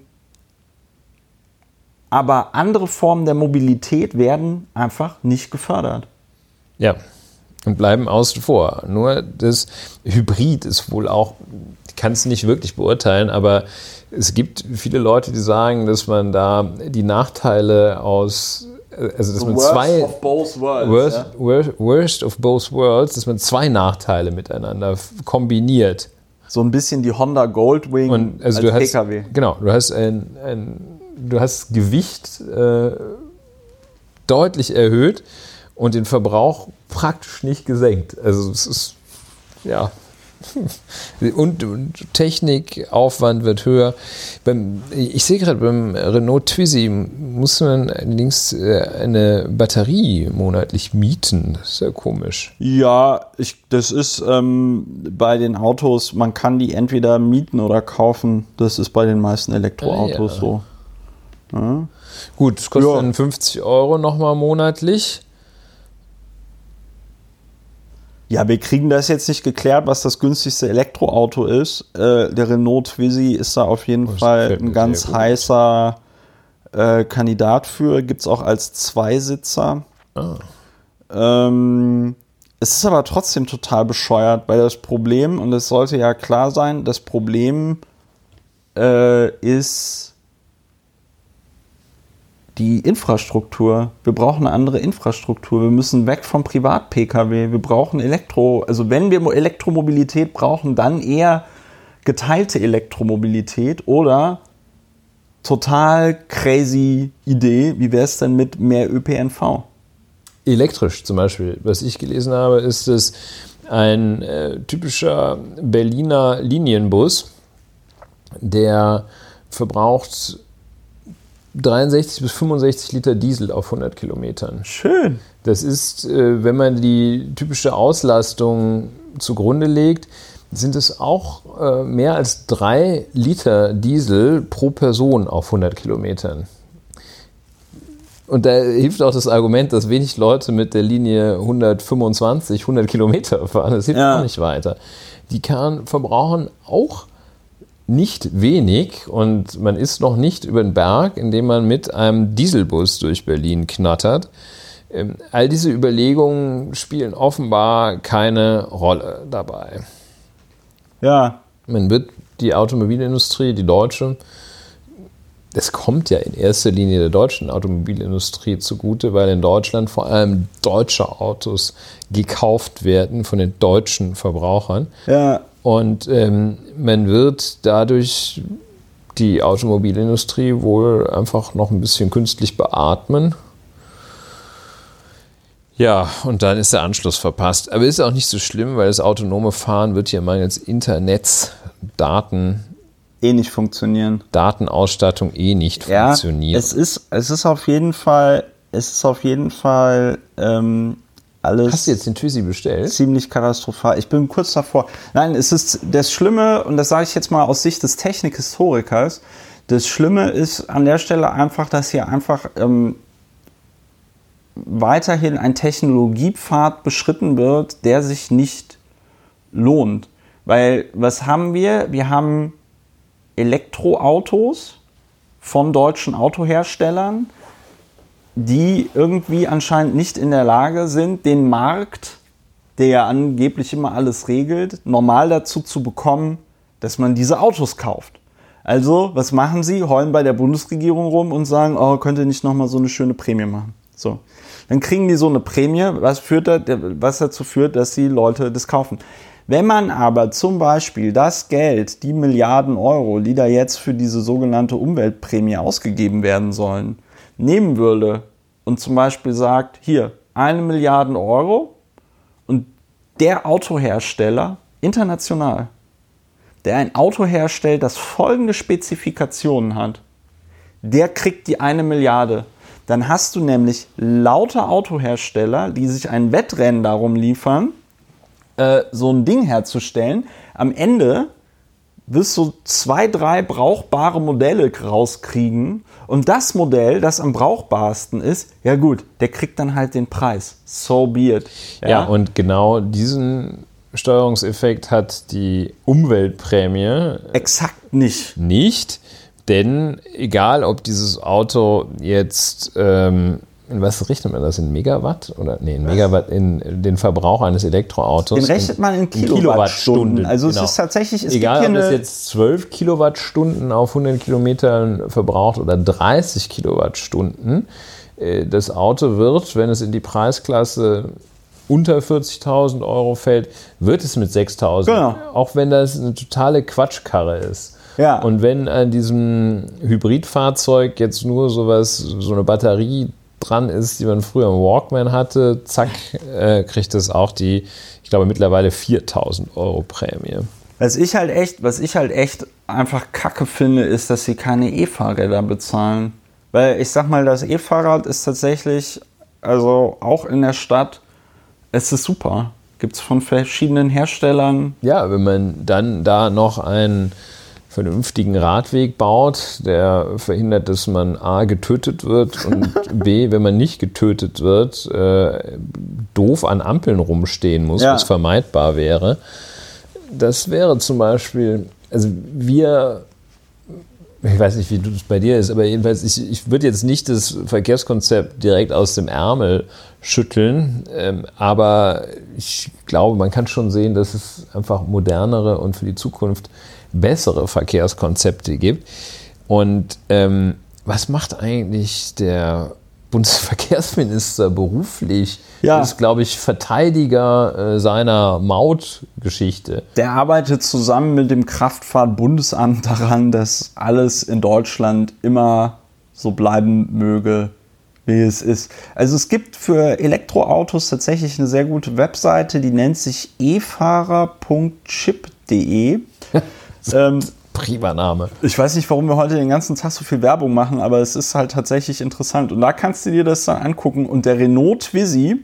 S1: aber andere Formen der Mobilität werden einfach nicht gefördert.
S2: Ja, und bleiben außen vor. Nur das Hybrid ist wohl auch, ich kann es nicht wirklich beurteilen, aber es gibt viele Leute, die sagen, dass man da die Nachteile aus, also dass man
S1: worst
S2: zwei
S1: of both worlds,
S2: worst,
S1: ja?
S2: worst, worst of both worlds, dass man zwei Nachteile miteinander kombiniert.
S1: So ein bisschen die Honda Goldwing
S2: Und also
S1: als
S2: du hast,
S1: P K W.
S2: Genau, du hast ein, ein du hast Gewicht äh, deutlich erhöht und den Verbrauch praktisch nicht gesenkt. Also es ist, ja, und, und Technikaufwand wird höher. Beim, ich sehe gerade, beim Renault Twizy muss man allerdings eine Batterie monatlich mieten. Das ist ja komisch.
S1: Ja, ich, das ist ähm, bei den Autos, man kann die entweder mieten oder kaufen. Das ist bei den meisten Elektroautos
S2: Ah, ja.
S1: so. Ja.
S2: Gut, es kostet
S1: Ja.
S2: dann fünfzig Euro nochmal monatlich.
S1: Ja, wir kriegen das jetzt nicht geklärt, was das günstigste Elektroauto ist. Äh, der Renault Twizy ist da auf jeden
S2: Oh, das
S1: Fall
S2: gefällt mir
S1: ein ganz
S2: sehr gut.
S1: heißer äh, Kandidat für. Gibt es auch als Zweisitzer.
S2: Ah.
S1: Ähm, es ist aber trotzdem total bescheuert, weil das Problem, und es sollte ja klar sein, das Problem äh, ist die Infrastruktur. Wir brauchen eine andere Infrastruktur. Wir müssen weg vom Privat-P K W. Wir brauchen Elektro. Also wenn wir Elektromobilität brauchen, dann eher geteilte Elektromobilität oder total crazy Idee. Wie wäre es denn mit mehr Ö P N V?
S2: Elektrisch zum Beispiel. Was ich gelesen habe, ist es ein äh, typischer Berliner Linienbus, der verbraucht dreiundsechzig bis fünfundsechzig Liter Diesel auf hundert Kilometern.
S1: Schön.
S2: Das ist, äh, wenn man die typische Auslastung zugrunde legt, sind es auch äh, mehr als drei Liter Diesel pro Person auf hundert Kilometern. Und da hilft auch das Argument, dass wenig Leute mit der Linie hundertfünfundzwanzig, hundert Kilometer fahren. Das hilft
S1: Ja.
S2: auch nicht weiter. Die kann verbrauchen auch nicht wenig und man ist noch nicht über den Berg, indem man mit einem Dieselbus durch Berlin knattert. Ähm, all diese Überlegungen spielen offenbar keine Rolle dabei.
S1: Ja.
S2: Man wird die Automobilindustrie, die deutsche, das kommt ja in erster Linie der deutschen Automobilindustrie zugute, weil in Deutschland vor allem deutsche Autos gekauft werden von den deutschen Verbrauchern.
S1: Ja.
S2: Und ähm, man wird dadurch die Automobilindustrie wohl einfach noch ein bisschen künstlich beatmen. Ja, und dann ist der Anschluss verpasst. Aber ist auch nicht so schlimm, weil das autonome Fahren wird hier mangels Internets, Daten,
S1: Eh nicht funktionieren.
S2: Datenausstattung eh nicht
S1: Ja,
S2: funktionieren.
S1: es ist, es ist auf jeden Fall, es ist auf jeden Fall ähm, alles
S2: Hast du jetzt den Twizy bestellt?
S1: ziemlich katastrophal. Ich bin kurz davor. Nein, es ist das Schlimme, und das sage ich jetzt mal aus Sicht des Technikhistorikers, das Schlimme ist an der Stelle einfach, dass hier einfach ähm, weiterhin ein Technologiepfad beschritten wird, der sich nicht lohnt. Weil, was haben wir? Wir haben Elektroautos von deutschen Autoherstellern, die irgendwie anscheinend nicht in der Lage sind, den Markt, der ja angeblich immer alles regelt, normal dazu zu bekommen, dass man diese Autos kauft. Also, was machen sie? Heulen bei der Bundesregierung rum und sagen, oh, könnt ihr nicht nochmal so eine schöne Prämie machen? So. Dann kriegen die so eine Prämie, was, führt da, was dazu führt, dass die Leute das kaufen. Wenn man aber zum Beispiel das Geld, die Milliarden Euro, die da jetzt für diese sogenannte Umweltprämie ausgegeben werden sollen, nehmen würde und zum Beispiel sagt, hier, eine Milliarde Euro und der Autohersteller, international, der ein Auto herstellt, das folgende Spezifikationen hat, der kriegt die eine Milliarde. Dann hast du nämlich lauter Autohersteller, die sich ein Wettrennen darum liefern, äh, so ein Ding herzustellen. Am Ende wirst du zwei, drei brauchbare Modelle rauskriegen. Und das Modell, das am brauchbarsten ist, ja gut, der kriegt dann halt den Preis. So be it.
S2: Ja, ja und genau diesen Steuerungseffekt hat die Umweltprämie
S1: exakt nicht.
S2: Nicht, denn egal, ob dieses Auto jetzt, ähm, in was rechnet man das, in Megawatt? Oder nee, in Megawatt, in den Verbrauch eines Elektroautos.
S1: Den rechnet man in Kilowattstunden. Kilowattstunden. Also
S2: genau.
S1: Es ist tatsächlich, es
S2: egal,
S1: gibt hier
S2: ob es
S1: eine
S2: jetzt zwölf Kilowattstunden auf hundert Kilometern verbraucht oder dreißig Kilowattstunden. Das Auto wird, wenn es in die Preisklasse unter vierzigtausend Euro fällt, wird es mit sechstausend.
S1: Genau.
S2: Auch wenn das eine totale Quatschkarre ist.
S1: Ja.
S2: Und wenn an diesem Hybridfahrzeug jetzt nur sowas, so eine Batterie dran ist, die man früher im Walkman hatte, zack, äh, kriegt es auch die, ich glaube mittlerweile viertausend Euro Prämie.
S1: Was ich halt echt, was ich halt echt einfach kacke finde, ist, dass sie keine E-Fahrräder bezahlen. Weil ich sag mal, das E-Fahrrad ist tatsächlich, also auch in der Stadt, es ist super. Gibt es von verschiedenen Herstellern.
S2: Ja, wenn man dann da noch einen vernünftigen Radweg baut, der verhindert, dass man A, getötet wird und B, wenn man nicht getötet wird, äh, doof an Ampeln rumstehen muss,
S1: ja.
S2: was vermeidbar wäre. Das wäre zum Beispiel, also wir, ich weiß nicht, wie es bei dir ist, aber jedenfalls, ich, ich würde jetzt nicht das Verkehrskonzept direkt aus dem Ärmel schütteln, ähm, aber ich glaube, man kann schon sehen, dass es einfach modernere und für die Zukunft bessere Verkehrskonzepte gibt. Und ähm, was macht eigentlich der Bundesverkehrsminister beruflich?
S1: Ja.
S2: Er ist, glaube ich, Verteidiger äh, seiner Mautgeschichte.
S1: Der arbeitet zusammen mit dem Kraftfahrtbundesamt daran, dass alles in Deutschland immer so bleiben möge, wie es ist. Also es gibt für Elektroautos tatsächlich eine sehr gute Webseite, die nennt sich e fahrer punkt chip punkt de. ähm,
S2: Prima Name.
S1: Ich weiß nicht, warum wir heute den ganzen Tag so viel Werbung machen, aber es ist halt tatsächlich interessant. Und da kannst du dir das dann angucken. Und der Renault Twizy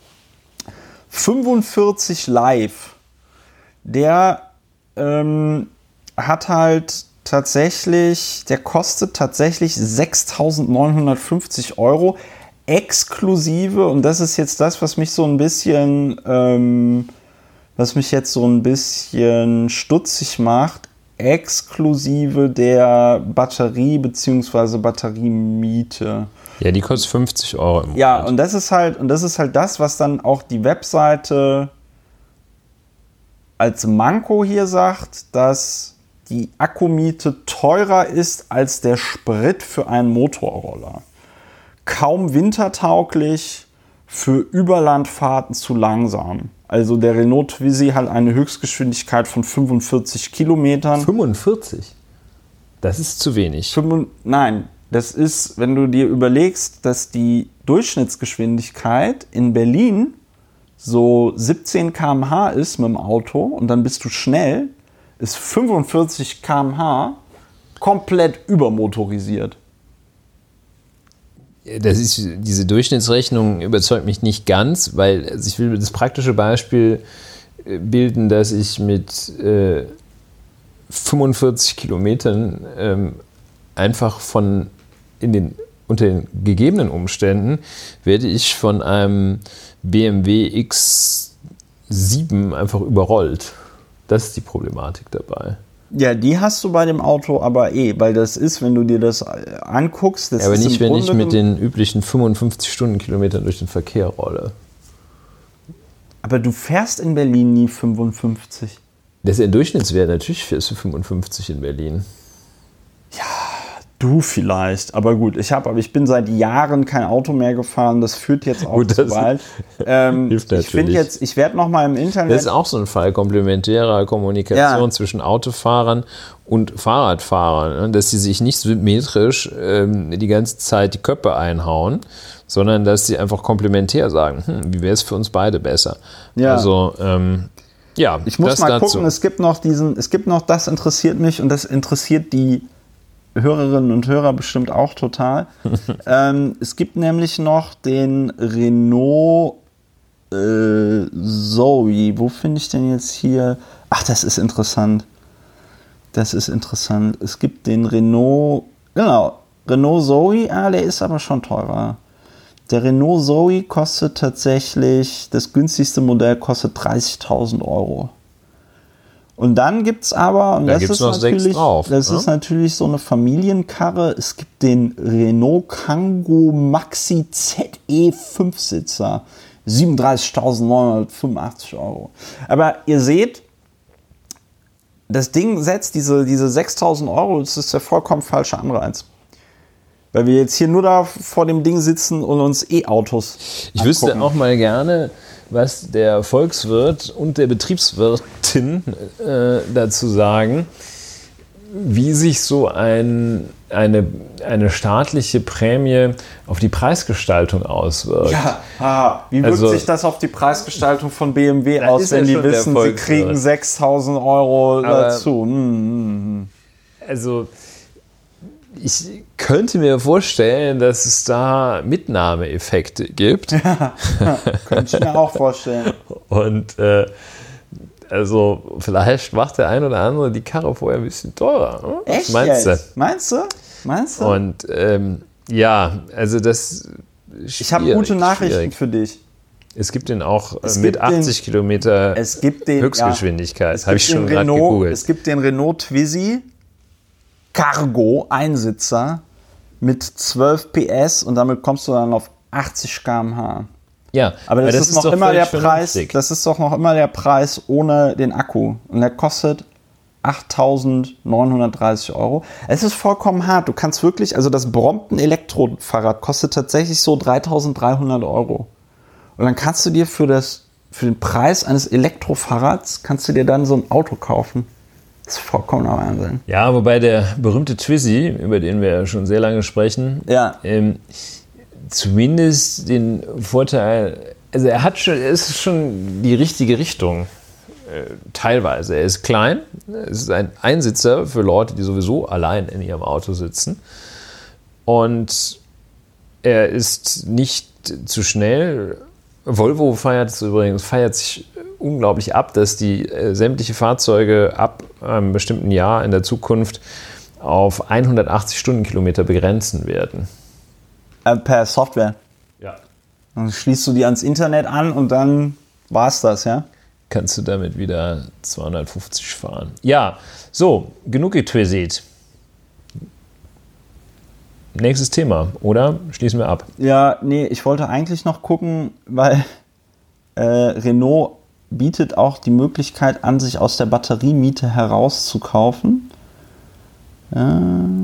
S1: fünfundvierzig Live, der ähm, hat halt tatsächlich, der kostet tatsächlich sechstausendneunhundertfünfzig Euro exklusive. Und das ist jetzt das, was mich so ein bisschen, ähm, was mich jetzt so ein bisschen stutzig macht. Exklusive der Batterie bzw. Batteriemiete.
S2: Ja, die kostet fünfzig Euro im Monat.
S1: Ja, und das ist halt, und das ist halt das, was dann auch die Webseite als Manko hier sagt, dass die Akkumiete teurer ist als der Sprit für einen Motorroller. Kaum wintertauglich, für Überlandfahrten zu langsam. Also der Renault Twizy hat eine Höchstgeschwindigkeit von fünfundvierzig Kilometern.
S2: fünfundvierzig? Das ist zu wenig.
S1: Fünfund- Nein, das ist, wenn du dir überlegst, dass die Durchschnittsgeschwindigkeit in Berlin so siebzehn Kilometer pro Stunde ist mit dem Auto und dann bist du schnell, ist fünfundvierzig Kilometer pro Stunde komplett übermotorisiert.
S2: Das ist, diese Durchschnittsrechnung überzeugt mich nicht ganz, weil also ich will das praktische Beispiel bilden, dass ich mit äh, fünfundvierzig Kilometern ähm, einfach von in den unter den gegebenen Umständen werde ich von einem B M W X sieben einfach überrollt. Das ist die Problematik dabei.
S1: Ja, die hast du bei dem Auto aber eh, weil das ist, wenn du dir das anguckst, das
S2: ja, aber
S1: ist
S2: nicht,
S1: im
S2: wenn
S1: Grunde
S2: ich mit den üblichen fünfundfünfzig Stundenkilometern durch den Verkehr rolle.
S1: Aber du fährst in Berlin nie fünfundfünfzig.
S2: Das ist ein Durchschnittswert, natürlich fährst du fünfundfünfzig in Berlin.
S1: Ja, du vielleicht, aber gut, ich habe, aber ich bin seit Jahren kein Auto mehr gefahren, das führt jetzt auch
S2: Gut,
S1: zu
S2: das
S1: weit. Ähm,
S2: hilft
S1: ich finde
S2: natürlich.
S1: jetzt, ich werde noch mal im Internet.
S2: Das ist auch so ein Fall komplementärer Kommunikation
S1: Ja.
S2: zwischen Autofahrern und Fahrradfahrern, dass sie sich nicht symmetrisch ähm, die ganze Zeit die Köpfe einhauen, sondern dass sie einfach komplementär sagen, hm, wie wäre es für uns beide besser?
S1: Ja.
S2: Also, ähm, ja,
S1: Ich muss
S2: das
S1: mal
S2: dazu.
S1: gucken, es gibt noch diesen, es gibt noch, das interessiert mich und das interessiert die Hörerinnen und Hörer bestimmt auch total. ähm, es gibt nämlich noch den Renault äh, Zoe. Wo finde ich denn jetzt hier? Ach, das ist interessant. Das ist interessant. Es gibt den Renault, genau, Renault Zoe, ah, der ist aber schon teurer. Der Renault Zoe kostet tatsächlich, das günstigste Modell kostet dreißigtausend Euro. Und dann gibt es aber, und
S2: da
S1: das,
S2: gibt's
S1: ist,
S2: noch
S1: natürlich,
S2: sechs drauf,
S1: das
S2: ne?
S1: ist natürlich so eine Familienkarre, es gibt den Renault Kangoo Maxi Z E fünf-Sitzer, siebenunddreißigtausendneunhundertfünfundachtzig Euro. Aber ihr seht, das Ding setzt diese, diese sechstausend Euro, das ist der vollkommen falsche Anreiz. Weil wir jetzt hier nur da vor dem Ding sitzen und uns E-Autos
S2: Ich wüsste auch mal gerne, was der Volkswirt und der Betriebswirtin äh, dazu sagen, wie sich so ein, eine, eine staatliche Prämie auf die Preisgestaltung auswirkt.
S1: Ja, ah, wie wirkt
S2: Also,
S1: sich das auf die Preisgestaltung von B M W
S2: da
S1: aus,
S2: ist
S1: wenn
S2: ja
S1: die
S2: schon der
S1: wissen, sie
S2: Volkswirt.
S1: kriegen sechstausend Euro
S2: Aber-
S1: dazu? Hm, hm, hm.
S2: Also ich könnte mir vorstellen, dass es da Mitnahmeeffekte gibt.
S1: Könnte ich mir auch vorstellen.
S2: Und äh, also vielleicht macht der ein oder andere die Karre vorher ein bisschen teurer. Ne? Was
S1: Echt
S2: meinst
S1: jetzt? Meinst du? Meinst
S2: du?
S1: du?
S2: Und ähm, ja, also das
S1: Ich habe gute Nachrichten
S2: schwierig.
S1: für dich.
S2: Es gibt den auch äh,
S1: Es
S2: mit
S1: gibt den-
S2: achtzig Kilometer
S1: Es gibt den
S2: Höchstgeschwindigkeit.
S1: Es
S2: Habe ich
S1: gibt
S2: schon
S1: den
S2: gerade
S1: Renault-
S2: gegoogelt.
S1: Es gibt den Renault Twizy Cargo Einsitzer mit zwölf P S und damit kommst du dann auf achtzig Kilometer pro Stunde.
S2: Ja,
S1: Aber das, ist, noch
S2: doch
S1: immer der
S2: völlig
S1: Preis.
S2: vernünftig.
S1: Das ist doch noch immer der Preis ohne den Akku und der kostet achttausendneunhundertdreißig Euro. Es ist vollkommen hart. Du kannst wirklich, also das Brompton Elektrofahrrad kostet tatsächlich so dreitausenddreihundert Euro. Und dann kannst du dir für das für den Preis eines Elektrofahrrads kannst du dir dann so ein Auto kaufen. Das ist vollkommener Wahnsinn.
S2: Ja, wobei der berühmte Twizy, über den wir ja schon sehr lange sprechen,
S1: Ja.
S2: ähm, zumindest den Vorteil, also er hat schon, er ist schon die richtige Richtung, äh, teilweise. Er ist klein, es ist ein Einsitzer für Leute, die sowieso allein in ihrem Auto sitzen. Und er ist nicht zu schnell. Volvo feiert es übrigens, feiert sich unglaublich ab, dass die äh, sämtliche Fahrzeuge ab einem bestimmten Jahr in der Zukunft auf hundertachtzig Stundenkilometer begrenzen werden.
S1: Äh, per Software.
S2: Ja.
S1: Dann schließt du die ans Internet an und dann war's das, ja?
S2: Kannst du damit wieder zweihundertfünfzig fahren. Ja, so, genug getwizzelt. Nächstes Thema, oder? Schließen wir ab.
S1: Ja, nee, ich wollte eigentlich noch gucken, weil äh, Renault bietet auch die Möglichkeit an, sich aus der Batteriemiete herauszukaufen. Ja,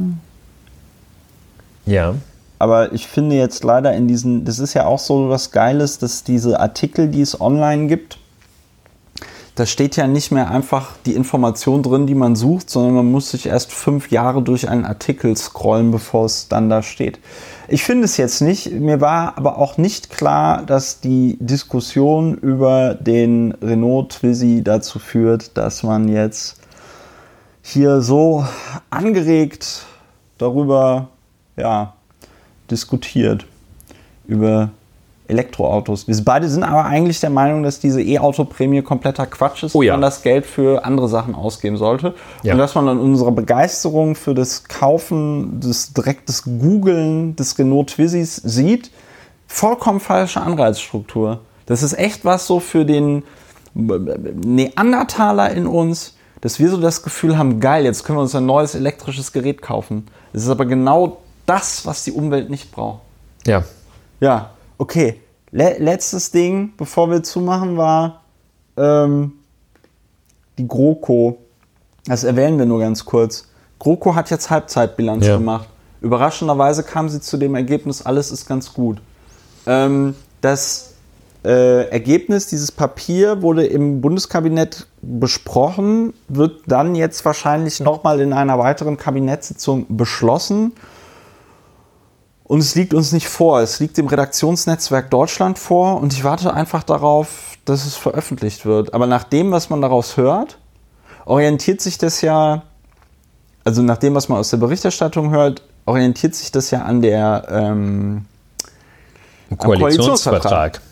S2: Ja.
S1: aber ich finde jetzt leider in diesen, das ist ja auch so was Geiles, dass diese Artikel, die es online gibt, da steht ja nicht mehr einfach die Information drin, die man sucht, sondern man muss sich erst fünf Jahre durch einen Artikel scrollen, bevor es dann da steht. Ich finde es jetzt nicht. Mir war aber auch nicht klar, dass die Diskussion über den Renault Twizy dazu führt, dass man jetzt hier so angeregt darüber ja, diskutiert, über Elektroautos. Wir beide sind aber eigentlich der Meinung, dass diese E-Auto-Prämie kompletter Quatsch ist
S2: Oh ja.
S1: und man das Geld für andere Sachen ausgeben sollte.
S2: Ja.
S1: Und dass man dann unsere Begeisterung für das Kaufen, das direktes Googlen des Renault Twizys sieht, vollkommen falsche Anreizstruktur. Das ist echt was so für den Neandertaler in uns, dass wir so das Gefühl haben, geil, jetzt können wir uns ein neues elektrisches Gerät kaufen. Das ist aber genau das, was die Umwelt nicht braucht.
S2: Ja.
S1: Ja, okay. Le- letztes Ding, bevor wir zumachen, war ähm, die GroKo. Das erwähnen wir nur ganz kurz. GroKo hat jetzt Halbzeitbilanz
S2: Ja.
S1: gemacht. Überraschenderweise kam sie zu dem Ergebnis, alles ist ganz gut. Ähm, das äh, Ergebnis, dieses Papier, wurde im Bundeskabinett besprochen, wird dann jetzt wahrscheinlich nochmal in einer weiteren Kabinettssitzung beschlossen. Und es liegt uns nicht vor, es liegt dem Redaktionsnetzwerk Deutschland vor und ich warte einfach darauf, dass es veröffentlicht wird. Aber nach dem, was man daraus hört, orientiert sich das ja, also nach dem, was man aus der Berichterstattung hört, orientiert sich das ja an der ähm, am
S2: Koalitionsvertrag.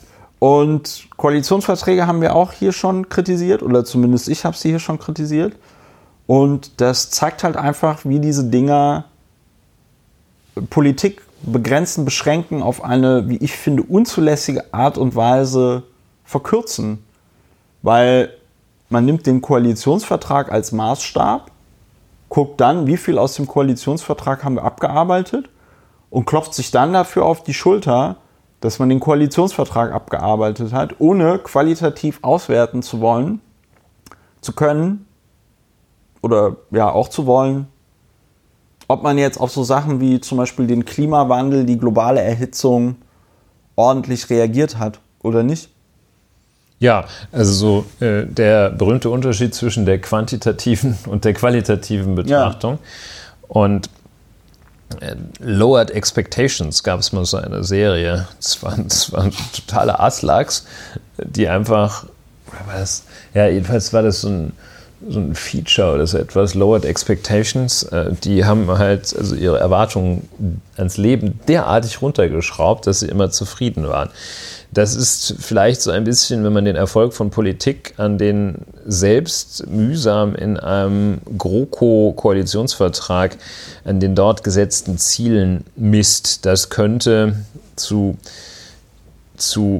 S1: Und Koalitionsverträge haben wir auch hier schon kritisiert, oder zumindest ich habe sie hier schon kritisiert. Und das zeigt halt einfach, wie diese Dinger Politik begrenzen, beschränken, auf eine, wie ich finde, unzulässige Art und Weise verkürzen. Weil man nimmt den Koalitionsvertrag als Maßstab, guckt dann, wie viel aus dem Koalitionsvertrag haben wir abgearbeitet und klopft sich dann dafür auf die Schulter, dass man den Koalitionsvertrag abgearbeitet hat, ohne qualitativ auswerten zu wollen, zu können oder ja auch zu wollen, ob man jetzt auf so Sachen wie zum Beispiel den Klimawandel, die globale Erhitzung ordentlich reagiert hat oder nicht.
S2: Ja, also so äh, der berühmte Unterschied zwischen der quantitativen und der qualitativen Betrachtung. Ja. Und äh, Lowered Expectations gab es mal so eine Serie. Das waren, das waren totale Aslaks, die einfach, war das, ja, jedenfalls war das so ein, so ein Feature oder so etwas, Lowered Expectations. Äh, die haben halt also ihre Erwartungen ans Leben derartig runtergeschraubt, dass sie immer zufrieden waren. Das ist vielleicht so ein bisschen, wenn man den Erfolg von Politik an den selbst mühsam in einem GroKo-Koalitionsvertrag an den dort gesetzten Zielen misst. Das könnte zu, zu,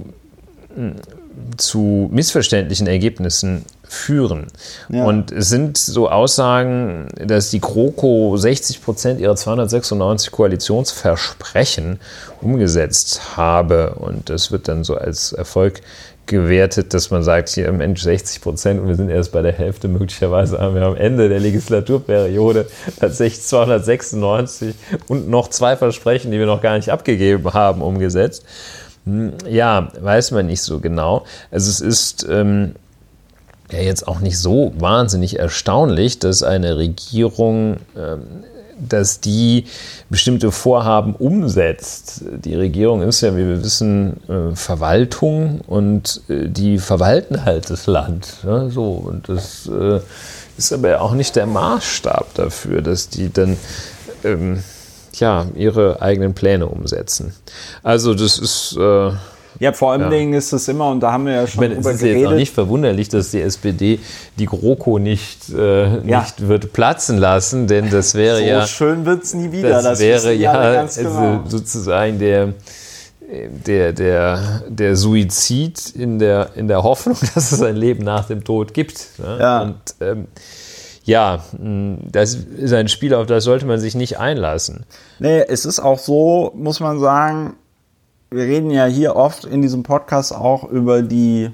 S2: zu missverständlichen Ergebnissen führen. Ja. Und es sind so Aussagen, dass die GroKo sechzig Prozent ihrer zweihundertsechsundneunzig Koalitionsversprechen umgesetzt habe. Und das wird dann so als Erfolg gewertet, dass man sagt, hier im Ende sechzig Prozent und wir sind erst bei der Hälfte. Möglicherweise haben wir am Ende der Legislaturperiode tatsächlich zweihundertsechsundneunzig und noch zwei Versprechen, die wir noch gar nicht abgegeben haben, umgesetzt. Ja, weiß man nicht so genau. Also es ist ähm, ja jetzt auch nicht so wahnsinnig erstaunlich, dass eine Regierung, ähm, dass die bestimmte Vorhaben umsetzt. Die Regierung ist ja, wie wir wissen, äh, Verwaltung und äh, die verwalten halt das Land. Ja, so. Und das äh, ist aber ja auch nicht der Maßstab dafür, dass die dann ähm, ja, ihre eigenen Pläne umsetzen. Also das ist... Äh,
S1: Ja, vor allem
S2: ja.
S1: ist es immer, und da haben wir ja schon
S2: ich meine,
S1: drüber
S2: es ist
S1: geredet.
S2: jetzt auch nicht verwunderlich, dass die S P D die GroKo nicht, äh,
S1: Ja.
S2: nicht wird platzen lassen, denn das wäre
S1: so
S2: ja...
S1: So schön wird es nie wieder.
S2: Das,
S1: das
S2: wäre
S1: wissen
S2: ja
S1: alle ganz
S2: also
S1: genau.
S2: sozusagen der, der, der, der Suizid in der, in der Hoffnung, dass es ein Leben nach dem Tod gibt. Ne?
S1: Ja.
S2: Und ähm, ja, das ist ein Spiel, auf das sollte man sich nicht einlassen.
S1: Nee, es ist auch so, muss man sagen, wir reden ja hier oft in diesem Podcast auch über die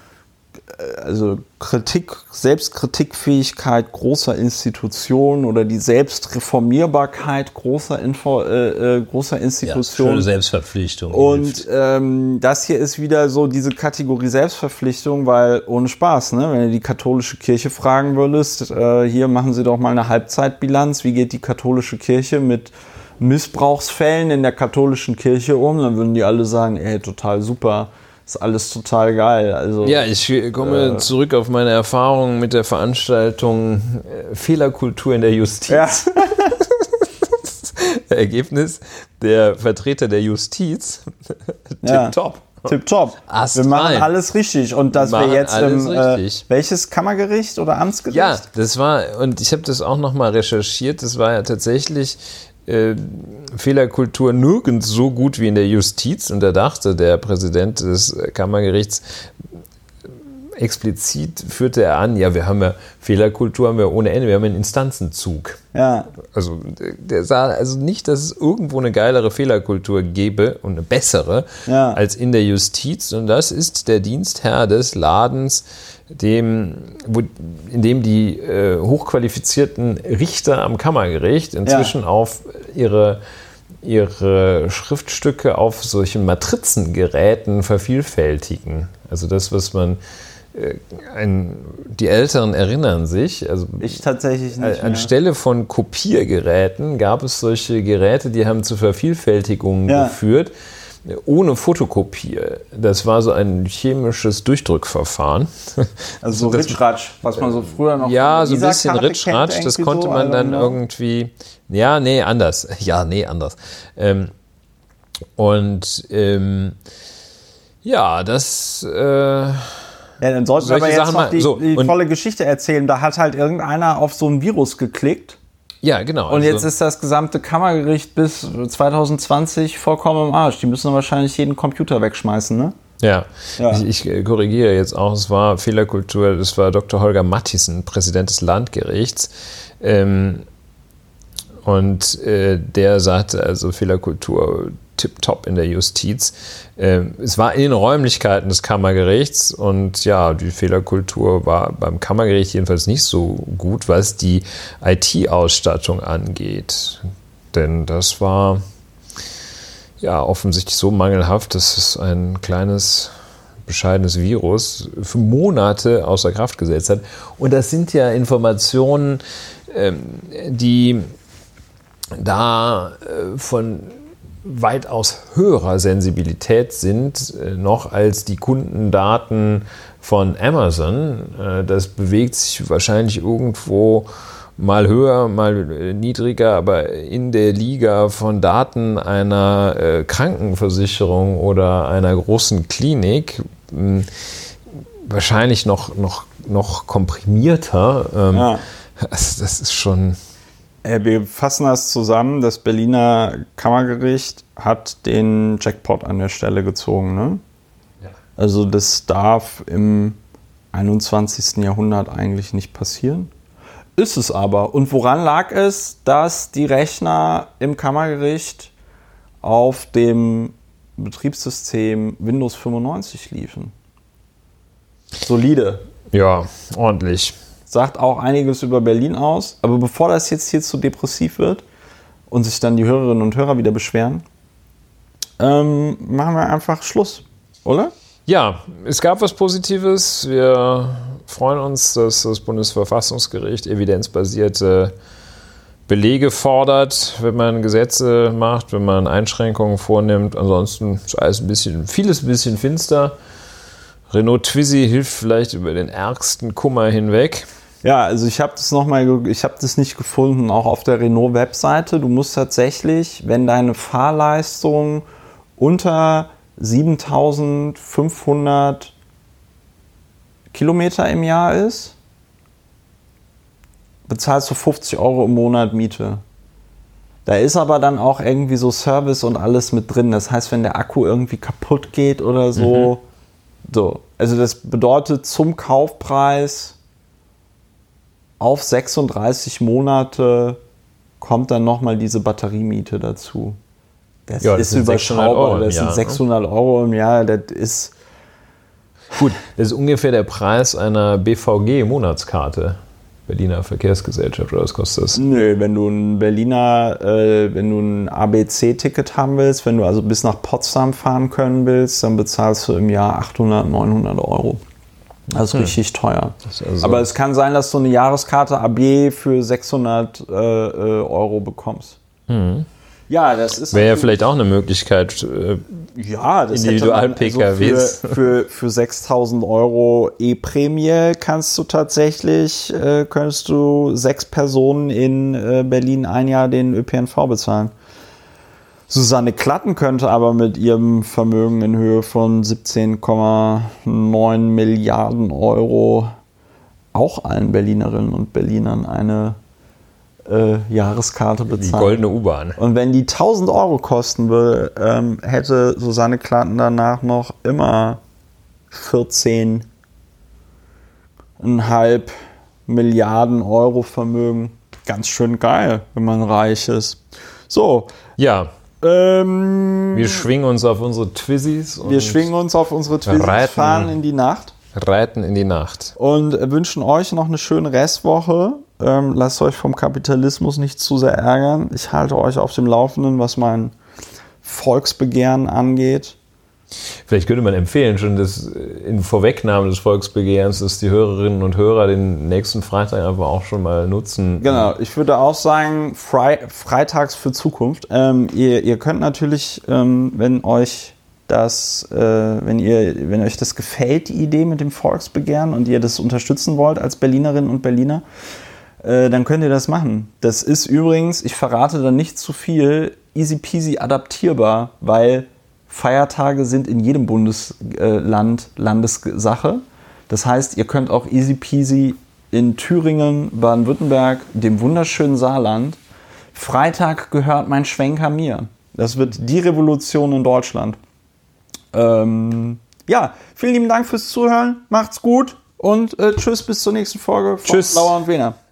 S1: also Kritik, Selbstkritikfähigkeit großer Institutionen oder die Selbstreformierbarkeit großer, Info, äh, großer Institutionen.
S2: Ja, schöne Selbstverpflichtung.
S1: Und ähm, das hier ist wieder so diese Kategorie Selbstverpflichtung, weil ohne Spaß, ne? Wenn du die katholische Kirche fragen würdest, äh, hier machen sie doch mal eine Halbzeitbilanz, wie geht die katholische Kirche mit Missbrauchsfällen in der katholischen Kirche um, dann würden die alle sagen, ey, total super, ist alles total geil. Also,
S2: ja, ich komme äh, zurück auf meine Erfahrung mit der Veranstaltung äh, Fehlerkultur in der Justiz.
S1: Ja.
S2: Ergebnis, der Vertreter der Justiz,
S1: ja.
S2: tipptopp.
S1: Tipptopp. Wir machen
S2: rein.
S1: alles richtig. Und dass wir, wir jetzt im, äh, welches Kammergericht oder Amtsgericht?
S2: Ja, das war, und ich habe das auch nochmal recherchiert, das war ja tatsächlich äh, Fehlerkultur nirgends so gut wie in der Justiz. Und da dachte der Präsident des Kammergerichts, explizit führte er an, ja, wir haben ja Fehlerkultur, haben wir ohne Ende, wir haben einen Instanzenzug.
S1: Ja.
S2: Also der sah also nicht, dass es irgendwo eine geilere Fehlerkultur gäbe und eine bessere
S1: ja.
S2: als in der Justiz. Und das ist der Dienstherr des Ladens, dem, wo, in dem die äh, hochqualifizierten Richter am Kammergericht inzwischen ja. auf ihre ihre Schriftstücke auf solchen Matrizengeräten vervielfältigen. Also das, was man Ein, die Älteren erinnern sich, also
S1: ich tatsächlich nicht
S2: anstelle von Kopiergeräten gab es solche Geräte, die haben zur Vervielfältigung ja. geführt, ohne Fotokopie. Das war so ein chemisches Durchdrückverfahren.
S1: Also so Ritschratsch, was man so früher noch...
S2: Ja, so ein bisschen Ritschratsch, das konnte so, man dann know. irgendwie... Ja, nee, anders. Ja, nee, anders. Ähm, und... Ähm, Ja, das... Äh,
S1: ja, dann sollten wir aber jetzt
S2: Sachen
S1: noch
S2: mal,
S1: die,
S2: so,
S1: die
S2: und,
S1: volle Geschichte erzählen. Da hat halt irgendeiner auf so ein Virus geklickt.
S2: Ja, genau.
S1: Und
S2: also,
S1: jetzt ist das gesamte Kammergericht bis zwanzig zwanzig vollkommen im Arsch. Die müssen wahrscheinlich jeden Computer wegschmeißen, ne?
S2: Ja,
S1: Ja.
S2: Ich, ich korrigiere jetzt auch, es war Fehlerkultur, das war Doktor Holger Matthiessen, Präsident des Landgerichts. Ähm, und äh, der sagte also Fehlerkultur tipptopp in der Justiz. Ähm, es war in den Räumlichkeiten des Kammergerichts und ja, die Fehlerkultur war beim Kammergericht jedenfalls nicht so gut, was die I T-Ausstattung angeht. Denn das war ja offensichtlich so mangelhaft, dass es ein kleines, bescheidenes Virus für Monate außer Kraft gesetzt hat. Und das sind ja Informationen, ähm, die da äh, von weitaus höherer Sensibilität sind, äh, noch als die Kundendaten von Amazon. Äh, das bewegt sich wahrscheinlich irgendwo mal höher, mal äh, niedriger, aber in der Liga von Daten einer äh, Krankenversicherung oder einer großen Klinik mh, wahrscheinlich noch, noch, noch komprimierter. Ähm,
S1: Ja.
S2: das, das ist schon...
S1: Wir fassen das zusammen. Das Berliner Kammergericht hat den Jackpot an der Stelle gezogen. Ne?
S2: Ja.
S1: Also das darf im einundzwanzigsten Jahrhundert eigentlich nicht passieren. Ist es aber. Und woran lag es, dass die Rechner im Kammergericht auf dem Betriebssystem Windows fünfundneunzig liefen? Solide.
S2: Ja, ordentlich.
S1: Sagt auch einiges über Berlin aus. Aber bevor das jetzt hier zu depressiv wird und sich dann die Hörerinnen und Hörer wieder beschweren, ähm, machen wir einfach Schluss, oder?
S2: Ja, es gab was Positives. Wir freuen uns, dass das Bundesverfassungsgericht evidenzbasierte Belege fordert, wenn man Gesetze macht, wenn man Einschränkungen vornimmt. Ansonsten ist alles ein bisschen, vieles ein bisschen finster. Renault Twizy hilft vielleicht über den ärgsten Kummer hinweg.
S1: Ja, also ich habe das noch mal, ich habe das nicht gefunden, auch auf der Renault-Webseite. Du musst tatsächlich, wenn deine Fahrleistung unter siebentausendfünfhundert Kilometer im Jahr ist, bezahlst du fünfzig Euro im Monat Miete. Da ist aber dann auch irgendwie so Service und alles mit drin. Das heißt, wenn der Akku irgendwie kaputt geht oder so, mhm. so. Also das bedeutet zum Kaufpreis auf sechsunddreißig Monate kommt dann nochmal diese Batteriemiete dazu. Das, ja, das ist überschaubar. Das sind sechshundert Euro im Jahr. Das ist
S2: gut. Das ist ungefähr der Preis einer B V G-Monatskarte. Berliner Verkehrsgesellschaft, oder was kostet das?
S1: Nö, wenn du ein Berliner, äh, wenn du ein A B C-Ticket haben willst, wenn du also bis nach Potsdam fahren können willst, dann bezahlst du im Jahr achthundert, neunhundert Euro. Das ist hm. richtig teuer. Ist also aber es kann sein, dass du eine Jahreskarte A B für sechshundert äh, Euro bekommst.
S2: Hm.
S1: Ja, das ist.
S2: Wäre ja vielleicht auch eine Möglichkeit. Äh,
S1: ja, das
S2: Individual-P K Ws.
S1: Also für, für, für sechstausend Euro E-Prämie kannst du tatsächlich, äh, könntest du sechs Personen in äh, Berlin ein Jahr den Ö P N V bezahlen. Susanne Klatten könnte aber mit ihrem Vermögen in Höhe von siebzehn Komma neun Milliarden Euro auch allen Berlinerinnen und Berlinern eine Äh, Jahreskarte bezahlen.
S2: Die goldene U-Bahn.
S1: Und wenn die tausend Euro kosten würde, ähm, hätte Susanne Klatten danach noch immer vierzehn Komma fünf Milliarden Euro Vermögen. Ganz schön geil, wenn man reich ist. So.
S2: Ja.
S1: Ähm,
S2: wir schwingen uns auf unsere Twizzys.
S1: Wir schwingen uns auf unsere Twizzys, fahren in die Nacht.
S2: Reiten in die Nacht.
S1: Und wünschen euch noch eine schöne Restwoche. Ähm, lasst euch vom Kapitalismus nicht zu sehr ärgern. Ich halte euch auf dem Laufenden, was mein Volksbegehren angeht.
S2: Vielleicht könnte man empfehlen, schon das in Vorwegnahme des Volksbegehrens, dass die Hörerinnen und Hörer den nächsten Freitag einfach auch schon mal nutzen.
S1: Genau, ich würde auch sagen, Fre- freitags für Zukunft. Ähm, ihr, ihr könnt natürlich, ähm, wenn euch das, äh, wenn ihr, wenn euch das gefällt, die Idee mit dem Volksbegehren und ihr das unterstützen wollt als Berlinerinnen und Berliner, äh, dann könnt ihr das machen. Das ist übrigens, ich verrate da nicht zu viel, easy peasy adaptierbar, weil Feiertage sind in jedem Bundesland Landessache. Das heißt, ihr könnt auch easy peasy in Thüringen, Baden-Württemberg, dem wunderschönen Saarland, Freitag gehört mein Schwenker mir. Das wird die Revolution in Deutschland. Ähm, ja, vielen lieben Dank fürs Zuhören. Macht's gut und äh, tschüss bis zur nächsten Folge von
S2: Tschüss.
S1: Lauer und Wehner.